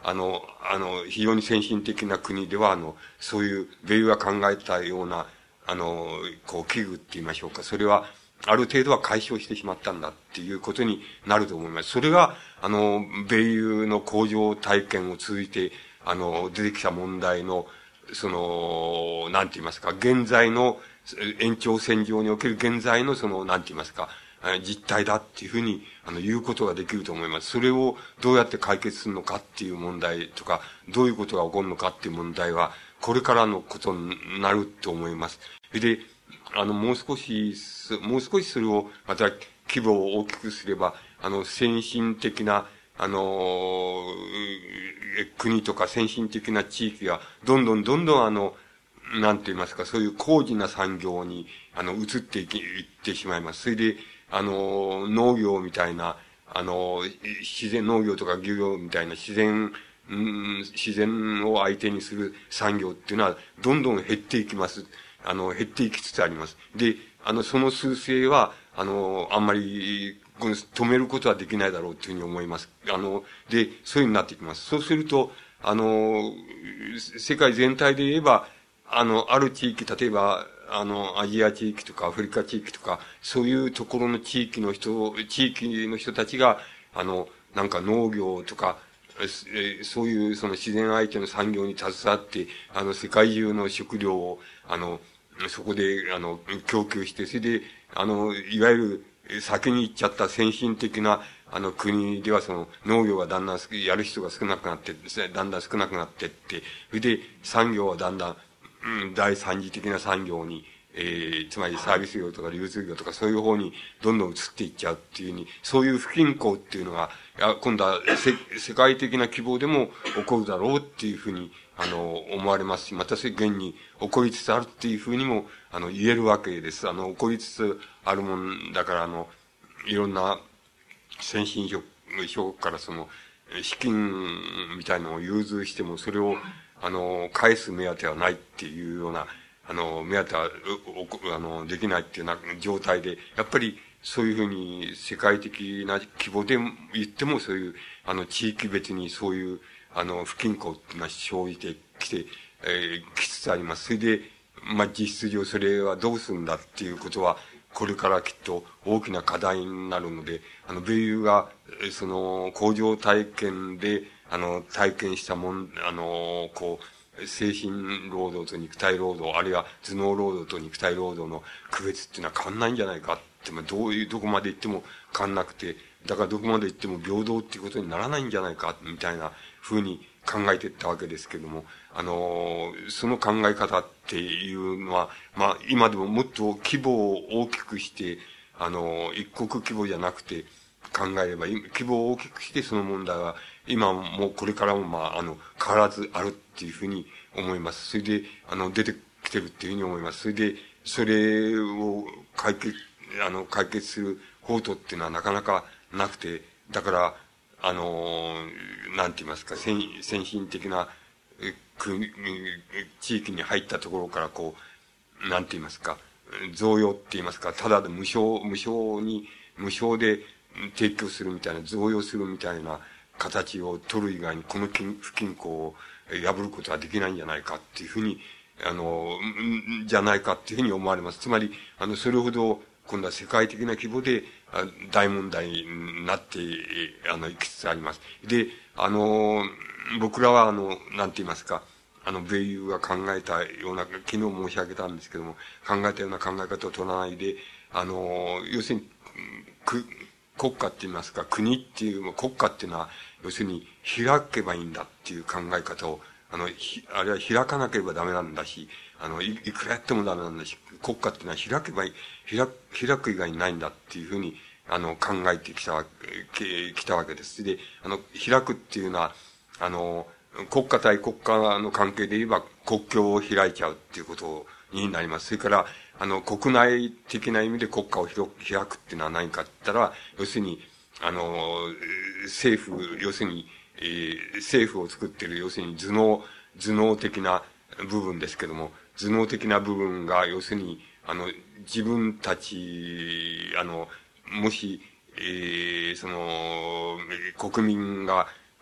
あの、あの、非常に先進的な国では、あの、そういう、米ユが考えたような、あの、こう、危惧って言いましょうか。それは、ある程度は解消してしまったんだっていうことになると思います。それが、あの、米ユの工場体験を通じて、あの、出てきた問題の、その、なんて言いますか、現在の、延長線上における現在のその、なんて言いますか、実態だっていうふうに、あの、言うことができると思います。それをどうやって解決するのかっていう問題とか、どういうことが起こるのかっていう問題は、これからのことになると思います。で、あの、もう少し、もう少しそれを、また規模を大きくすれば、あの、先進的な、あの、国とか先進的な地域が、どんどんどんどんあの、なんて言いますか、そういう高次な産業に、あの、移っていき、いってしまいます。それで、あの、農業みたいな、あの、自然農業とか漁業みたいな自然、うん、自然を相手にする産業っていうのは、どんどん減っていきます。あの、減っていきつつあります。で、あの、その趨勢は、あの、あんまり、止めることはできないだろうというふうに思います。あの、で、そういうふうになってきます。そうすると、あの、世界全体で言えば、あの、ある地域、例えば、あの、アジア地域とかアフリカ地域とか、そういうところの地域の人、地域の人たちが、あの、なんか農業とか、そういうその自然相手の産業に携わって、あの、世界中の食料を、あの、そこで、あの、供給して、それで、あの、いわゆる先に行っちゃった先進的な、あの国ではその農業がだんだんやる人が少なくなって、だんだん少なくなってって、それで産業はだんだん、うん、第三次的な産業に、えー、つまりサービス業とか流通業とかそういう方にどんどん移っていっちゃうっていうふうに、そういう不均衡っていうのが、今度はせ世界的な規模でも起こるだろうっていうふうに、あの、思われますし、また現に起こりつつあるっていうふうにも、あの、言えるわけです。あの、起こりつつあるもんだから、あの、いろんな先進諸国からその、資金みたいのを融通しても、それを、あの、返す目当てはないっていうような、あの、目当ては、あの、できないっていうような状態で、やっぱり、そういうふうに世界的な規模で言っても、そういう、あの、地域別にそういう、あの、不均衡っていうのは生じてきて、えー、きつつあります。それで、まあ、実質上それはどうするんだっていうことは、これからきっと大きな課題になるので、あの、米ユが、その、工場体験で、あの、体験したもん、あの、こう、精神労働と肉体労働、あるいは頭脳労働と肉体労働の区別っていうのは変わんないんじゃないかって、まあ、どういう、どこまで行っても変わんなくて、だからどこまで行っても平等っていうことにならないんじゃないか、みたいな風に考えていったわけですけれども、あの、その考え方っていうのは、まあ、今でももっと規模を大きくして、あの、一国規模じゃなくて考えれば、規模を大きくしてその問題は、今もこれからも、まあ、あの、変わらずあるっていうふうに思います。それで、あの、出てきてるっていうふうに思います。それで、それを解決、あの、解決する方途っていうのはなかなかなくて、だから、あの、なんて言いますか、先先進的な国、地域に入ったところからこう、なんて言いますか、贈与って言いますか、ただで無償、無償に、無償で提供するみたいな、贈与するみたいな形を取る以外に、この不均衡を破ることはできないんじゃないかっていうふうに、あの、じゃないかっていうふうに思われます。つまり、あの、それほど、今度は世界的な規模で大問題になって、あの、いきつつあります。で、あの、僕らは、あの、なんて言いますか、あの、米ユが考えたような、昨日申し上げたんですけども、考えたような考え方を取らないで、あの、要するに、く、国家って言いますか、国っていう、国家っていうのは、要するに開けばいいんだっていう考え方を、あの、あれは開かなければダメなんだし、あの、い、いくらやってもダメなんだし、国家っていうのは開けばいい、開、開く以外にないんだっていうふうに、あの、考えてきたわけ、きたわけです。で、あの、開くっていうのは、あの、国家対国家の関係で言えば国境を開いちゃうっていうことになります。それから、あの、国内的な意味で国家を開くっていうのは何かって言ったら、要するに、あの、政府、要するに、えー、政府を作っている、要するに頭脳、頭脳的な部分ですけども、頭脳的な部分が、要するに、あの、自分たち、あの、もし、えー、その、国民が、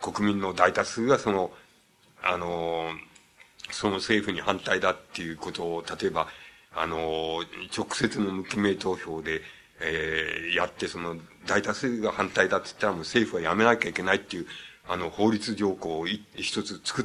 国民の大多数がその、あの、その政府に反対だっていうことを、例えば、あの、直接の無記名投票で、えー、やって、その、大多数が反対だって言ったらもう政府はやめなきゃいけないっていう、あの、法律条項を一つ作って、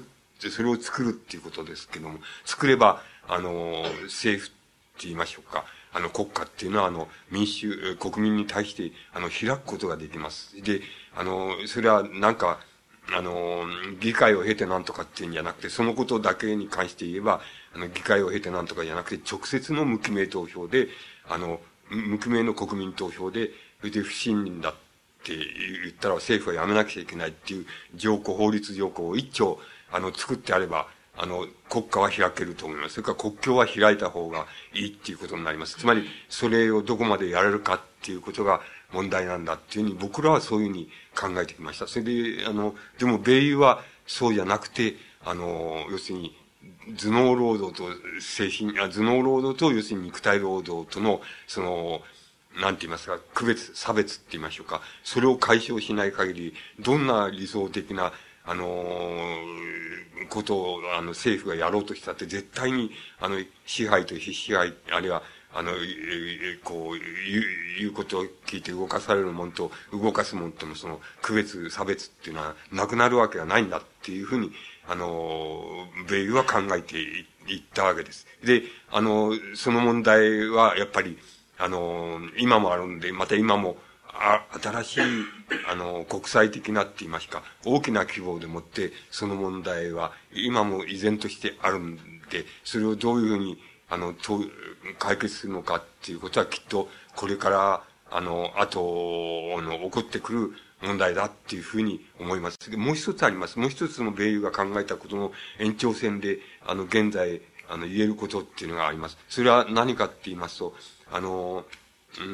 それを作るっていうことですけども、作れば、あの、政府って言いましょうか。あの、国家っていうのは、あの、民主、国民に対して、あの、開くことができます。で、あの、それは、なんか、あの、議会を経てなんとかっていうんじゃなくて、そのことだけに関して言えば、あの、議会を経てなんとかじゃなくて、直接の無記名投票で、あの、無記名の国民投票で、それで不信任だって言ったら政府はやめなくちゃいけないっていう条項、法律条項を一丁、あの、作ってあれば、あの、国家は開けると思います。それから国境は開いた方がいいっていうことになります。つまり、それをどこまでやれるかっていうことが問題なんだっていうふうに、僕らはそういうふうに考えてきました。それで、あの、でも、米友はそうじゃなくて、あの、要するに、頭脳労働と精神、あ頭脳労働と、要するに肉体労働との、その、なんて言いますか、区別、差別って言いましょうか。それを解消しない限り、どんな理想的な、あのー、ことを、あの、政府がやろうとしたって、絶対に、あの、支配と非支配、あるいは、あの、えこう、いう、いうことを聞いて動かされるもんと、動かすもんとのその、区別、差別っていうのは、なくなるわけがないんだっていうふうに、あの、米友は考えていったわけです。で、あの、その問題は、やっぱり、あの、今もあるんで、また今も、あ、新しい、あの、国際的なって言いますか、大きな規模でもって、その問題は、今も依然としてあるんで、それをどういうふうに、あの、と、解決するのかっていうことはきっと、これから、あの、後の起こってくる問題だっていうふうに思います。で、もう一つあります。もう一つの米友が考えたことの延長線で、あの、現在、あの、言えることっていうのがあります。それは何かって言いますと、あの、うん、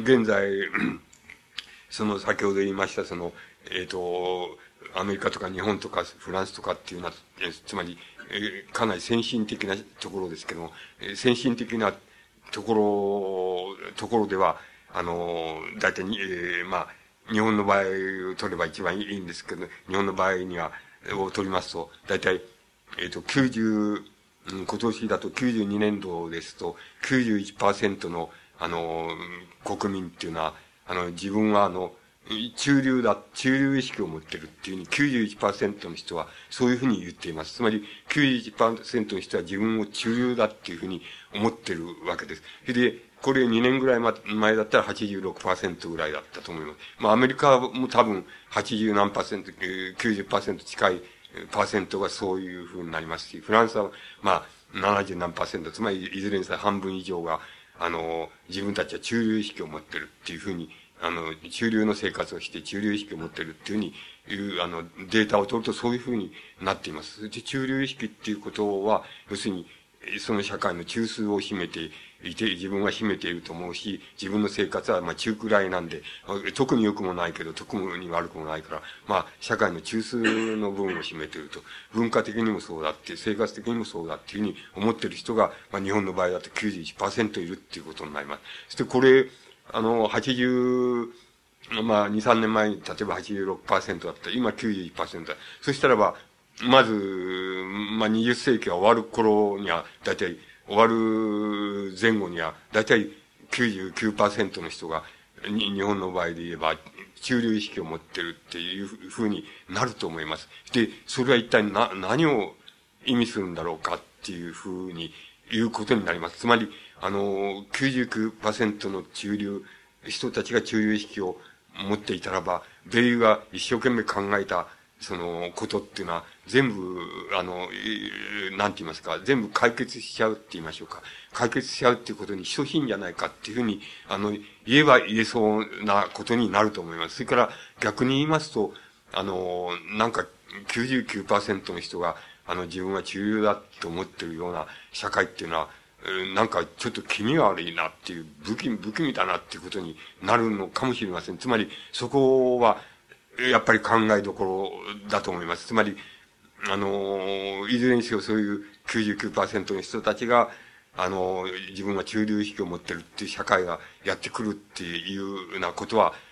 現在、その先ほど言いました、その、えっと、アメリカとか日本とかフランスとかっていうのは、つまり、えー、かなり先進的なところですけども、えー、先進的なところ、ところでは、あの、大体に、えー、まあ、日本の場合を取れば一番いいんですけど、日本の場合には、を取りますと、大体、えっと、きゅうじゅう、うん、今年だときゅうじゅうにねんどですと、きゅうじゅういちパーセント の、あの、国民っていうのは、あの、自分はあの、中流だ、中流意識を持ってるっていうふうに きゅうじゅういちパーセント の人はそういうふうに言っています。つまり きゅうじゅういちパーセント の人は自分を中流だっていうふうに思ってるわけです。それで、これにねんぐらい前だったら はちじゅうろくパーセント ぐらいだったと思います。まあアメリカも多分はちじゅう何パーセント、きゅうじゅっパーセント近いパーセントがそういうふうになりますし、フランスはまあななじゅう何パーセント、つまりいずれにせよ半分以上が、あの、自分たちは中流意識を持ってるっていうふうに、あの、中流の生活をして中流意識を持ってるっていうふうに、いう、あの、データを取るとそういうふうになっています。で、中流意識っていうことは、要するに、その社会の中枢を占めていて、自分は占めていると思うし、自分の生活はまあ中くらいなんで、特に良くもないけど、特に悪くもないから、まあ、社会の中枢の部分を占めていると。文化的にもそうだって、生活的にもそうだっていうふうに思っている人が、まあ、日本の場合だと きゅうじゅういちパーセント いるっていうことになります。そしてこれ、あの、はちじゅう、まあ、に、さんねんまえに、例えば はちじゅうろくパーセント だった。今 きゅうじゅういちパーセント だ。そしたらば、まず、まあ、にじゅっせいきが終わる頃には、だいたい、終わる前後には、だいたい きゅうじゅうきゅうパーセント の人が、日本の場合で言えば、中流意識を持ってるっていうふうになると思います。で、それは一体な、何を意味するんだろうかっていうふうに言うことになります。つまり、あの、きゅうじゅうきゅうパーセント の中流、人たちが中流意識を持っていたらば、米友が一生懸命考えた、その、ことっていうのは、全部、あの、なんて言いますか、全部解決しちゃうって言いましょうか。解決しちゃうっていうことに等しいんじゃないかっていうふうに、あの、言えば言えそうなことになると思います。それから逆に言いますと、あの、なんか きゅうじゅうきゅうパーセント の人が、あの、自分は中流だと思ってるような社会っていうのは、なんかちょっと気味が悪いなっていう、不気、不気味だなっていうことになるのかもしれません。つまり、そこは、やっぱり考えどころだと思います。つまり、あの、いずれにせよそういう きゅうじゅうきゅうパーセント の人たちが、あの、自分は中流意識を持ってるっていう社会がやってくるっていうようなことは、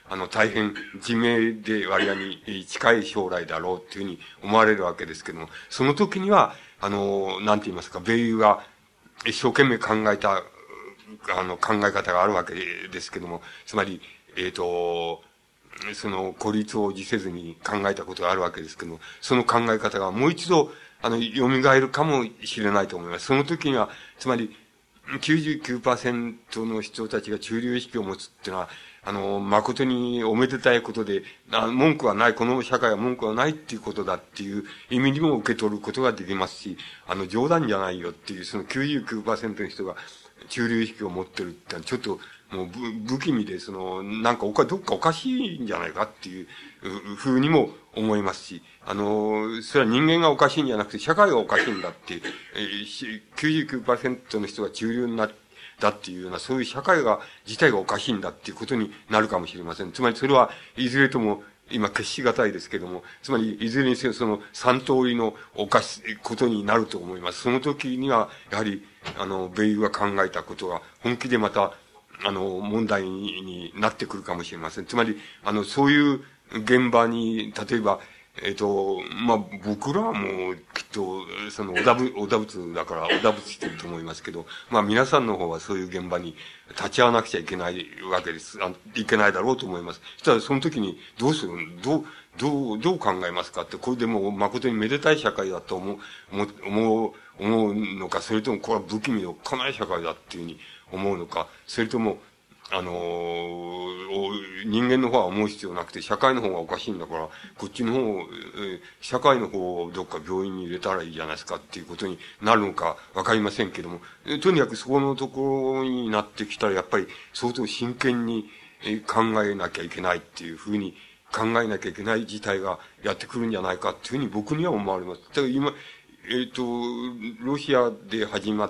あの、大変自明で割合に近い将来だろうっていうふうに思われるわけですけども、その時には、あの、なんて言いますか、米友が一生懸命考えた、あの、考え方があるわけですけども、つまり、えっと、その孤立を辞せずに考えたことがあるわけですけども、その考え方がもう一度、あの、蘇るかもしれないと思います。その時には、つまり、きゅうじゅうきゅうパーセント の人たちが中流意識を持つっていうのは、あの、誠におめでたいことで、あ文句はない、この社会は文句はないっていうことだっていう意味にも受け取ることができますし、あの、冗談じゃないよっていう、その きゅうじゅうきゅうパーセント の人が中流意識を持ってるってのは、ちょっと、もう不気味で、その、なんかおか、どっかおかしいんじゃないかっていうふうにも思いますし、あの、それは人間がおかしいんじゃなくて、社会がおかしいんだっていう、えー、きゅうじゅうきゅうパーセント の人が中流になって、だっていうような、そういう社会が、自体がおかしいんだっていうことになるかもしれません。つまりそれはいずれとも、今決しがたいですけども、つまりいずれにせよその三通りのおかしいことになると思います。その時には、やはり、あの、米友が考えたことが本気でまた、あの、問題になってくるかもしれません。つまり、あの、そういう現場に、例えば、えっと、まあ、僕らもきっと、その、おだぶ、おだぶつだから、おだぶつしてると思いますけど、まあ、皆さんの方はそういう現場に立ち会わなくちゃいけないわけです。あいけないだろうと思います。そしたら、その時に、どうするどう、どう、どう考えますかって、これでもう誠にめでたい社会だと思う、思う、思うのか、それともこれは不気味でおっかない社会だっていうふうに思うのか、それとも、あのー、人間の方は思う必要なくて、社会の方がおかしいんだから、こっちの方、え社会の方をどっか病院に入れたらいいじゃないですかっていうことになるのかわかりませんけども、とにかくそこのところになってきたら、やっぱり相当真剣に考えなきゃいけないっていうふうに考えなきゃいけない事態がやってくるんじゃないかっていうふうに僕には思われます。だから今、えっ、と、ロシアで始まって、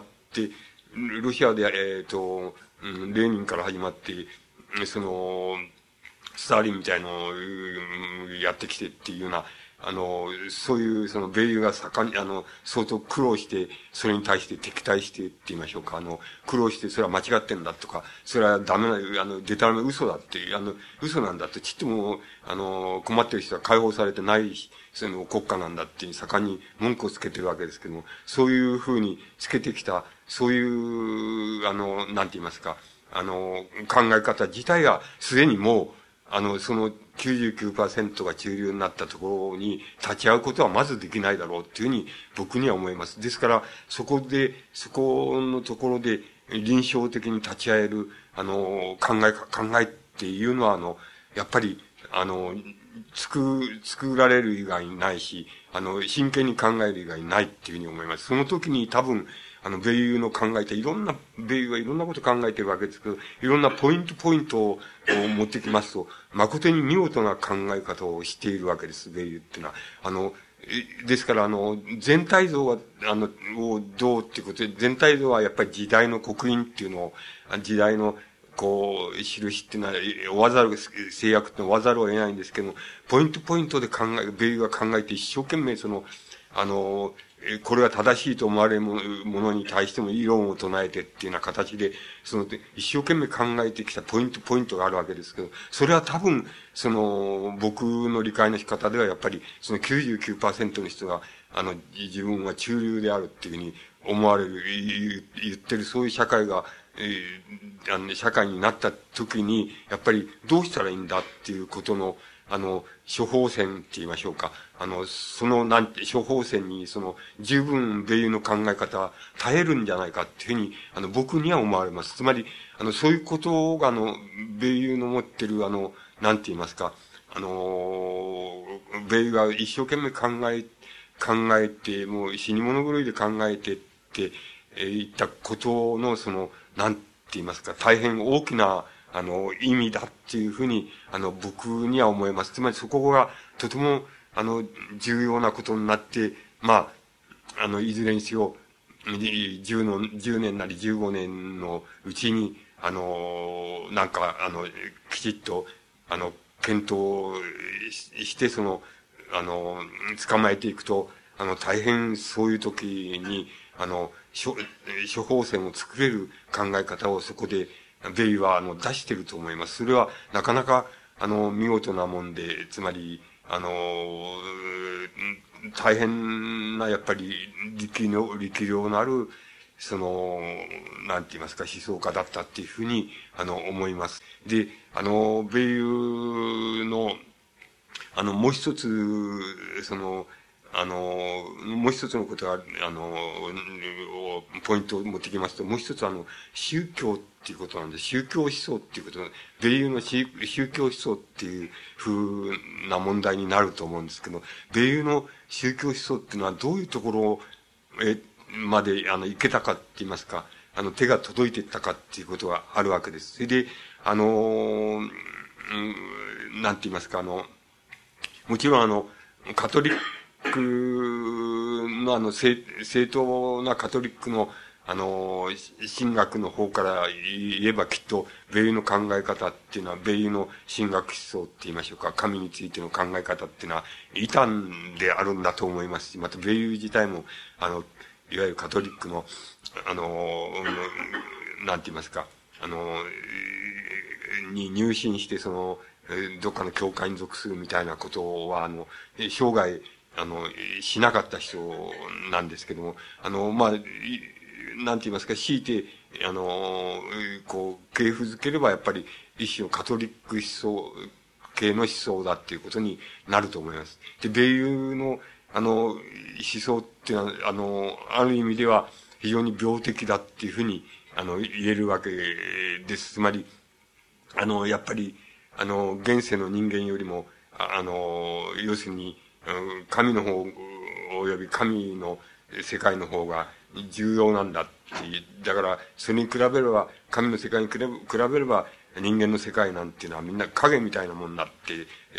ロシアで、えっ、と、うん、レーニンから始まって、その、スターリンみたいのをやってきてっていうような、あの、そういう、その、米友が盛んに、あの、相当苦労して、それに対して敵対してって言いましょうか、あの、苦労して、それは間違ってんだとか、それはダメな、あの、デタラメ嘘だって、あの、嘘なんだって、ちっとも、あの、困ってる人は解放されてないその国家なんだっていう盛んに文句をつけてるわけですけども、そういうふうにつけてきた、そういう、あの、なんて言いますか、あの、考え方自体がすでにもう、あの、その きゅうじゅうきゅうパーセント が中流になったところに立ち会うことはまずできないだろうっていうふうに僕には思います。ですから、そこで、そこのところで臨床的に立ち会える、あの、考え、考えっていうのは、あの、やっぱり、あの、作、作られる以外にないし、あの、真剣に考える以外にないっていうふうに思います。その時に多分、あの、米友の考えて、いろんな、米友はいろんなこと考えてるわけですけど、いろんなポイントポイントを持ってきますと、誠に見事な考え方をしているわけです、米友っていうのは。あの、ですから、あの、全体像は、あの、をどうっていうことで、全体像はやっぱり時代の刻印っていうのを、時代の、こう、印っていうのは、追わざる、制約って追わざるを得ないんですけども、ポイントポイントで考え、米友が考えて一生懸命その、あの、これが正しいと思われるものに対しても異論を唱えてっていうような形で、その、一生懸命考えてきたポイントポイントがあるわけですけど、それは多分、その、僕の理解の仕方ではやっぱり、その きゅうじゅうきゅうパーセント の人が、あの、自分は中流であるっていうふうに思われる、言ってるそういう社会が、えー、あの、社会になった時に、やっぱりどうしたらいいんだっていうことの、あの、処方箋って言いましょうか。あの、その、なんて、処方箋に、その、十分、米友の考え方は耐えるんじゃないかっていうふうに、あの、僕には思われます。つまり、あの、そういうことが、あの、米友の持ってる、あの、なんて言いますか、あの、米友が一生懸命考え、考えて、もう死に物狂いで考えてって、えー、言ったことの、その、なんて言いますか、大変大きな、あの、意味だっていうふうに、あの、僕には思います。つまりそこが、とても、あの、重要なことになって、まあ、あの、いずれにしろ、じゅうの、じゅうねんなりじゅうごねんのうちに、あの、なんか、あの、きちっと、あの、検討して、その、あの、捕まえていくと、あの、大変そういう時に、あの、処、処方箋を作れる考え方をそこで、米友は、あの、出してると思います。それは、なかなか、 あの、見事なもんで、つまり、あの、大変な、やっぱり、力の、力量のある、その、なんて言いますか、思想家だったっていうふうに、あの、思います。で、あの、米友の、あの、もう一つ、その、あの、もう一つのことが、あの、ポイントを持ってきますと、もう一つあの、宗教っていうことなんで、宗教思想っていうこと、米友の宗教思想っていうふうな問題になると思うんですけど、米友の宗教思想っていうのはどういうところへまで、あの、行けたかって言いますか、あの、手が届いていったかっていうことがあるわけです。それで、あの、うん、なんて言いますか、あの、もちろんあの、カトリックのあの、正、正当なカトリックの、あの、神学の方から言えばきっと、米友の考え方っていうのは、米友の神学思想って言いましょうか、神についての考え方っていうのは、異端であるんだと思いますし、また米友自体も、あの、いわゆるカトリックの、あの、なんて言いますか、あの、に入信して、その、どっかの教会に属するみたいなことは、あの、生涯、あの、しなかった人なんですけども、あの、まあ、なんて言いますか、強いて、あの、こう、系譜づければやっぱり一種のカトリック思想系の思想だっていうことになると思います。で、米友の、あの、思想っていうのは、あの、ある意味では非常に病的だっていうふうに、あの、言えるわけです。つまり、あの、やっぱり、あの、現世の人間よりも、あの、要するに、神の方、および神の世界の方が重要なんだっていう。だから、それに比べれば、神の世界に比べれば、人間の世界なんていうのはみんな影みたいなもんだって、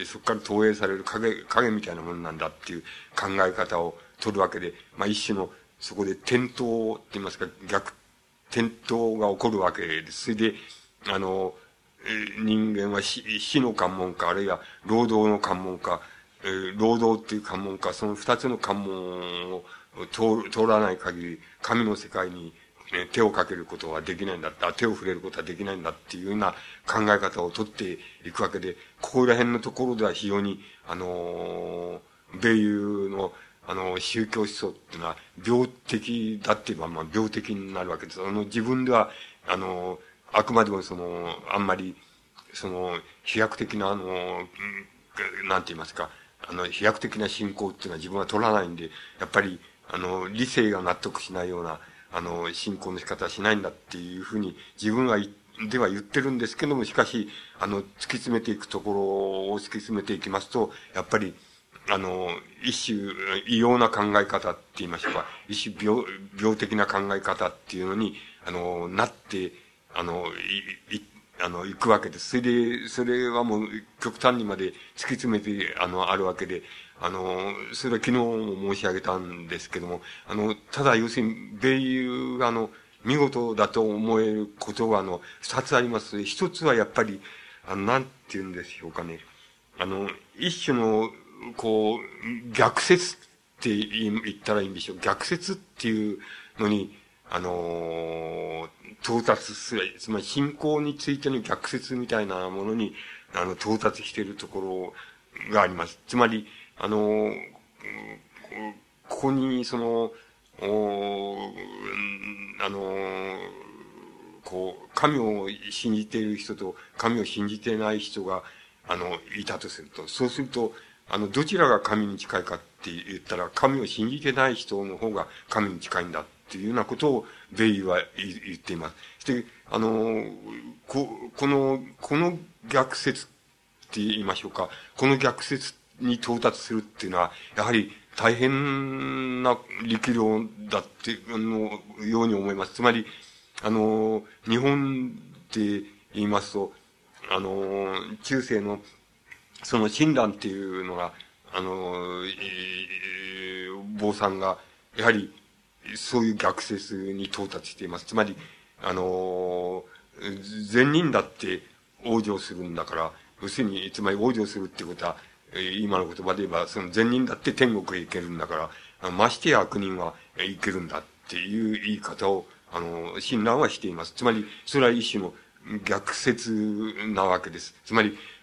そこから投影される影、影みたいなもんなんだっていう考え方を取るわけで、まあ一種の、そこで転倒って言いますか、逆、転倒が起こるわけです。それで、あの、人間は死、死の関門か、あるいは労働の関門か、えー、労働っていう関門か、その二つの関門を通通らない限り、神の世界に、ね、手をかけることはできないんだ、手を触れることはできないんだっていうような考え方をとっていくわけで、ここら辺のところでは非常に、あのー、米友の、あの、宗教思想っていうのは、病的だって言えば、まあ、病的になるわけです。あの、自分では、あの、あくまでもその、あんまり、その、飛躍的な、あの、なんて言いますか、あの、飛躍的な信仰っていうのは自分は取らないんで、やっぱり、あの、理性が納得しないような、あの、信仰の仕方はしないんだっていうふうに、自分は、では言ってるんですけども、しかし、あの、突き詰めていくところを突き詰めていきますと、やっぱり、あの、一種、異様な考え方って言いましょうか、一種病、病的な考え方っていうのに、あの、なって、あの、い、い、あの、行くわけです。それで、それはもう極端にまで突き詰めて、あの、あるわけで、あの、それは昨日も申し上げたんですけども、あの、ただ要するに、米友があの、見事だと思えることがあの、二つあります。一つはやっぱり、あの、なんて言うんでしょうかね。あの、一種の、こう、逆説って言ったらいいんでしょう。逆説っていうのに、あの、到達する、つまり信仰についての逆説みたいなものに、あの、到達しているところがあります。つまり、あの、ここに、その、おあの、こう、神を信じている人と神を信じていない人が、あの、いたとすると、そうすると、あの、どちらが神に近いかって言ったら、神を信じてない人の方が神に近いんだっていうようなことを、米友は言っています。そして、あの、こ、この、この逆説って言いましょうか、この逆説に到達するっていうのは、やはり大変な力量だって、あの、ように思います。つまり、あの、日本で言いますと、あの、中世の、その親鸞っていうのが、あの、坊さんが、やはり、そういう逆説に到達しています。つまり、あの、善人だって往生するんだから、要するに、つまり往生するっていうことは、今の言葉で言えば、その善人だって天国へ行けるんだから、ましてや悪人は行けるんだっていう言い方を、あの、親鸞はしています。つまり、それは一種の逆説なわけです。つまり、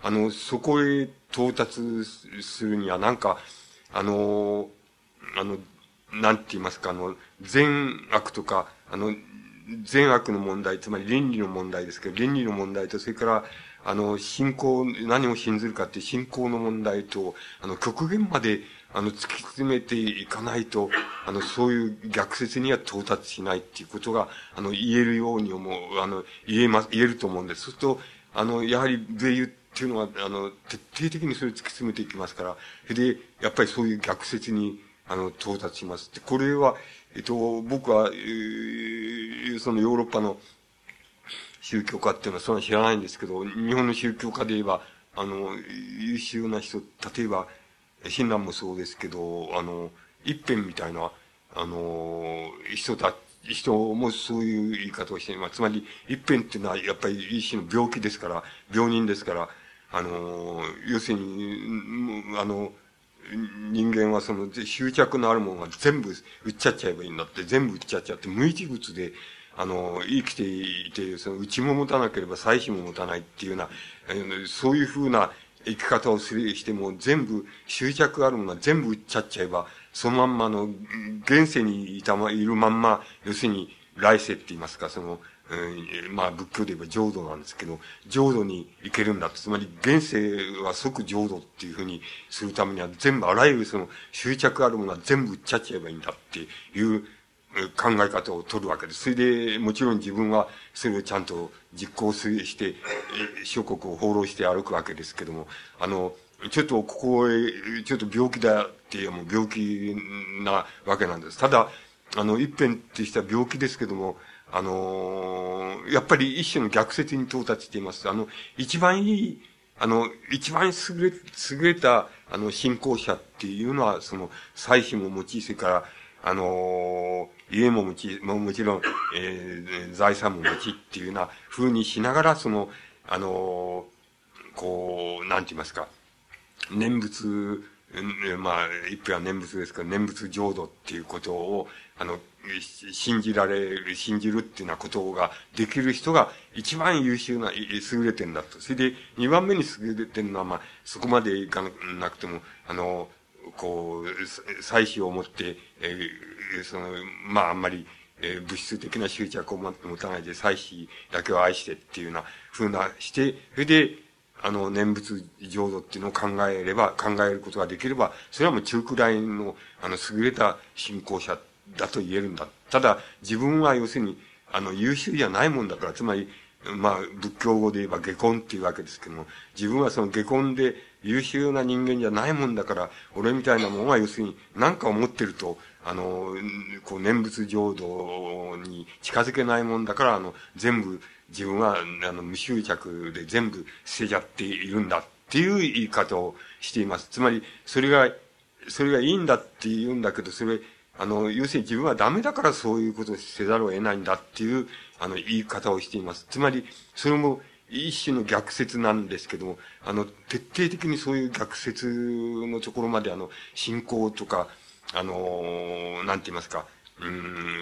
あの、そこへ到達するには、なんか、あの、あの、なんて言いますか、あの、善悪とか、あの、善悪の問題、つまり倫理の問題ですけど、倫理の問題と、それから、あの、信仰、何を信ずるかって信仰の問題と、あの、極限まで、あの、突き詰めていかないと、あの、そういう逆説には到達しないっていうことが、あの、言えるように思う、あの、言えます、言えると思うんです。そうすると、あの、やはり、米油っていうのは、あの、徹底的にそれを突き詰めていきますから、それで、やっぱりそういう逆説に、あの、到達します。で、これは、えっと、僕は、えー、そのヨーロッパの宗教家っていうのはそんな知らないんですけど、日本の宗教家で言えば、あの、優秀な人、例えば、親鸞もそうですけど、あの、一辺みたいな、あの、人た、人もそういう言い方をしています。つまり、一辺っていうのはやっぱり一種の病気ですから、病人ですから、あの、要するに、あの、人間はその執着のあるものが全部売っちゃっちゃえばいいんだって、全部売っちゃっちゃって、無一物で、あの、生きていて、その内も持たなければ妻子も持たないっていうような、そういうふうな生き方をするしても、全部執着あるものが全部売っちゃっちゃえば、そのまんまの、現世にいたま、いるまんま、要するに来世って言いますか、その、うん、まあ仏教で言えば浄土なんですけど、浄土に行けるんだ。つまり現世は即浄土っていうふうにするためには全部あらゆるその執着あるものは全部売っちゃっちゃえばいいんだっていう考え方を取るわけです。それでもちろん自分はそれをちゃんと実行するして、諸国を放浪して歩くわけですけども、あの、ちょっとここへ、ちょっと病気だっていうもう病気なわけなんです。ただ、あの、一辺ってした病気ですけども、あのー、やっぱり一種の逆説に到達しています。あの、一番いい、あの、一番優れ、優れた、あの、信仰者っていうのは、その、妻子も持ち、それから、あのー、家も持ち、ももちろん、えー、財産も持ちっていうような風にしながら、その、あのー、こう、なんて言いますか、念仏、まあ、一辺は念仏ですから、念仏浄土っていうことを、あの、信じられる、信じるっていうようなことができる人が一番優秀な、優れてんだと。それで、二番目に優れてるのは、まあ、そこまでいかなくても、あの、こう、妻子を持って、えー、その、まあ、あんまり、えー、物質的な執着を持たないで、妻子だけを愛してっていうような風なして、それで、あの、念仏浄土っていうのを考えれば、考えることができれば、それはもう中くらいの、あの、優れた信仰者だと言えるんだ。ただ、自分は要するに、あの、優秀じゃないもんだから、つまり、まあ、仏教語で言えば下根っていうわけですけども、自分はその下根で優秀な人間じゃないもんだから、俺みたいなものは要するに何か思ってると、あの、こう、念仏浄土に近づけないもんだから、あの、全部、自分は、あの、無執着で全部捨てちゃっているんだっていう言い方をしています。つまり、それが、それがいいんだって言うんだけど、それ、あの、要するに自分はダメだからそういうことをせざるを得ないんだっていう、あの、言い方をしています。つまり、それも一種の逆説なんですけども、あの、徹底的にそういう逆説のところまで、あの、信仰とか、あの、なんて言いますか、うん、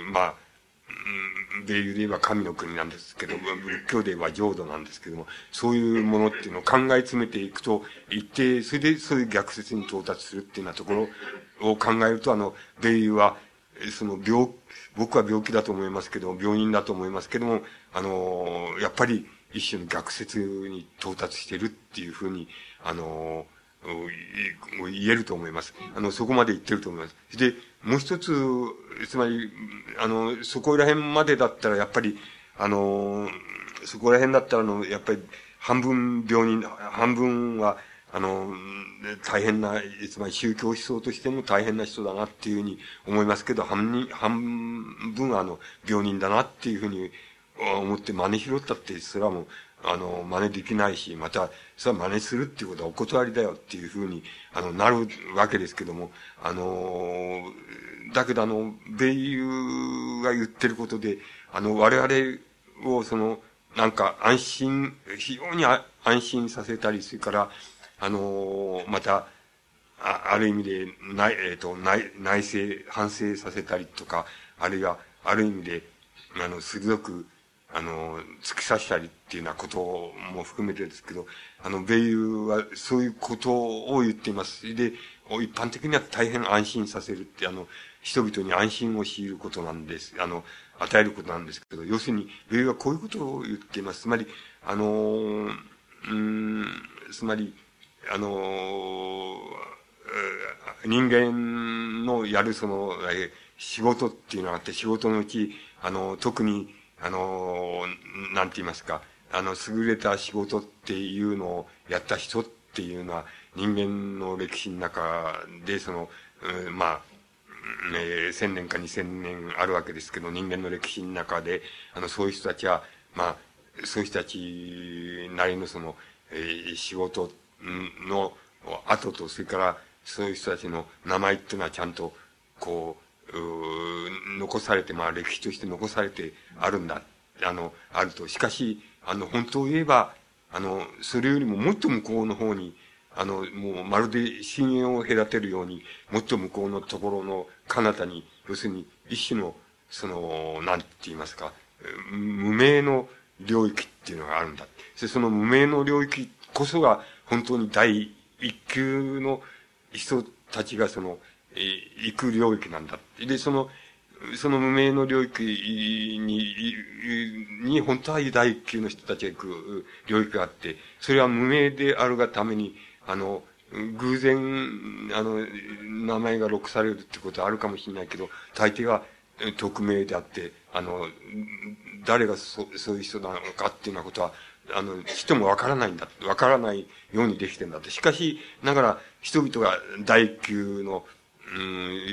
まあ、米油で言えば神の国なんですけど、仏教で言えば浄土なんですけども、そういうものっていうのを考え詰めていくと、一定、それでそういう逆説に到達するっていうようなところを考えると、あの、米油は、その病、僕は病気だと思いますけど、病人だと思いますけども、あの、やっぱり一種の逆説に到達しているっていうふうに、あの、言えると思います。あの、そこまで言ってると思います。で、もう一つ、つまり、あの、そこら辺までだったら、やっぱり、あの、そこら辺だったら、あの、やっぱり、半分病人、半分は、あの、大変な、つまり宗教思想としても大変な人だなっていうふうに思いますけど、半人、半分はあの、病人だなっていうふうに思って真似拾ったって、それはもう、あの、真似できないし、また、それは真似するっていうことはお断りだよっていうふうに、あの、なるわけですけども、あの、だけどあの、米油が言ってることで、あの、我々をその、なんか安心、非常に安心させたり、それから、あの、また、あある意味で、内、えっ、ー、と、内、内省、反省させたりとか、あるいは、ある意味で、あの、鋭く、 あの、突き刺したりっていうようなことも含めてですけど、あの、米友はそういうことを言っています。で、一般的には大変安心させるって、あの、人々に安心を強いることなんです。あの、与えることなんですけど、要するに、米友はこういうことを言っています。つまり、あの、うーん、つまり、あの、人間のやるその、え仕事っていうのがあって、仕事のうち、あの、特に、あの、なんて言いますか、あの、優れた仕事っていうのをやった人っていうのは、人間の歴史の中で、その、うん、まあ、えー、千年か二千年あるわけですけど、人間の歴史の中で、あの、そういう人たちは、まあ、そういう人たちなりのその、えー、仕事の後と、それから、そういう人たちの名前っていうのはちゃんと、こう、う残されて、まあ歴史として残されてあるんだ。あの、あると。しかし、あの、本当を言えば、あの、それよりももっと向こうの方に、あの、もうまるで深淵を隔てるように、もっと向こうのところの彼方に、要するに一種の、その、なんて言いますか、無名の領域っていうのがあるんだ。そその無名の領域こそが本当に第一級の人たちがその、えー、行く領域なんだ。で、その、その無名の領域に、に、本当は第一級の人たちが行く領域があって、それは無名であるがために、あの、偶然、あの、名前が録されるってことはあるかもしれないけど、大抵は匿名であって、あの、誰がそそういう人なのかっていうようなことは、あの、ちっともわからないんだ。わからないようにできてるんだって。しかし、ながら、人々が第一級の、うん、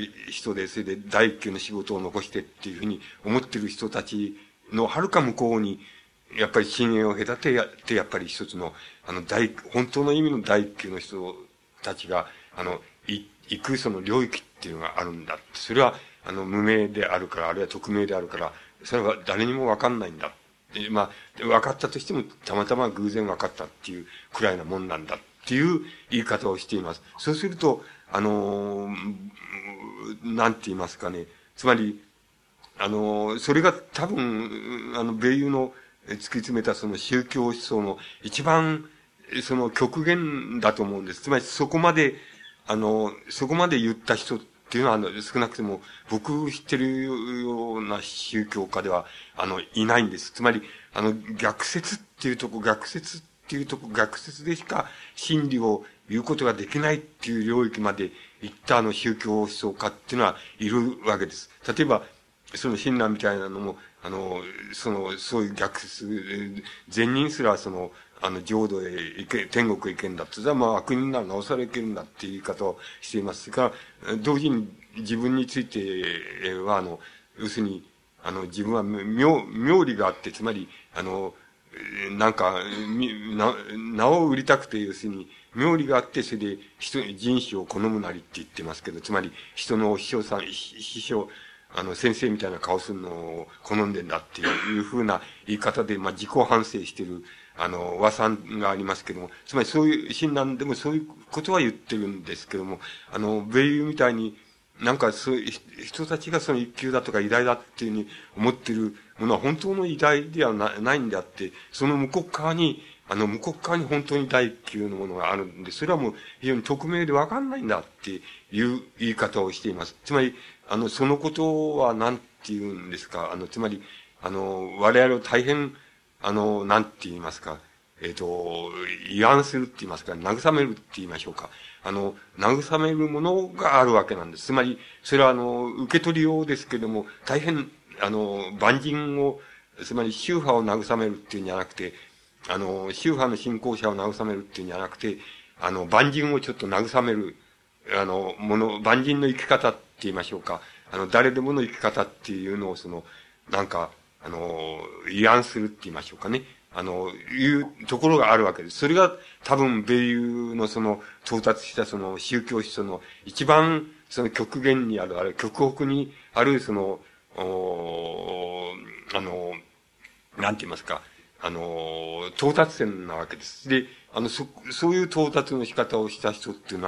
人で、それで第一級の仕事を残してっていうふうに思ってる人たちのはるか向こうに、やっぱり深淵を隔てやって、やっぱり一つの、あの、大、本当の意味の第一級の人たちが、あの、い、行くその領域っていうのがあるんだ。それは、あの、無名であるから、あるいは匿名であるから、それは誰にもわかんないんだ。で、まあ、分かったとしても、たまたま偶然分かったっていうくらいなもんなんだっていう言い方をしています。そうすると、あのー、なんて言いますかね。つまり、あのー、それが多分、あの、米友の突き詰めたその宗教思想の一番、その極限だと思うんです。つまりそこまで、あの、そこまで言った人っていうのは、あの、少なくとも、僕知ってるような宗教家では、あの、いないんです。つまり、あの、逆説っていうとこ、逆説っていうとこ、逆説でしか真理を言うことができないっていう領域まで行ったあの宗教思想家っていうのはいるわけです。例えば、その親鸞みたいなのも、あの、その、そういう逆説、善人すらその、あの、浄土へ行け、天国へ行けんだって、まあ悪人ならなおさら行けるんだっていう言い方をしています。それから、同時に自分については、あの、要するに、あの、自分は妙、妙理があって、つまり、あの、なんか、な、名を売りたくて、要するに、妙理があって、それで人、人種を好むなりって言ってますけど、つまり、人の師匠さん、師匠、あの、先生みたいな顔するのを好んでんだっていうふうな言い方で、まあ、自己反省してる、あの、噂がありますけども、つまりそういう、親鸞でもそういうことは言ってるんですけども、あの、米友みたいに、なんかそういう人たちがその一級だとか偉大だっていうふうに思ってるものは本当の偉大ではなないんであって、その向こう側に、あの、向こう側に本当に第一級のものがあるんで、それはもう非常に匿名でわかんないんだっていう言い方をしています。つまり、あの、そのことは何て言うんですか、あの、つまり、あの、我々を大変、あの、何て言いますか、えっと、慰安するって言いますか、慰めるって言いましょうか。あの、慰めるものがあるわけなんです。つまり、それはあの、受け取りようですけれども、大変、あの、万人を、つまり宗派を慰めるっていうんじゃなくて、あの、宗派の信仰者を慰めるっていうんじゃなくて、あの、万人をちょっと慰める、あの、もの、万人の生き方って言いましょうか。あの、誰でもの生き方っていうのを、その、なんか、あの、慰安するって言いましょうかね。あの、いうところがあるわけです。それが多分、米友のその、到達したその宗教思想の一番、その極限にある、ある、極北にある、その、おあの、なんて言いますか、あの、到達点なわけです。で、あの、そ、そういう到達の仕方をした人っていうのは、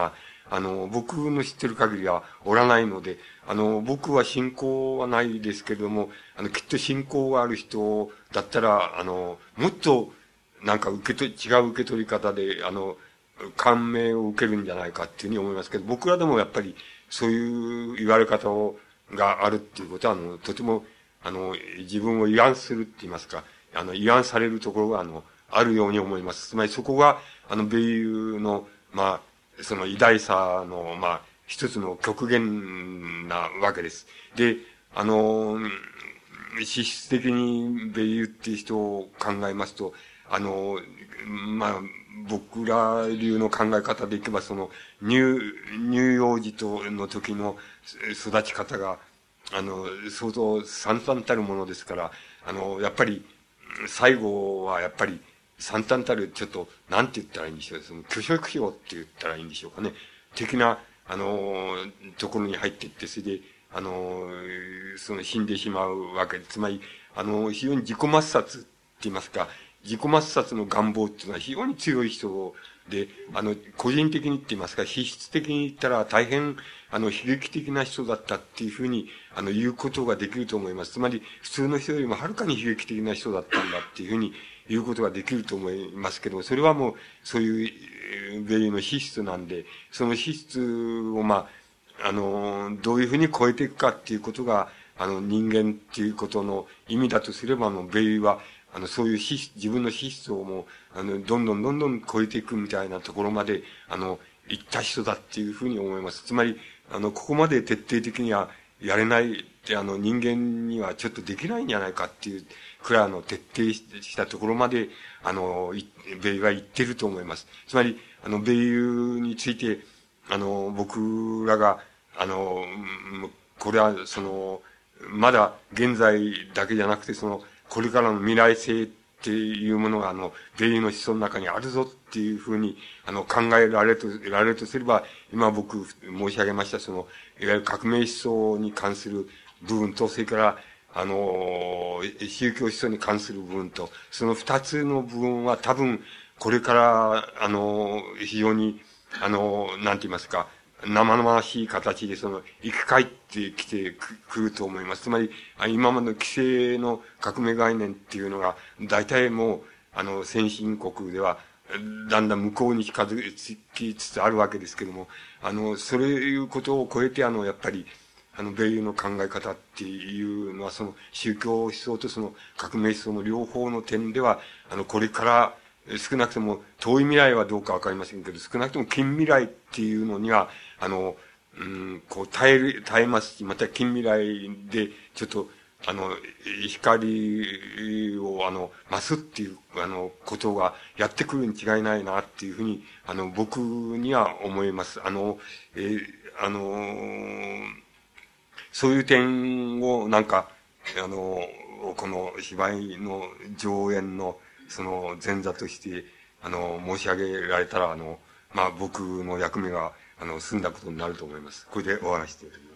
あの、僕の知ってる限りはおらないので、あの、僕は信仰はないですけれども、あの、きっと信仰がある人だったら、あの、もっと、なんか受け取り、違う受け取り方で、あの、感銘を受けるんじゃないかっていうふうに思いますけど、僕らでもやっぱり、そういう言われ方を、があるっていうことは、あの、とても、あの、自分を慰安するって言いますか、あの、慰安されるところが、あの、あるように思います。つまりそこが、あの、米友の、まあ、その偉大さの、まあ、一つの極限なわけです。で、あの、資質的に米友っていう人を考えますと、あの、まあ、僕ら流の考え方でいけば、その、乳、乳幼児との時の育ち方が、あの、相当惨憺たるものですから、あの、やっぱり、最後はやっぱり、惨憺たる、ちょっと、なんて言ったらいいんでしょう。その、拒食症って言ったらいいんでしょうかね。的な、あの、ところに入っていって、それで、あの、その死んでしまうわけで、つまり、あの、非常に自己抹殺って言いますか、自己抹殺の願望っていうのは非常に強い人で、あの、個人的にって言いますか、資質的に言ったら大変、あの、悲劇的な人だったっていうふうに、あの、言うことができると思います。つまり、普通の人よりもはるかに悲劇的な人だったんだっていうふうに言うことができると思いますけど、それはもう、そういう、米友の資質なんで、その資質を、まあ、あの、どういうふうに超えていくかっていうことが、あの、人間っていうことの意味だとすれば、もう、米友は、あの、そういう資質、自分の資質をもう、あの、どんどんどんどん超えていくみたいなところまで、あの、行った人だっていうふうに思います。つまり、あの、ここまで徹底的にはやれないって、あの、人間にはちょっとできないんじゃないかっていうくらい、あの、徹底したところまで、あの、米友は言ってると思います。つまり、あの、米友について、あの、僕らが、あの、これは、その、まだ現在だけじゃなくて、その、これからの未来性っていうものが、あの、米友の思想の中にあるぞっていうふうに、あの、考えられると、られるとすれば、今僕申し上げました、その、いわゆる革命思想に関する部分と、それから、あの、宗教思想に関する部分と、その二つの部分は多分、これから、あの、非常に、あの、なんて言いますか、生々しい形でその、生き返ってきてくると思います。つまり、今までの規制の革命概念っていうのが、大体もう、あの、先進国では、だんだん向こうに近づきつつあるわけですけども、あの、そういうことを超えて、あの、やっぱり、あの、米友の考え方っていうのは、その、宗教思想とその、革命思想の両方の点では、あの、これから、少なくとも、遠い未来はどうかわかりませんけど、少なくとも近未来っていうのには、あの、うん、こう、耐える、耐えますし、また近未来で、ちょっと、あの、光を、あの、増すっていう、あの、ことがやってくるに違いないなっていうふうに、あの、僕には思います。あの、えー、あの、そういう点を、なんか、あの、この芝居の上演の、その前座として、あの、申し上げられたら、あの、まあ、僕の役目が、あの、済んだことになると思います。これで終わらせていただきます。